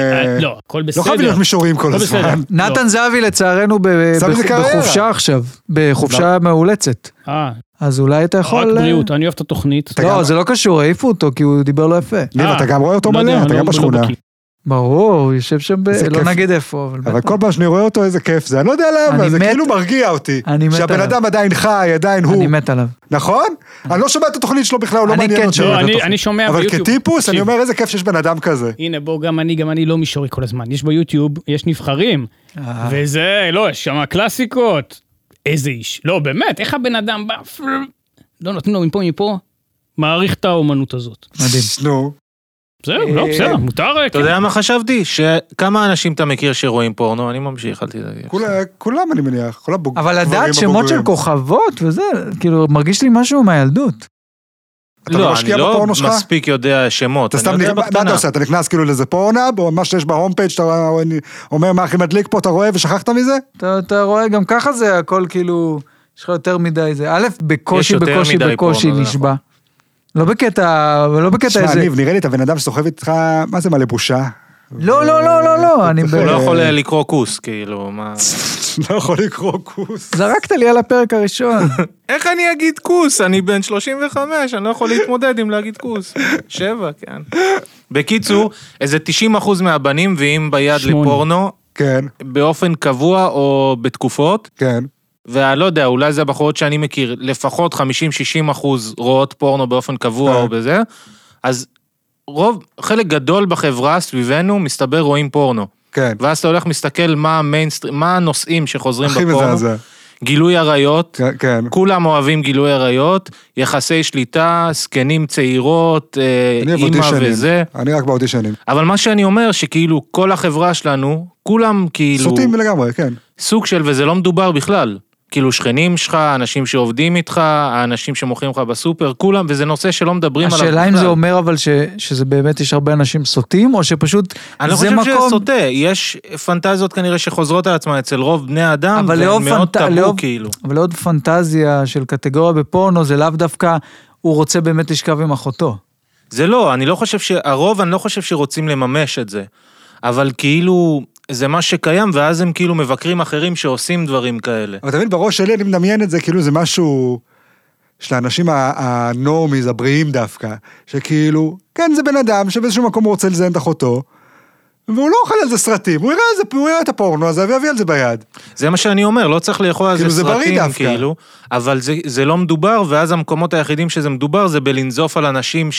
הכל בסדר. לא חייב להיות מישורים כל הזמן. נתן זהבי לצערנו בחופשה עכשיו, בחופשה מאולצת. אז אולי אתה יכול... רק בריאות, אני אוהב את התוכנית. לא, זה לא קשור, העיפו אותו, כי הוא דיבר לא יפה. ניר, אתה גם רואה אותו מלא, אתה גם בשכונה. ברור, הוא יושב שם, לא נגיד איפה. אבל כל פעם שאני רואה אותו, איזה כיף זה. אני לא יודע למה, זה כאילו מרגיע אותי. שהבן אדם עדיין חי, עדיין הוא. אני מת עליו. נכון? אני לא שומע את התוכנית שלו בכלל, הוא לא מעניין אותי. אני שומע ביוטיוב. אבל כטיפוס, אני אומר איזה כיף שיש בן אדם כזה. הנה, בוא, גם אני לא מישורי כל הזמן. יש ביוטיוב, יש נבחרים. וזה, לא, יש שם קלאסיקות. איזה איש. לא, באמת, איך הבן אדם בא, לא נותנים לו מפה, מעריך את האומנות הזאת. מדהים. נו. זהו, לא, בסדר, מותר. אתה יודע מה חשבתי? שכמה אנשים אתה מכיר שרואים פורנו? אני ממשיך, אל תדאג. כולם אני מניח, כולם בוגרים. אבל לדעת שמות של כוכבות וזה, כאילו, מרגיש לי משהו מהילדות. לא, אני לא מספיק יודע שמות. מה אתה עושה? אתה נכנס כאילו לאיזה פורנאב, או מה שיש בהום-פייג' שאתה אומר מה הכי מדליק פה, אתה רואה ושכחת מזה? אתה רואה, גם ככה זה הכל כאילו, יש לך יותר מדי זה. א', בקושי נשבע. לא בקטע איזה... שמע, ניב, נראה לי את הבן אדם שסוחב איתך, מה זה מלא בושה? לא, הוא לא יכול לקרוא כוס, כאילו, מה... לא יכול לקרוא כוס. זרקת לי על הפרק הראשון. איך אני אגיד כוס? אני בן 35, אני לא יכול להתמודד עם להגיד כוס. 7, כן. בקיצור, איזה 90% מהבנים מביאים ביד לפורנו, באופן קבוע או בתקופות. כן. ואני לא יודע, אולי זה הבחורות שאני מכיר, לפחות 50-60% רואות פורנו באופן קבוע או בזה, אז חלק גדול בחברה סביבנו מסתבר רואים פורנו. כן. ואז אתה הולך מסתכל מה הנושאים שחוזרים בפורנו. גילוי עריות, כן. כולם אוהבים גילוי עריות, יחסי שליטה, סקנים צעירות, אימא וזה. אני רק באודישנים. אבל מה שאני אומר, שכאילו כל החברה שלנו, כולם כאילו... סוטים לגמרי, כן. סוג של, וזה לא מדובר בכלל. כאילו שכנים שלך, אנשים שעובדים איתך, האנשים שמוכרים לך בסופר, כולם, וזה נושא שלא מדברים עליו בכלל. השאלה אם זה אומר אבל שזה באמת יש הרבה אנשים סוטים, או שפשוט אני לא חושב שזה סוטה, יש פנטזיות כנראה שחוזרות על עצמה אצל רוב בני האדם, ומאוד טבו כאילו. אבל עוד פנטזיה של קטגוריה בפורנו, זה לאו דווקא, הוא רוצה באמת לשכב עם אחותו. זה לא, אני לא חושב שהרוב, אני לא חושב שרוצים לממש את זה, אבל כאילו... זה מה שקיים, ואז הם כאילו מבקרים אחרים שעושים דברים כאלה. אבל תמיד בראש שלי אני מדמיין את זה, כאילו זה משהו של האנשים הנורמיז, הבריאים דווקא, שכאילו, כן, זה בן אדם שבאיזשהו מקום רוצה לזיין את אחותו, והוא לא אוכל על זה סרטים, הוא יראה את הפורנו הזה, ויביא על זה ביד. זה מה שאני אומר, לא צריך לאכול על זה סרטים, כאילו, אבל זה לא מדובר, ואז המקומות היחידים שזה מדובר, זה בלנזוף על אנשים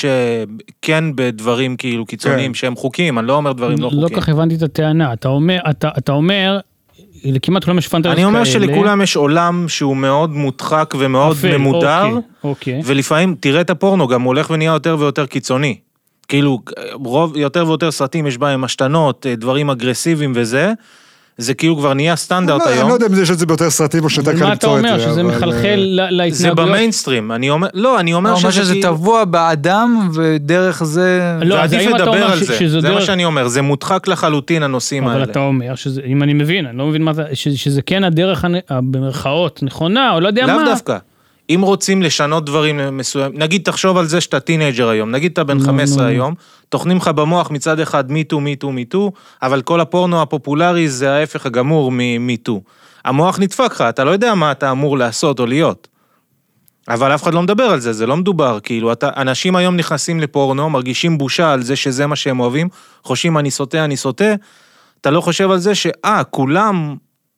שכן בדברים כאילו קיצוניים, שהם חוקיים, אני לא אומר דברים לא חוקיים. לא כך הבנתי את הטענה, אתה אומר, לכמעט כולם יש פנטזיות כאלה. אני אומר שלכולם יש עולם שהוא מאוד מודחק ומאוד ממודר, ולפעמים תראה את הפורנו, גם הוא הולך ונהיה יותר ויותר קיצוני. כאילו, יותר ויותר סרטים יש בהם השתנות, דברים אגרסיביים וזה, זה כאילו כבר נהיה סטנדרט היום. אני לא יודע אם יש את זה ביותר סרטים או שאתה קל למצוא את זה. מה אתה אומר, שזה מחלחל להתנהגויות? זה במיינסטרים, אני אומר, לא, אני אומר שזה טבוע באדם, ודרך זה... ועדיף לדבר על זה, זה מה שאני אומר, זה מודחק לחלוטין הנושאים האלה. אבל אתה אומר, אם אני מבין, אני לא מבין מה זה, שזה כן הדרך במרכאות נכונה, או לא יודע מה. לאו דווקא. אם רוצים לשנות דברים מסוימים, נגיד תחשוב על זה שאתה טינג'ר היום, נגיד אתה בן 15 היום, תוכנים לך במוח מצד אחד מיטו, אבל כל הפורנו הפופולרי זה ההפך הגמור ממיטו. המוח נדפק לך, אתה לא יודע מה אתה אמור לעשות או להיות. אבל אף אחד לא מדבר על זה, זה לא מדובר, כאילו, אנשים היום נכנסים לפורנו, מרגישים בושה על זה שזה מה שהם אוהבים, חושבים אני סוטה, אתה לא חושב על זה כולם...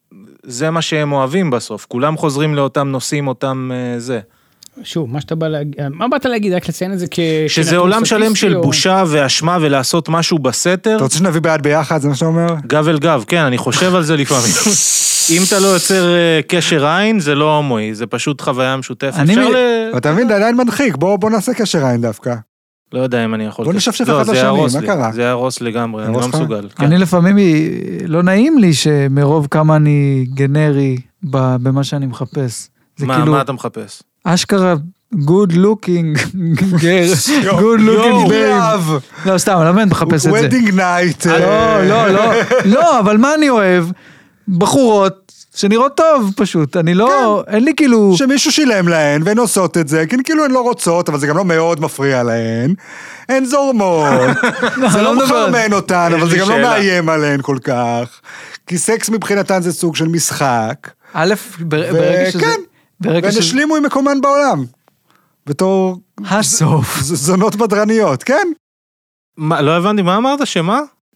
זה מה שהם אוהבים בסוף, כולם חוזרים לאותם נושאים, אותם זה. שוב, מה שאתה בא להגיד, מה באת להגיד, רק לציין את זה שזה עולם שלם של בושה ואשמה ולעשות משהו בסתר. אתה רוצה שנביא ביד ביחד, זה מה שאתה אומר? גב אל גב, כן, אני חושב על זה לפעמים. אם אתה לא יוצר קשר עין, זה לא הומואי, זה פשוט חוויה משותפת. אתה מבין, זה עדיין מדחיק, בוא נעשה קשר עין דווקא. לא יודע אם אני יכול... בוא נשפשף אחד לשני, מה קרה? זה הרוס לגמרי, אני לא מסוגל. אני לפעמים, לא נעים לי שמרוב כמה אני גנרי במה שאני מחפש. מה אתה מחפש? אשכרה good looking girl, good looking babe. לא, סתם, אני לא באמת מחפש את זה. wedding night. לא, אבל מה אני אוהב? בחורות שנראות טוב פשוט, אני לא, אין לי כאילו... שמישהו שילם להן והן עושות את זה, כאילו הן לא רוצות, אבל זה גם לא מאוד מפריע להן. הן זורמות, זה לא מחרמן אותן, אבל זה גם לא מאיים עליהן כל כך. כי סקס מבחינתן זה סוג של משחק. א', ברגע שזה... והן השלימו עם מקומן בעולם. בתור... הסוף. זונות בדרניות, כן? לא הבנתי, מה אמרת? שמה?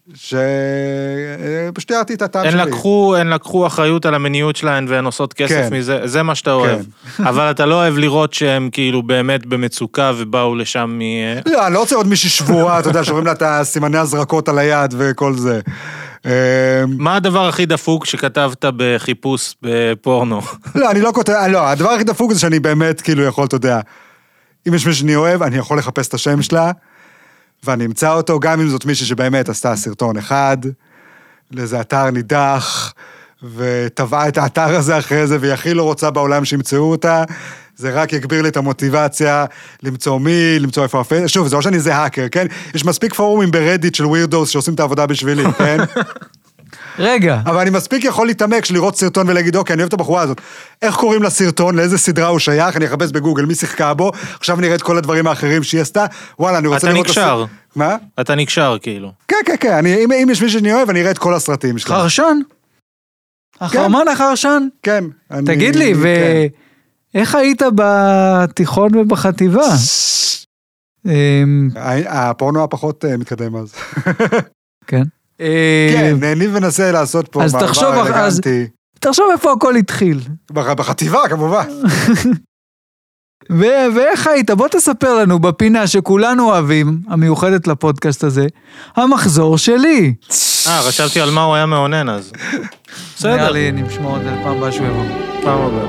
פשוט תיארתי את הטעם שלי. הן לקחו אחריות על המיניות שלהן והן עושות כסף מזה, זה מה שאתה אוהב. אבל אתה לא אוהב לראות שהם כאילו באמת במצוקה ובאו לשם לא, אני לא רוצה עוד מישהי שבורה, אתה יודע, שרואים לה את הסימני הזרקות על היד וכל זה. מה הדבר הכי דפוק שכתבת בחיפוש בפורנו? לא, אני לא כותב, לא, הדבר הכי דפוק זה שאני באמת כאילו יכול, אתה יודע, אם יש מישהו שאני אוהב, אני יכול לחפש את השם שלה, ואני אמצא אותו, גם אם זאת מישהי שבאמת עשתה סרטון אחד, לאיזה אתר נידח, וטבעה את האתר הזה אחרי זה, והיא הכי לא רוצה בעולם שימצאו אותה, זה רק יגביר לי את המוטיבציה, למצוא איפה הפייס, שוב, זה לא שאני זה האקר, כן? יש מספיק פורומים ברדיט של ווירדוס שעושים את העבודה בשבילי, כן? רגע. אבל אני מספיק יכול להתעמק לראות סרטון ולהגיד, אוקיי, אני אוהב את הבחורה הזאת. איך קוראים לסרטון, לאיזה סדרה הוא שייך, אני אחפש בגוגל, מי שיחקה בו, עכשיו אני אראה את כל הדברים האחרים שהיא עשתה, וואלה, אני רוצה לראות... אתה נקשר. מה? אתה נקשר, כאילו. כן, אם יש מי שאני אוהב, אני אראה את כל הסרטים שלה. חרשן? החרמן החרשן? כן. תגיד לי, ואיך היית בתיכון ובחטיבה? הפורנו הפחות מתקדם אז. כן. כן, אני מנסה לעשות פה מעבר אלגנטי. תחשוב איפה הכל התחיל. בחטיבה, כמובן. ואיך היית? בוא תספר לנו בפינה שכולנו אוהבים, המיוחדת לפודקאסט הזה, המחזור שלי. חשבתי על מה הוא היה מעונן אז. בסדר. נראה לי נשמור את זה לפעם הבאה שהוא יבוא. פעם הבאה.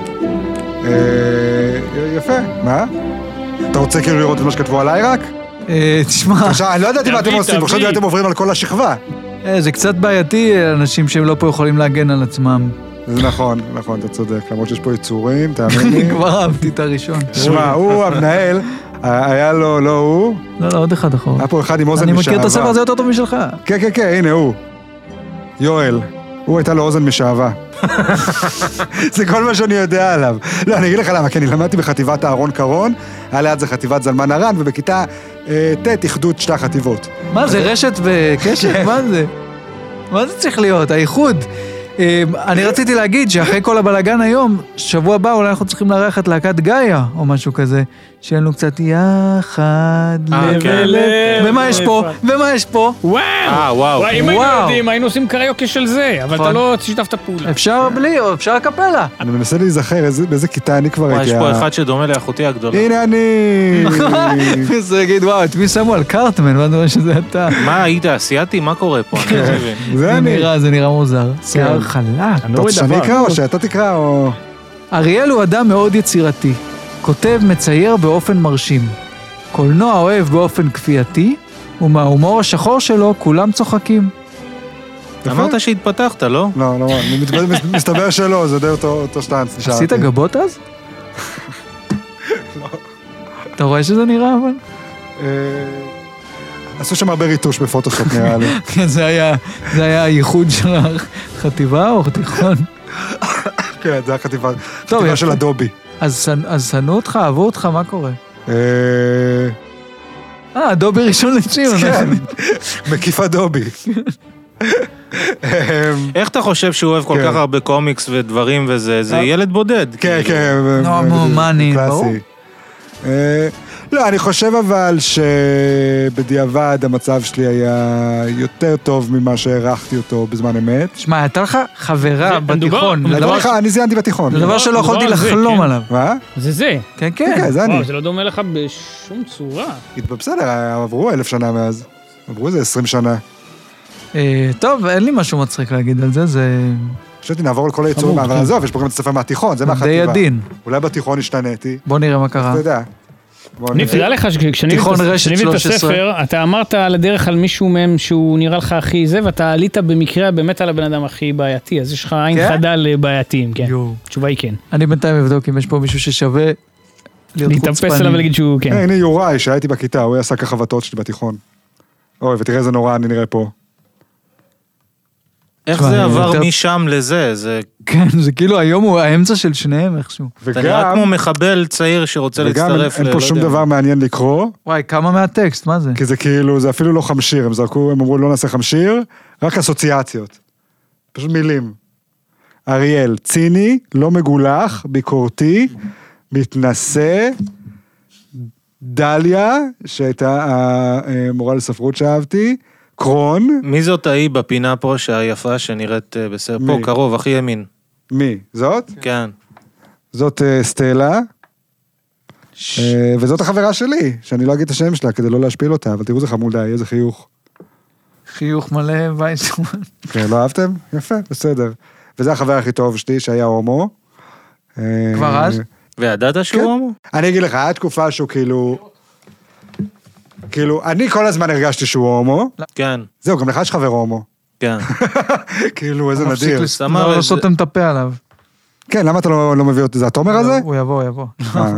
יפה, מה? אתה רוצה כאילו לראות את מה שכתבו עליי רק? תשמע. אני לא ידעתי מה אתם עושים, עכשיו אתם עוברים על כל השכבה. זה קצת בעייתי, אנשים שהם לא פה יכולים להגן על עצמם. זה נכון, אתה צודק, למרות שיש פה יצורים, תאמין לי. כבר אהבתי את הראשון. תשמע, הוא המנהל, היה לו, לא הוא. לא, עוד אחד אחורה. היה פה אחד עם אוזן משעבר. אני מכיר את הספר הזה יותר טוב משלך. כן, הנה הוא. יואל. הוא הייתה לו אוזן משעבה. זה כל מה שאני יודע עליו. לא, אני אגיד לך למה, כי אני למדתי בחטיבת אהרון קרון, היה ליד זה חטיבת זלמן הרן, ובכיתה ט' איחדות שתי החטיבות. מה זה, רשת וקשת? מה זה? מה זה צריך להיות? האיחוד. אני רציתי להגיד שאחרי כל הבלגן היום, שבוע הבא אולי אנחנו צריכים לארח את להקת גאיה, או משהו כזה, שיהיה לנו קצת יחד, ומה יש פה? וואו. אם היינו יודעים, היינו עושים קריוקי של זה, אבל אתה לא שיתפת פעולה. אפשר בלי, או אפשר הקפלה. אני מנסה להיזכר באיזה כיתה אני כבר הייתי. יש פה אחד שדומה לאחותי הגדולה. הנה אני. זה יגיד, וואו, את מי שמו על קארטמן, מה דומה שזה אתה? מה, היית אסיאתי? מה קורה פה? זה נראה מוזר. שיער חלק. אתה רוצה שאני אקרא או שאתה תקרא או... אריאל הוא אדם מאוד יצירתי. כותב, מצייר באופן מרשים. קולנוע אוהב באופן כפייתי, ומההומור השחור שלו כולם צוחקים. אמרת שהתפתחת, לא? לא, מסתבר שלא, זה די אותו שטנץ. עשית גבות אז? לא. אתה רואה שזה נראה אבל? עשו שם הרבה ריטוש בפוטושופ נראה לי. כן, זה היה הייחוד של החטיבה או תיכון? כן, זה היה חטיבה של אדובי. אז שנאו אותך, אהבו אותך, מה קורה? אדובי ראשון לציון. כן, מקיף אדובי. איך אתה חושב שהוא אוהב כל כך הרבה קומיקס ודברים וזה? זה ילד בודד. כן, כן. מאני, ברור. לא, אני חושב אבל שבדיעבד המצב שלי היה יותר טוב ממה שהערכתי אותו בזמן אמת. שמע, הייתה לך חברה בתיכון. אני זיינתי בתיכון. זה דבר שלא יכולתי לחלום עליו. מה? זה זה. כן, כן. זה אני. זה לא דומה לך בשום צורה. בסדר, עברו 1000 שנה מאז. עברו איזה 20 שנה. טוב, אין לי משהו מצחיק להגיד על זה, זה... חשבתי, נעבור על כל היצורים, אבל עזוב, יש פה גם את הספר מהתיכון, זה מהחטיבה. די עדין. אולי בתיכון השתניתי. בוא נראה מה קרה. אתה יודע. תדע לך שכשאני הביא את הספר, אתה אמרת על הדרך על מישהו מהם שהוא נראה לך הכי זה, ואתה עלית במקרה באמת על הבן אדם הכי בעייתי, אז יש לך עין חדה לבעייתיים, כן. תשובה היא כן. אני בינתיים אבדוק אם יש פה מישהו ששווה להתאפס עליו ולהגיד שהוא, כן. הנה יוראי, שהייתי בכיתה, הוא עשה ככה חבטות שלי בתיכון. אוי, ותראה איזה נורא אני נראה פה. איך זה עבר משם לזה? כן, זה כאילו היום הוא האמצע של שניהם איכשהו. אתה נראה כמו מחבל צעיר שרוצה להצטרף. וגם אין פה שום דבר מעניין לקרוא. וואי, כמה מהטקסט, מה זה? כי זה כאילו, זה אפילו לא חמשיר, הם אמרו לא נעשה חמשיר, רק אסוציאציות. פשוט מילים. אריאל, ציני, לא מגולח, ביקורתי, מתנשא, דליה, שהייתה המורה לספרות שאהבתי, קרון. מי זאת ההיא בפינה פה שהיפה שנראית בסדר? פה, קרוב, הכי ימין. מי? זאת? כן. זאת סטלה, וזאת החברה שלי, שאני לא אגיד את השם שלה כדי לא להשפיל אותה, אבל תראו זה חמודה, איזה חיוך. חיוך מלא וייסמן. כן, לא אהבתם? יפה, בסדר. וזה החבר הכי טוב שלי שהיה הומו. כבר אז? וידעת שהוא הומו? אני אגיד לך, היה תקופה שהוא כאילו, אני כל הזמן הרגשתי שהוא הומו. כן. זהו, גם לך יש חבר הומו. כן. כאילו, איזה נדיר. לא סותם את הפה עליו. כן, למה אתה לא מביא אותי? זה התומר הזה? הוא יבוא.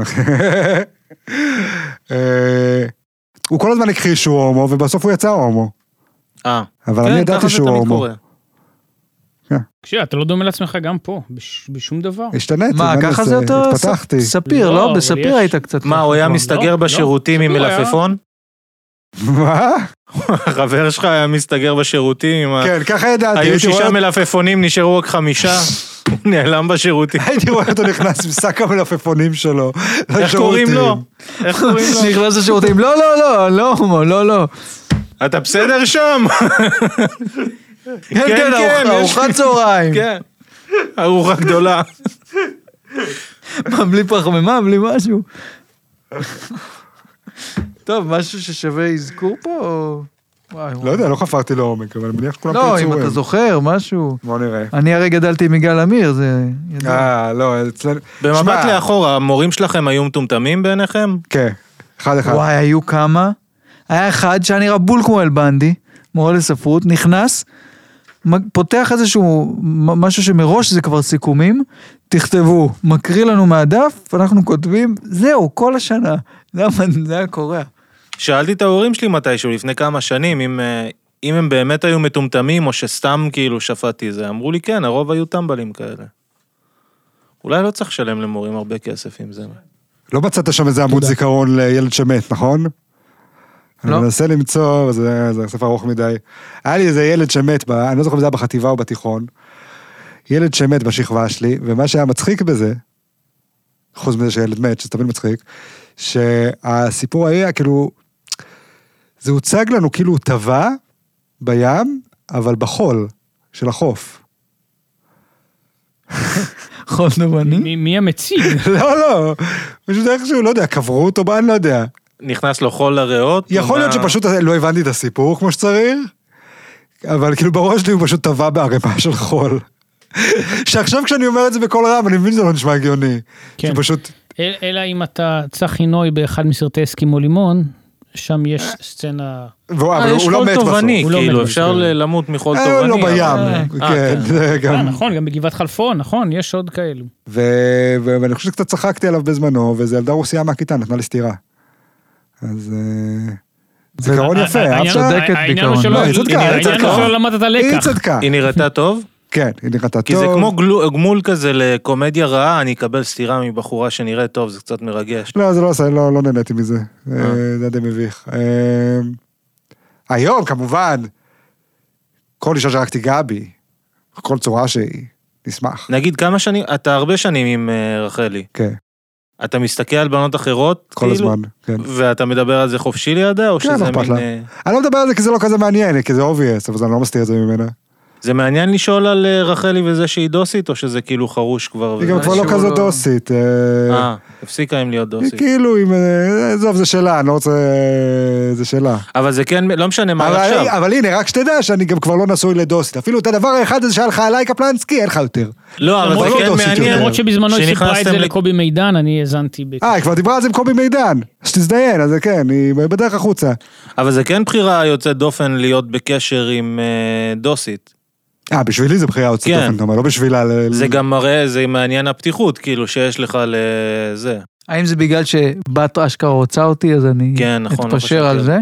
הוא כל הזמן הכחיש שהוא הומו, ובסוף הוא יצא הומו. אבל אני ידעתי שהוא הומו. כשיה, אתה לא דומה לעצמך גם פה, בשום דבר. השתנתי. מה, ככה זה אותו? התפתחתי. ספיר, לא? בספיר היית קצת. מה, הוא היה מסתגר בשירותים עם מלפפון? מה? החבר שלך היה מסתגר בשירותים. כן, ככה ידעתי. היו 6 מלפפונים, נשארו רק 5. הוא נעלם בשירותים. הייתי רואה אותו נכנס עם שק המלפפונים שלו. איך קוראים לו? נכנס לשירותים. לא. אתה בסדר שם? כן, ארוחת צהריים. כן, ארוחה גדולה. מה, בלי פחמימה, בלי משהו? טוב, משהו ששווה אזכור פה, או... לא יודע, לא חפרתי לעומק, אבל מניח שכולם פה יצורים. לא, אם אתה זוכר, משהו. בוא נראה. אני הרי גדלתי עם יגאל עמיר, זה... לא, אצלנו... במבט לאחור, המורים שלכם היו מטומטמים בעיניכם? כן, אחד. וואי, היו כמה. היה אחד שהיה נראה בול כמו אלבנדי, מורה לספרות, נכנס, פותח איזשהו משהו שמראש זה כבר סיכומים, תכתבו, מקריא לנו מהדף, ואנחנו כותבים, זהו, כל השנה. זה היה קורא. שאלתי את ההורים שלי מתישהו, לפני כמה שנים, אם הם באמת היו מטומטמים, או שסתם כאילו שפטתי זה. אמרו לי, כן, הרוב היו טמבלים כאלה. אולי לא צריך לשלם למורים הרבה כסף עם זה. לא מצאת שם איזה עמוד זיכרון לילד שמת, נכון? אני מנסה למצוא, זה ספר ארוך מדי. היה לי איזה ילד שמת, אני לא זוכר אם זה היה בחטיבה או בתיכון, ילד שמת בשכבה שלי, ומה שהיה מצחיק בזה, חוץ מזה שילד מת, שזה תמיד מצחיק, שהסיפור היה כאילו, זה הוצג לנו כאילו טבע בים, אבל בחול של החוף. חול דומני? מי המציג? לא, פשוט איכשהו, לא יודע, קברו אותו, אני לא יודע. נכנס לו חול לריאות? יכול להיות שפשוט לא הבנתי את הסיפור כמו שצריך, אבל כאילו בראש שלי הוא פשוט טבע בערימה של חול. שעכשיו כשאני אומר את זה בכל רם, אני מבין שזה לא נשמע הגיוני. כן. פשוט... אלא אם אתה צחי נוי באחד מסרטי אסקימו לימון, שם יש סצנה... אבל הוא לא מת בסוף. כאילו, אפשר למות מחול תובעני. לא בים. כן, נכון, גם בגבעת חלפון, נכון, יש עוד כאלו. ואני חושב שקצת צחקתי עליו בזמנו, וזה ילדה רוסיה מהכיתה, נתנה לי סטירה. אז... זיכרון יפה, העניין הוא שלא למדת את הלקח. היא צדקה. היא נראתה טוב? כן, היא נראתה טוב. כי זה כמו גמול כזה לקומדיה רעה, אני אקבל סתירה מבחורה שנראית טוב, זה קצת מרגש. לא, זה לא עושה, לא נהניתי מזה. זה די מביך. היום, כמובן, כל אישה שרקתי גבי, כל צורה שהיא, נשמח. נגיד כמה שנים, אתה הרבה שנים עם רחלי. כן. אתה מסתכל על בנות אחרות? כל הזמן, כן. ואתה מדבר על זה חופשי לידה, או שזה מין... אני לא מדבר על זה כי זה לא כזה מעניין, כי זה obvious, אבל אני לא מסתיר את זה ממנה. זה מעניין לשאול על רחלי וזה שהיא דוסית, או שזה כאילו חרוש כבר? היא גם כבר לא כזאת דוסית. הפסיקה עם להיות דוסית. כאילו, עזוב, זה שלה, אני לא רוצה... זה שלה. אבל זה כן, לא משנה מה עכשיו. אבל הנה, רק שתדע שאני גם כבר לא נשוי לדוסית. אפילו את הדבר האחד הזה שהיה לך עליי קפלנסקי, אין לך יותר. לא, אבל זה כן מעניין. למרות שבזמנו היא סיפרה את זה לקובי מידן, אני האזנתי. היא כבר דיברה על זה עם קובי מידן. שתזדיין, אז כן, היא בדרך החוצה. אבל זה כן בחירה יוצאת דופן להיות בקשר עם דוסית. בשבילי זה בחירה יוצאת אופן, אתה אומר, לא בשבילה... זה גם מראה, זה מעניין הפתיחות, כאילו, שיש לך לזה. האם זה בגלל שבת אשכרה רוצה אותי, אז אני אתפשר על זה?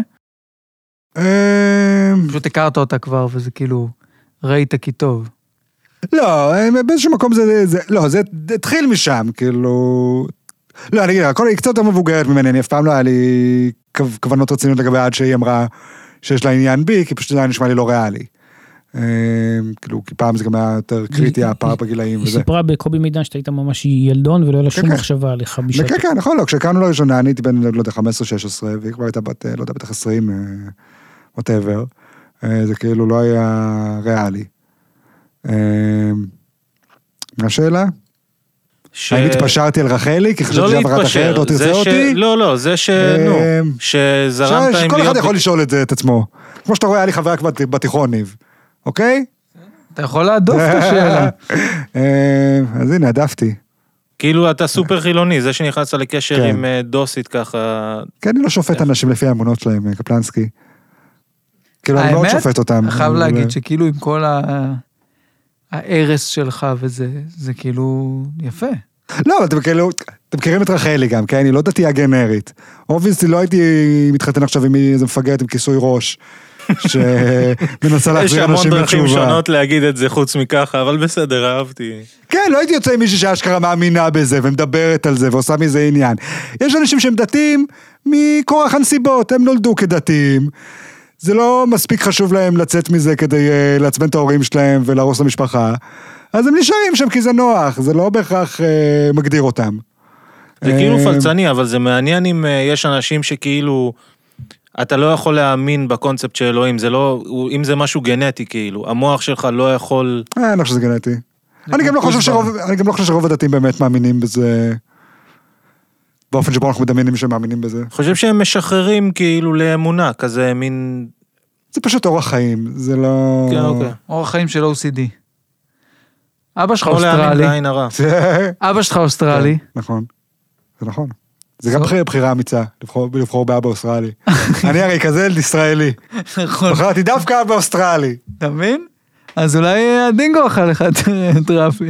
פשוט הכרת אותה כבר, וזה כאילו, ראית כי טוב. לא, באיזשהו מקום זה התחיל משם, כאילו... לא, אני אגיד, הכל היא קצת יותר מבוגרת ממני, אני אף פעם לא היה לי כוונות רצינות לגבי עד שהיא אמרה שיש לה עניין בי, כי פשוט זה היה נשמע לי לא ריאלי. כאילו, כי פעם זה גם היה יותר קריטי, הפער בגילאים וזה. היא סיפרה בקובי מידן שאתה היית ממש ילדון, ולא היה לה שום מחשבה עליך בשעת. כן, נכון, לא, כשהכרנו לראשונה, אני הייתי בין, לא יודע, 15-16, והיא כבר הייתה בת, לא יודע, בטח 20, whatever. זה כאילו לא היה ריאלי. מה השאלה? האם התפשרתי על רחלי, כי חשבתי שעברת אחרת, לא תרצה אותי? לא, זה שזרמת עם כל אחד יכול לשאול את עצמו. כמו שאתה רואה, היה לי חוויה בתיכון, ניב. אוקיי? אתה יכול להדוף את השאלה. אז הנה, הדפתי. כאילו אתה סופר חילוני, זה שנכנסת לקשר עם דוסית ככה... כן, אני לא שופט אנשים לפי האמונות שלהם, קפלנסקי. כאילו, אני מאוד שופט אותם. האמת, חייב להגיד שכאילו עם כל הערס שלך וזה, זה כאילו יפה. לא, אבל אתם מכירים את רחלי גם, כן? היא לא דתייה גנרית. אובייסטי לא הייתי מתחתן עכשיו עם איזה מפגרת עם כיסוי ראש, שמנסה להחזיר אנשים בתשובה. יש המון דרכים שונות להגיד את זה חוץ מככה, אבל בסדר, אהבתי. כן, לא הייתי יוצא עם מישהי שאשכרה מאמינה בזה, ומדברת על זה, ועושה מזה עניין. יש אנשים שהם דתיים מכורח הנסיבות, הם נולדו כדתיים. זה לא מספיק חשוב להם לצאת מזה כדי לעצבן את ההורים שלהם ולהרוס למשפחה. אז הם נשארים שם כי זה נוח, זה לא בהכרח מגדיר אותם. זה כאילו פלצני, אבל זה מעניין אם יש אנשים שכאילו, אתה לא יכול להאמין בקונספט של אלוהים, זה לא, אם זה משהו גנטי כאילו, המוח שלך לא יכול... אני לא חושב שזה גנטי. אני גם לא חושב שרוב הדתיים באמת מאמינים בזה, באופן שבו אנחנו מדמיינים שהם מאמינים בזה. אני חושב שהם משחררים כאילו לאמונה, כזה מין... זה פשוט אורח חיים, זה לא... כן, אוקיי. אורח חיים של OCD. אבא שלך אוסטרלי. אבא שלך אוסטרלי. נכון, זה נכון. זה גם בחירה אמיצה, לבחור באבא אוסטרלי. אני הרי כזה ישראלי. נכון. בחרתי דווקא אבא אוסטרלי. אתה מבין? אז אולי הדינגו אכל לך את רפי.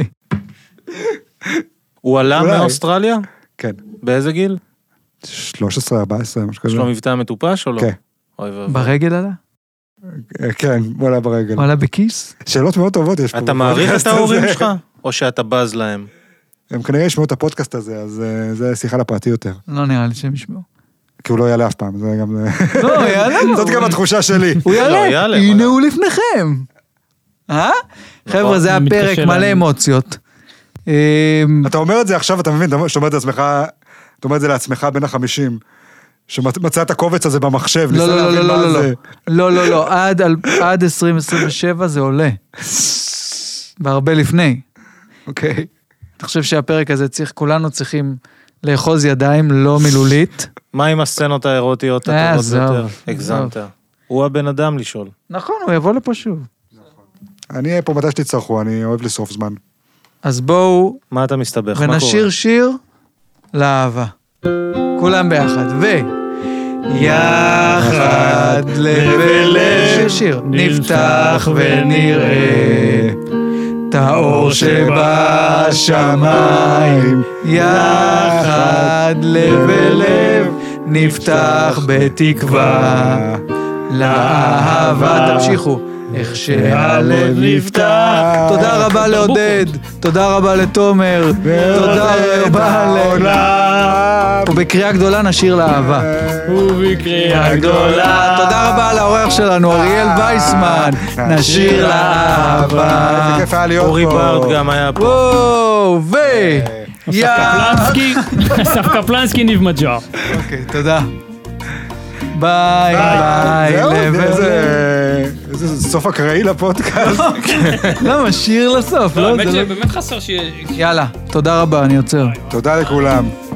הוא עלה מאוסטרליה? כן. באיזה גיל? 13, 14, משהו כזה. יש לו מבטא מטופש או לא? כן. ברגל עלה? כן, הוא עלה ברגל. הוא עלה בכיס? שאלות מאוד טובות יש פה. אתה מעריך את ההורים שלך? או שאתה בז להם? הם כנראה ישמעו את הפודקאסט הזה, אז זה שיחה לפרטי יותר. לא נראה לי שהם ישמעו. כי הוא לא יעלה אף פעם, זה גם... לא, יעלה. זאת גם התחושה שלי. הוא יעלה, הנה הוא לפניכם. חבר'ה, זה הפרק מלא אמוציות. אתה אומר את זה עכשיו, אתה מבין, אתה אומר את זה לעצמך בין ה-50, שמצא את הקובץ הזה במחשב. לא, עד 2027 זה עולה. והרבה לפני. אוקיי. אני חושב שהפרק הזה כולנו צריכים לאחוז ידיים לא מילולית. מה עם הסצנות האירוטיות הטובות ביותר? הגזמת. הוא הבן אדם לשאול. נכון, הוא יבוא לפה שוב. אני אהיה פה מתי שתצטרכו, אני אוהב לשרוף זמן. אז בואו... מה אתה מסתבך? ונשיר שיר לאהבה. כולם ביחד. יחד לב אל לב שיר נפתח ונראה את האור שבשמיים. יחד לב אל לב נפתח בתקווה לאהבה. תמשיכו. איך שהלב נפתח. תודה רבה לעודד, תודה רבה לתומר, תודה רבה לעולם. ובקריאה גדולה נשיר לאהבה. ובקריאה גדולה. תודה רבה לאורח שלנו, אריאל וייסמן. נשיר לאהבה. אורי ברד גם היה פה. וואו, אסף קפלנסקי ניב מג'אר. אוקיי, תודה. ביי ביי. איזה סוף אקראי לפודקאסט. למה? שיר לסוף. באמת חסר שיהיה... יאללה, תודה רבה, אני עוצר. תודה לכולם.